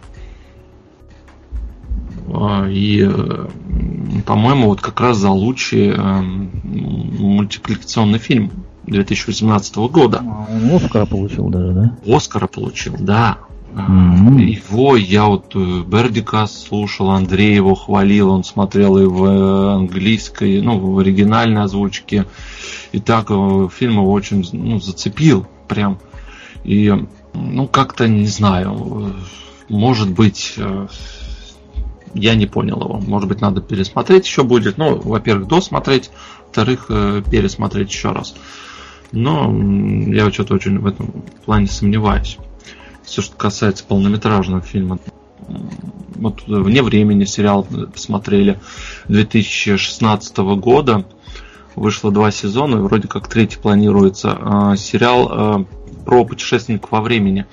[SPEAKER 1] И, по-моему, вот как раз за лучший мультипликационный фильм две тысячи восемнадцатого года.
[SPEAKER 2] А он Оскара получил даже, да?
[SPEAKER 1] Оскара получил, да.
[SPEAKER 2] Mm-hmm.
[SPEAKER 1] Его я вот Бердика слушал, Андрей его хвалил, он смотрел и в английской, ну, в оригинальной озвучке. И так фильм его очень, ну, зацепил прям. И, ну, как-то, не знаю, может быть, я не понял его. Может быть, надо пересмотреть еще будет. Ну, во-первых, досмотреть, во-вторых, пересмотреть еще раз. Но я что-то очень в этом плане сомневаюсь. Все, что касается полнометражного фильма. Вот «Вне времени» сериал посмотрели две тысячи шестнадцатого года. Вышло два сезона, и вроде как третий планируется. Сериал про путешественников во времени.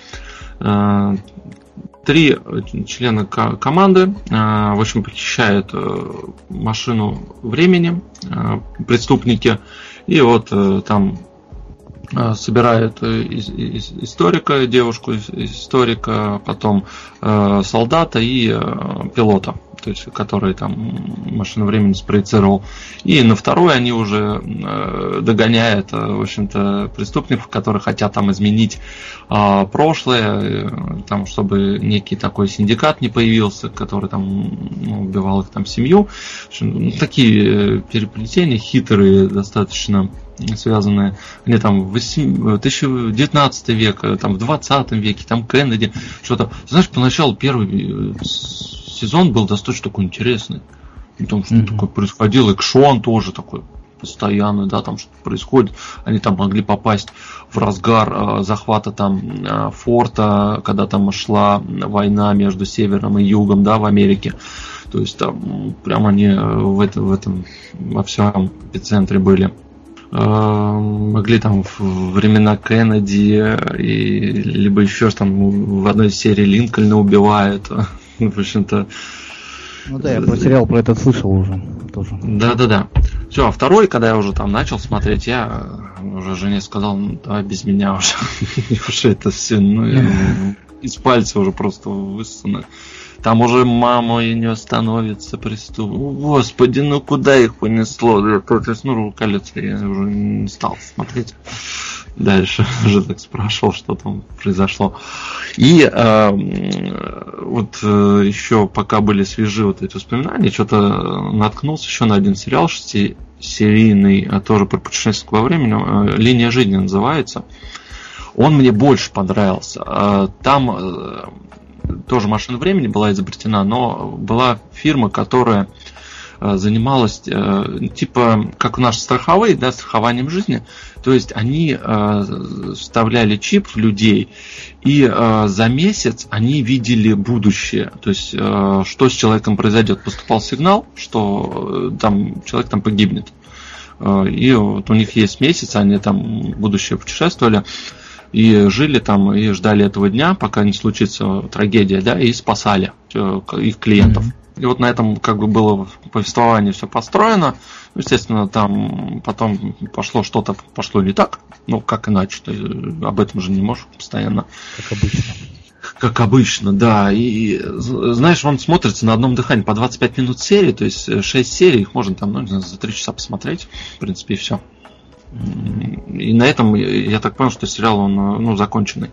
[SPEAKER 1] Три члена команды, в общем, похищают машину времени, преступники, и вот там собирают историка, девушку историка, потом солдата и пилота, то есть который там машину времени спроецировал. И на второй они уже догоняют, в общем-то, преступников, которые хотят там изменить прошлое, там, чтобы некий такой синдикат не появился, который там, ну, убивал их там семью. В общем, такие переплетения хитрые достаточно, связанные, они там в девятнадцатый век, там в двадцатом веке, там Кеннеди, что-то. Знаешь, поначалу первый сезон был достаточно такой интересный. Там что-то mm-hmm. такое происходило, экшон тоже такой постоянно, да, там что-то происходит. Они там могли попасть в разгар э, захвата там э, форта, когда там шла война между севером и югом, да, в Америке. То есть там прям они в, это, в этом во всем эпицентре были. Могли там в времена Кеннеди и, либо еще там в одной серии Линкольна убивают. В общем-то.
[SPEAKER 2] Ну да, я про сериал про этот слышал уже тоже.
[SPEAKER 1] Да, да, да. Все, а второй, когда я уже там начал смотреть, я уже жене сказал, ну давай без меня уже. Уже это все, ну, из пальца уже просто высосано. Там уже мама и не остановится приступ. Господи, ну куда их понесло? То есть, ну, руколец, я уже не стал смотреть дальше. Уже так спрашивал, что там произошло. И э, вот э, еще пока были свежи вот эти воспоминания, что-то наткнулся еще на один сериал шестисерийный, тоже про путешествие во времени. «Линия жизни» называется. Он мне больше понравился. Там тоже машина времени была изобретена, но была фирма, которая занималась типа как наши страховые, да, страхованием жизни. То есть они вставляли чип в людей, и за месяц они видели будущее. То есть что с человеком произойдет. Поступал сигнал, что там человек там погибнет. И вот у них есть месяц, они там в будущее путешествовали. И жили там, и ждали этого дня, пока не случится трагедия, да, и спасали их клиентов. Mm-hmm. И вот на этом как бы было повествование все построено. Естественно, там потом пошло что-то, пошло не так. Ну, как иначе, ты об этом же не можешь постоянно.
[SPEAKER 2] Как обычно.
[SPEAKER 1] Как обычно, да. И, знаешь, он смотрится на одном дыхании по двадцать пять минут серии, то есть шесть серий, их можно там, ну, не знаю, за три часа посмотреть. В принципе, и все. И на этом я так понял, что сериал он, ну, законченный.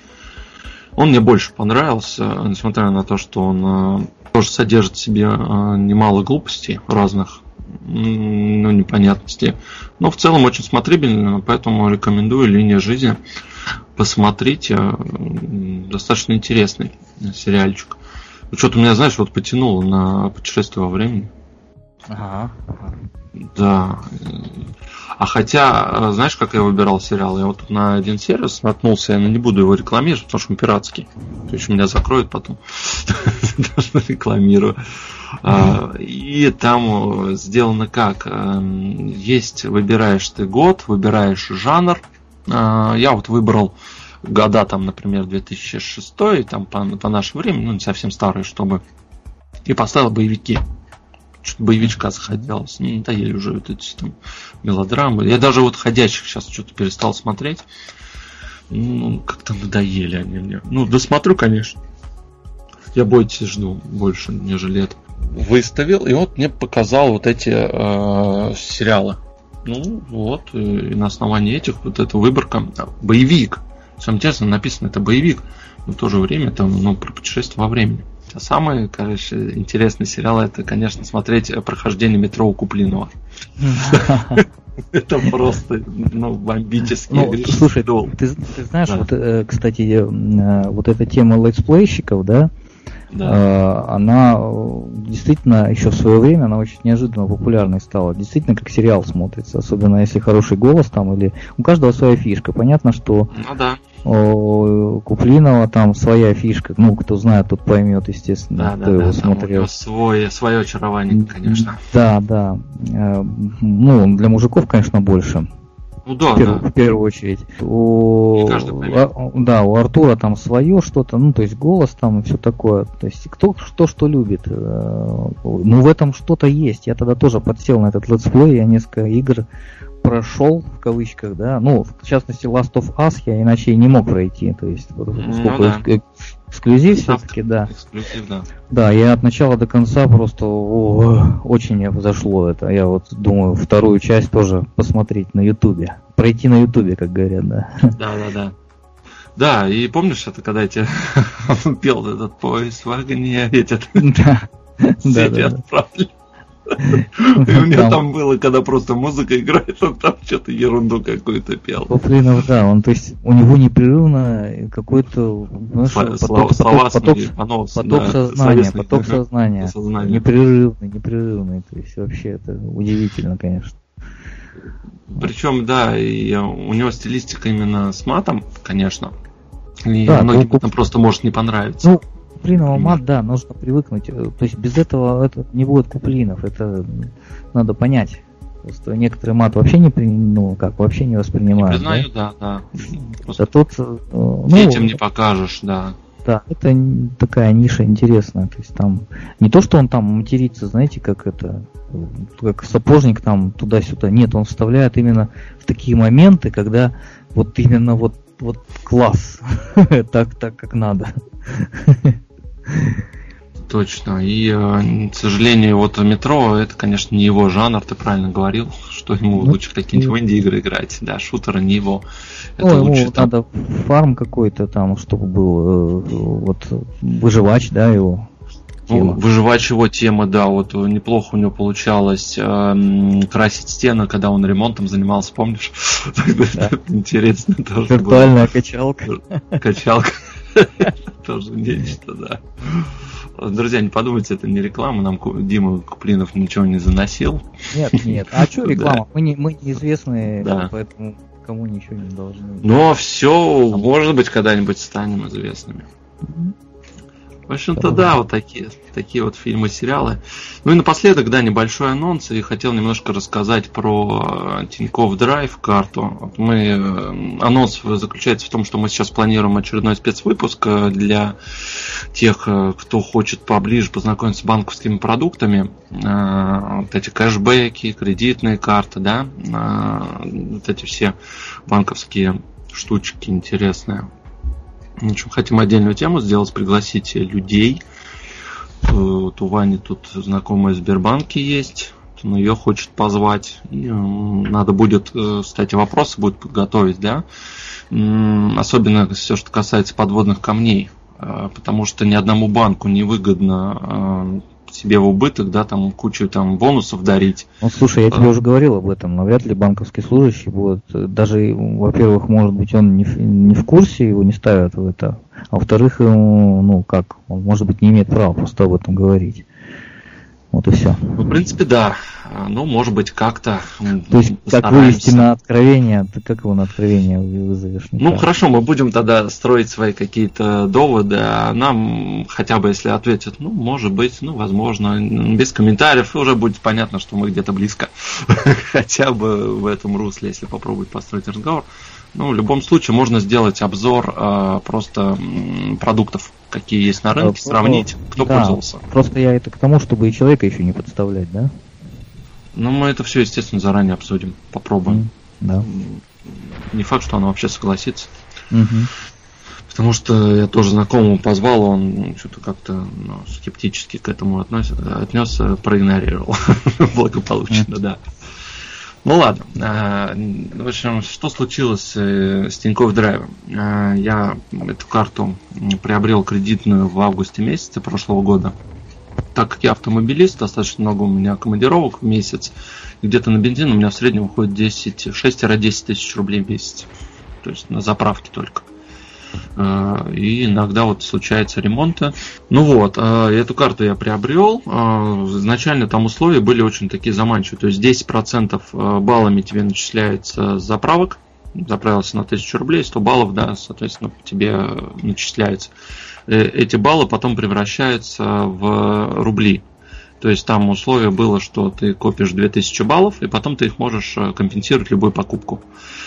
[SPEAKER 1] Он мне больше понравился, несмотря на то, что он тоже содержит в себе немало глупостей разных, ну, непонятностей. Но в целом очень смотрибельно, поэтому рекомендую «Линия жизни». Посмотрите, достаточно интересный сериальчик. Что-то меня, знаешь, вот потянуло на «Путешествие во времени».
[SPEAKER 2] Ага.
[SPEAKER 1] Да. А хотя, знаешь, как я выбирал сериал? Я вот тут на один сервис наткнулся, я не буду его рекламировать, потому что он пиратский. То есть меня закроют потом. Даже рекламирую. И там сделано как? Есть, выбираешь ты год, выбираешь жанр. Я вот выбрал года, там, например, две тысячи шестой, там, по, по нашему времени, ну, не совсем старые, чтобы. И поставил боевики. что-то боевичка захотелось. Ну, надоели уже вот эти там мелодрамы. Я даже вот «Ходячих» сейчас что-то перестал смотреть. Ну, как-то надоели они мне. Ну, досмотрю, конечно. Я «Бойтесь» жду больше, нежели это. Выставил, и вот мне показал вот эти э, сериалы. Ну, вот, и на основании этих вот эта выборка. Боевик. Самое интересное, написано, это боевик. Но в то же время это, ну, про путешествие во времени. А самый, короче, интересный сериал, это, конечно, смотреть «Прохождение метро» у Куплинова. Это просто, ну, бомбический.
[SPEAKER 2] Ну, слушай, ты знаешь, вот, кстати, вот эта тема летсплейщиков, да, Да. Она действительно еще в свое время она очень неожиданно популярной стала. Действительно, как сериал смотрится, особенно если хороший голос там или у каждого своя фишка. Понятно, что
[SPEAKER 1] ну, да.
[SPEAKER 2] у Куплинова там своя фишка. Ну, кто знает, тот поймет, естественно,
[SPEAKER 1] да,
[SPEAKER 2] кто
[SPEAKER 1] да,
[SPEAKER 2] его
[SPEAKER 1] да,
[SPEAKER 2] смотрел.
[SPEAKER 1] У него свое, свое очарование, конечно.
[SPEAKER 2] Да, да. Ну, для мужиков, конечно, больше.
[SPEAKER 1] Ну да,
[SPEAKER 2] в, первую,
[SPEAKER 1] да.
[SPEAKER 2] в первую очередь. У, а, да, у Артура там свое что-то, ну, то есть голос там и все такое. То есть кто что что любит. Ну, в этом что-то есть. Я тогда тоже подсел на этот летсплей, я несколько игр прошел, в кавычках, да. Ну, в частности, Last of Us я иначе и не мог пройти. То есть, поскольку ну, да. эксклюзив все-таки, да.
[SPEAKER 1] Эксклюзив, да.
[SPEAKER 2] Да, я от начала до конца просто о, очень мне зашло это. Я вот думаю, вторую часть тоже посмотреть на Ютубе. Пройти на Ютубе, как говорят, да.
[SPEAKER 1] Да, да, да. Да, и помнишь, это когда я тебе пел этот поезд в огне, эти сети отправили. И у меня там было, когда просто музыка играет, он там что-то ерунду какую-то пел.
[SPEAKER 2] Куплинов, да, он, то есть у него непрерывно какой-то поток сознания, поток сознания, непрерывный, непрерывный, то есть вообще это удивительно, конечно.
[SPEAKER 1] Причем, да, и у него стилистика именно с матом, конечно, и многим это просто может не понравиться.
[SPEAKER 2] Ну, Куплинова мат, да, нужно привыкнуть. То есть без этого это не будет Куплинов, это надо понять. Просто некоторые мат вообще не при, ну как вообще не воспринимают.
[SPEAKER 1] Не признаю, да, да.
[SPEAKER 2] да. Это тут, ну,
[SPEAKER 1] детям не покажешь, да.
[SPEAKER 2] Да, это такая ниша интересная. То есть там не то, что он там матерится, знаете, как это, как сапожник там туда-сюда. Нет, он вставляет именно в такие моменты, когда вот именно вот вот класс, так так как надо.
[SPEAKER 1] Точно. И, к сожалению, вот метро, это, конечно, не его жанр, ты правильно говорил, что ему ну, лучше какие-нибудь инди-игры играть. Да, шутеры не его.
[SPEAKER 2] Это ну, лучше, ему там... надо фарм какой-то там, чтобы был вот выживач, да, его.
[SPEAKER 1] Ну, выживач его тема, да, вот неплохо у него получалось э, красить стены, когда он ремонтом занимался, помнишь?
[SPEAKER 2] Да.
[SPEAKER 1] Интересно тоже.
[SPEAKER 2] Виртуальная качалка.
[SPEAKER 1] Качалка. Тоже нечто, да. Друзья, не подумайте, это не реклама, нам Дима Куплинов ничего не заносил.
[SPEAKER 2] Нет, нет, а что реклама? Мы не, мы неизвестные, да. Поэтому кому ничего не должны.
[SPEAKER 1] Но все, может быть, когда-нибудь станем известными. В общем-то, да, вот такие, такие вот фильмы, сериалы. Ну и напоследок, да, небольшой анонс. И хотел немножко рассказать про Тинькофф Драйв карту. Вот мы, анонс заключается в том, что мы сейчас планируем очередной спецвыпуск для тех, кто хочет поближе познакомиться с банковскими продуктами. Вот эти кэшбэки, кредитные карты, да, вот эти все банковские штучки интересные. В общем, хотим отдельную тему сделать, пригласить людей. Вот у Вани тут знакомая в Сбербанке есть, он ее хочет позвать. И надо будет, кстати, вопросы будет подготовить, да. Особенно все, что касается подводных камней. Потому что ни одному банку не выгодно себе в убыток, да, там кучу там бонусов дарить.
[SPEAKER 2] Ну, слушай, я тебе уже говорил об этом, но вряд ли банковский служащий будет, даже, во-первых, может быть, он не в, не в курсе, его не ставят в это, а во-вторых, ну, как, он, может быть, не имеет права просто об этом говорить. Вот и все.
[SPEAKER 1] Ну, в принципе, да. Ну, может быть, как-то.
[SPEAKER 2] То есть, как вывести на откровение, ты как его на откровение вызовешь?
[SPEAKER 1] Ну, никак. Хорошо, мы будем тогда строить свои какие-то доводы, а нам хотя бы, если ответят, ну, может быть, ну, возможно, без комментариев, уже будет понятно, что мы где-то близко. Хотя бы в этом русле, если попробовать построить разговор. Ну, в любом случае можно сделать обзор э, просто м, продуктов, какие есть на рынке,
[SPEAKER 2] просто,
[SPEAKER 1] сравнить, кто
[SPEAKER 2] да,
[SPEAKER 1] пользовался.
[SPEAKER 2] Просто я это к тому, чтобы и человека еще не подставлять, да?
[SPEAKER 1] Ну, мы это все, естественно, заранее обсудим, попробуем.
[SPEAKER 2] Mm, да.
[SPEAKER 1] Не факт, что он вообще согласится.
[SPEAKER 2] Mm-hmm.
[SPEAKER 1] Потому что я тоже знакомого позвал, он ну, что-то как-то ну, скептически к этому относится, отнесся, проигнорировал. Благополучно, да. Ну ладно. В общем, что случилось с Тинькофф Драйвом? Я эту карту приобрел кредитную в августе месяце прошлого года. Так как я автомобилист, достаточно много у меня командировок в месяц. И где-то на бензин у меня в среднем уходит десять, шесть-десять тысяч рублей в месяц. То есть на заправке только. И иногда вот случаются ремонты. Ну вот, эту карту я приобрел. Изначально там условия были очень такие заманчивые. То есть десять процентов баллами тебе начисляется с заправок. Заправился на тысячу рублей, сто баллов, да, соответственно, тебе начисляется. Эти баллы потом превращаются в рубли. То есть там условие было, что ты копишь две тысячи баллов, и потом ты их можешь компенсировать любую покупку.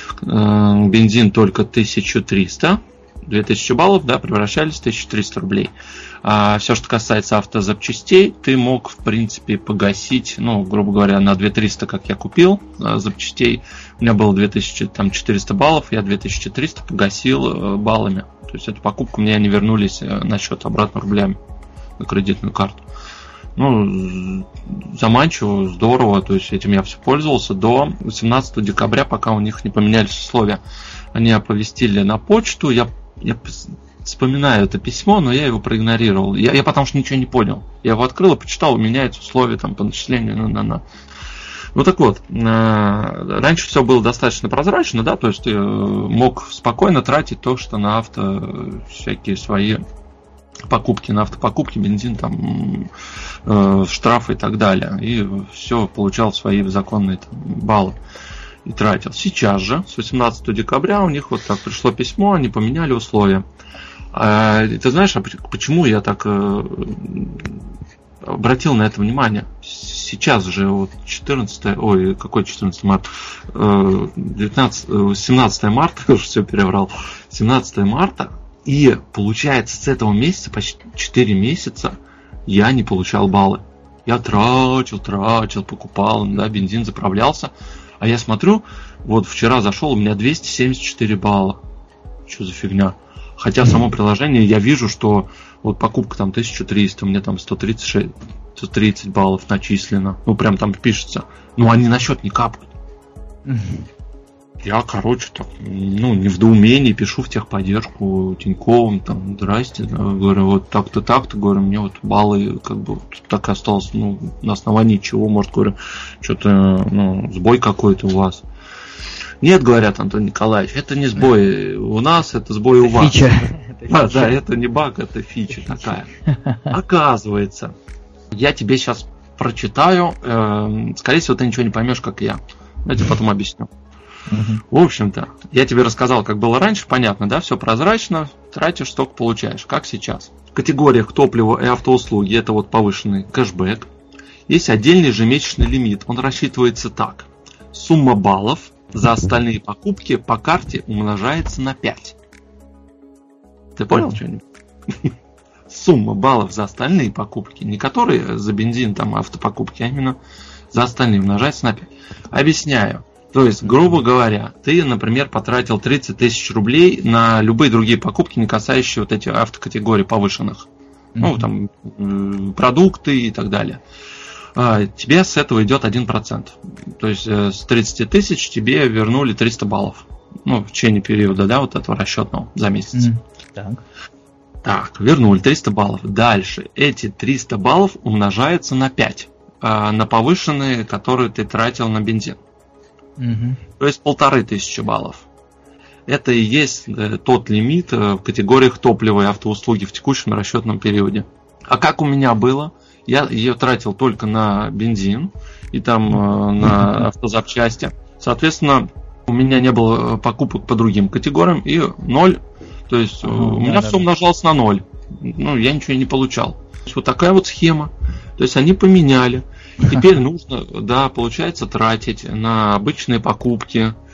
[SPEAKER 1] Бензин только тысяча триста. две тысячи баллов, да, превращались в тысячу триста рублей. А все, что касается автозапчастей, ты мог, в принципе, погасить, ну, грубо говоря, на две тысячи триста, как я купил а, запчастей, у меня было две тысячи четыреста баллов, я две тысячи триста погасил а, баллами. То есть эту покупку мне они вернулись а, на счет обратно рублями на кредитную карту. Ну, заманчиво, здорово, то есть этим я все пользовался до восемнадцатого декабря, пока у них не поменялись условия. Они оповестили на почту, я Я вспоминаю это письмо, но я его проигнорировал. Я, я потому что ничего не понял. Я его открыл и почитал, меняются условия там, по начислению. На, на, на. Ну так вот, э, раньше все было достаточно прозрачно, да, то есть ты мог спокойно тратить то, что на авто всякие свои покупки, на автопокупки, бензин, там, э, штрафы и так далее. И все получал свои законные там, баллы. И тратил. Сейчас же, с восемнадцатого декабря, у них вот так пришло письмо, они поменяли условия. А, ты знаешь, а почему я так э, обратил на это внимание? Сейчас же вот четырнадцатое, ой, какой четырнадцатое марта? девятнадцатое, семнадцатое марта, я уже все переврал. семнадцатое марта, и получается с этого месяца, почти четыре месяца, я не получал баллы. Я тратил, тратил, покупал, да, бензин заправлялся. А я смотрю, вот вчера зашел, у меня двести семьдесят четыре балла. Что за фигня? Хотя в самом приложении я вижу, что вот покупка там тысяча триста, у меня там сто тридцать шесть, сто тридцать баллов начислено. Ну, прям там пишется. Ну, они на счет не капают. Я, короче, так, ну, не в недоумении пишу в техподдержку Тиньковым, там, здрасте, да, говорю, вот так-то, так-то, говорю, мне вот баллы, как бы, так и осталось, ну, на основании чего, может, говорю, что-то, ну, сбой какой-то у вас. Нет, говорят, Антон Николаевич, это не сбой у нас, это сбой у вас.
[SPEAKER 2] Фича.
[SPEAKER 1] Да, да, это не баг, это фича такая. Оказывается, я тебе сейчас прочитаю, скорее всего, ты ничего не поймешь, как я. Я тебе потом объясню. В общем-то, я тебе рассказал, как было раньше, понятно, да, все прозрачно, тратишь, столько получаешь, как сейчас. В категориях топливо и автоуслуги, это вот повышенный кэшбэк, есть отдельный ежемесячный лимит, он рассчитывается так. Сумма баллов за остальные покупки по карте умножается на пять. Ты понял что-нибудь? Сумма баллов за остальные покупки, не которые за бензин, там, автопокупки, а именно за остальные умножается на пять. Объясняю. То есть, грубо говоря, ты, например, потратил тридцать тысяч рублей на любые другие покупки, не касающие вот этих автокатегорий повышенных. Mm-hmm. Ну, там, продукты и так далее. Тебе с этого идет один процент. То есть, с тридцати тысяч тебе вернули триста баллов. Ну, в течение периода, да, вот этого расчетного за месяц.
[SPEAKER 2] Mm-hmm. Так.
[SPEAKER 1] Так, вернули триста баллов. Дальше эти триста баллов умножаются на пять. На повышенные, которые ты тратил на бензин.
[SPEAKER 2] Угу.
[SPEAKER 1] То есть полторы тысячи баллов. Это и есть тот лимит в категориях топлива и автоуслуги в текущем расчетном периоде. А как у меня было? Я ее тратил только на бензин и там на автозапчасти. Соответственно, у меня не было покупок по другим категориям и ноль. То есть ага, у меня да, все да. умножалось на ноль. Ну, я ничего не получал. То есть вот такая вот схема. То есть они поменяли. Теперь нужно, да, получается, тратить на обычные покупки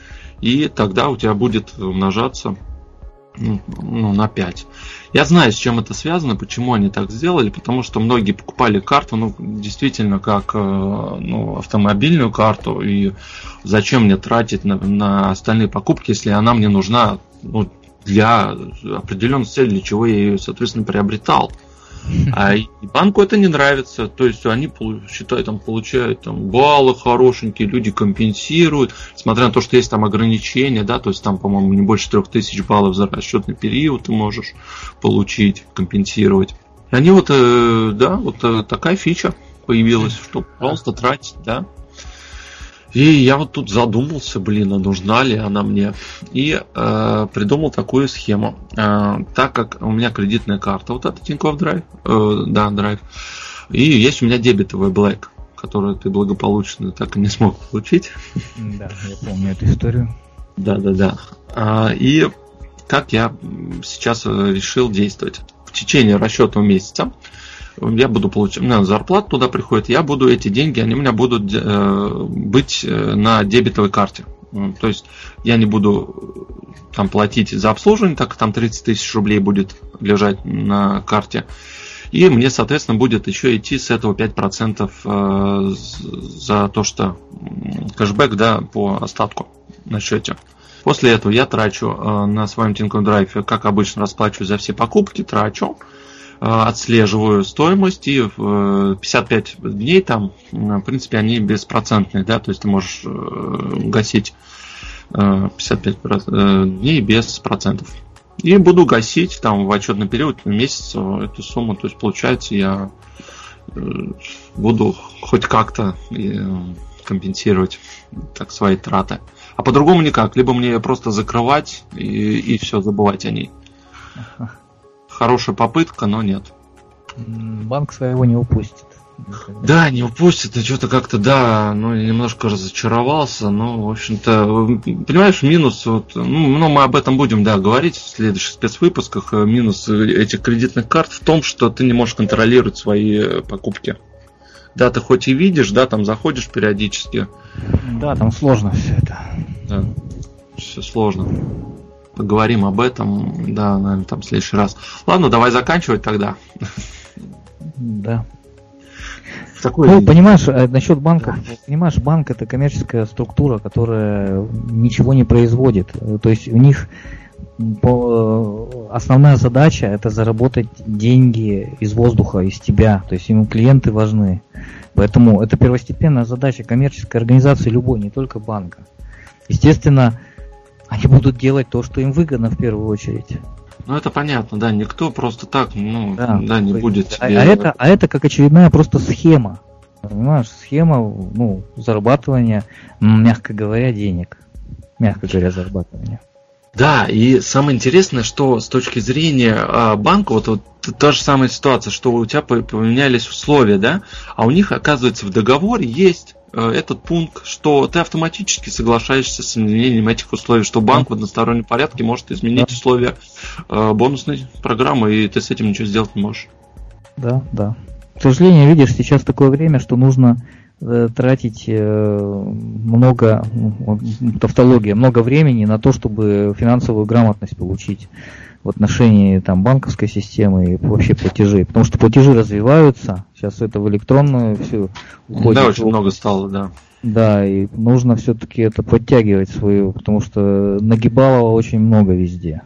[SPEAKER 1] и тогда у тебя будет умножаться ну, на пять. Я знаю, с чем это связано, почему они так сделали, потому что многие покупали карту, ну, действительно, как ну, автомобильную карту, и зачем мне тратить на, на остальные покупки, если она мне нужна ну, для определенной цели, для чего я ее, соответственно, приобретал. А банку это не нравится, то есть они, считай, там, получают там, баллы хорошенькие, люди компенсируют, смотря на то, что есть там ограничения, да, то есть там, по-моему, не больше трех тысяч баллов за расчетный период ты можешь получить, компенсировать. И они вот, да, вот такая фича появилась, что, пожалуйста, тратить, да. И я вот тут задумался, блин, а нужна ли она мне. И э, придумал такую схему. Э, так как у меня кредитная карта, вот эта Тинькофф Драйв, э, да, Драйв, и есть у меня дебетовая Black, которую ты благополучно так и не смог получить.
[SPEAKER 2] Да, я помню эту историю.
[SPEAKER 1] Да, да, да. А, и как я сейчас решил действовать. В течение расчетного месяца я буду получать, у меня зарплата туда приходит, я буду эти деньги, они у меня будут э, быть на дебетовой карте. То есть я не буду там платить за обслуживание, так как там тридцать тысяч рублей будет лежать на карте. И мне, соответственно, будет еще идти с этого пять процентов э, за то, что кэшбэк, да, по остатку на счете. После этого я трачу э, на своем Тинькофф Драйве, как обычно, расплачиваюсь за все покупки, трачу. Отслеживаю стоимость, и в пятьдесят пять дней там, в принципе, они беспроцентные, да, то есть ты можешь гасить пятьдесят пять дней без процентов. И буду гасить там в отчетный период, в месяц эту сумму, то есть получается я буду хоть как-то компенсировать так свои траты. А по-другому никак, либо мне ее просто закрывать и, и все, забывать о ней. Хорошая попытка, но нет.
[SPEAKER 2] Банк своего не упустит.
[SPEAKER 1] Да, не упустит, и что-то как-то, да, ну, немножко разочаровался, но, в общем-то, понимаешь, минус, вот, ну, ну, мы об этом будем, да, говорить в следующих спецвыпусках, минус этих кредитных карт в том, что ты не можешь контролировать свои покупки. Да, ты хоть и видишь, да, там заходишь периодически.
[SPEAKER 2] Да, там сложно все это.
[SPEAKER 1] Да, все сложно. Поговорим об этом, да, наверное, там в следующий раз. Ладно, давай заканчивать тогда.
[SPEAKER 2] Да.
[SPEAKER 1] Такой...
[SPEAKER 2] Ну, понимаешь, насчет банков, да. Понимаешь, банк это коммерческая структура, которая ничего не производит. То есть у них по... основная задача это заработать деньги из воздуха, из тебя. То есть им клиенты важны. Поэтому это первостепенная задача коммерческой организации любой, не только банка. Естественно, они будут делать то, что им выгодно в первую очередь.
[SPEAKER 1] Ну это понятно, да, никто просто так, ну, да, да не будет
[SPEAKER 2] себе... а, а, это, а это как очередная просто схема, понимаешь, схема, ну, зарабатывания, мягко говоря, денег, мягко говоря, зарабатывания.
[SPEAKER 1] Да, и самое интересное, что с точки зрения а, банка, вот, вот та же самая ситуация, что у тебя поменялись условия, да, а у них, оказывается, в договоре есть этот пункт, что ты автоматически соглашаешься с изменением этих условий, что банк в одностороннем порядке может изменить да. условия э, бонусной программы, и ты с этим ничего сделать не можешь.
[SPEAKER 2] Да, да. К сожалению, видишь, сейчас такое время, что нужно э, тратить э, много, тавтология, много времени на то, чтобы финансовую грамотность получить в отношении там банковской системы и вообще платежей, потому что платежи развиваются, сейчас это в электронную все уходит.
[SPEAKER 1] Да, очень много стало, да.
[SPEAKER 2] Да, и нужно все-таки это подтягивать свою, потому что нагибалово очень много везде.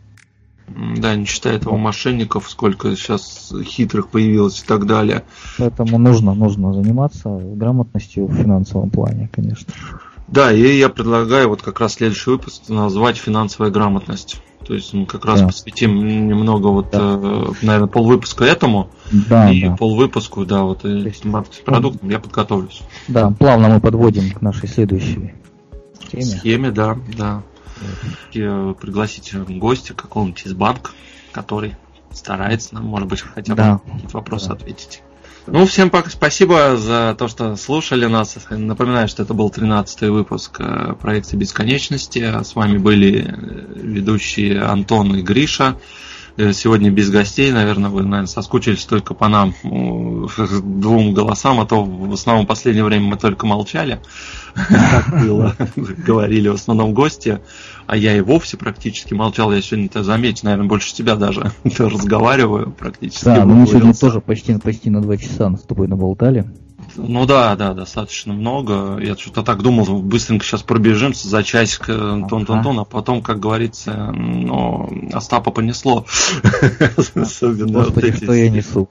[SPEAKER 1] Да, не считая этого мошенников, сколько сейчас хитрых появилось и так далее.
[SPEAKER 2] Поэтому нужно, нужно заниматься грамотностью в финансовом плане, конечно.
[SPEAKER 1] Да, и я предлагаю вот как раз следующий выпуск назвать «Финансовая грамотность». То есть мы как раз да. посвятим немного, вот, да. э, наверное, полвыпуска этому, да, и да. полвыпуску, да, вот маркетинг-продуктом я подготовлюсь.
[SPEAKER 2] Да, плавно мы подводим к нашей следующей теме.
[SPEAKER 1] Схеме, да, да. И, пригласить гостя какого-нибудь из банка, который старается нам, может быть, хотя бы да. какие-то вопросы да. ответить. Ну, всем пока, спасибо за то, что слушали нас. Напоминаю, что это был тринадцатый выпуск проекта «Бесконечности». С вами были ведущие Антон и Гриша. Сегодня без гостей, наверное, вы, наверное, соскучились только по нам. двум голосам, а то в основном в последнее время мы только молчали, как было, говорили в основном гости, а я и вовсе практически молчал, я сегодня-то заметил, наверное, больше тебя даже разговариваю практически.
[SPEAKER 2] Да, но мы сегодня тоже почти, почти на два часа с тобой наболтали.
[SPEAKER 1] Ну да, да, достаточно много. Я что-то так думал, быстренько сейчас пробежимся за часик, тон-тон-тон, а потом, как говорится, ну, Остапа понесло. Особенно вот эти...
[SPEAKER 2] что я несу.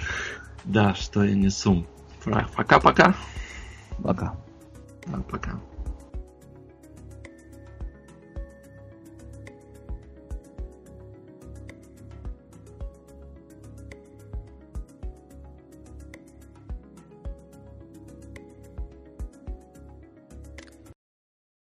[SPEAKER 1] Да, что я несу. Пока-пока.
[SPEAKER 2] Пока.
[SPEAKER 1] Пока.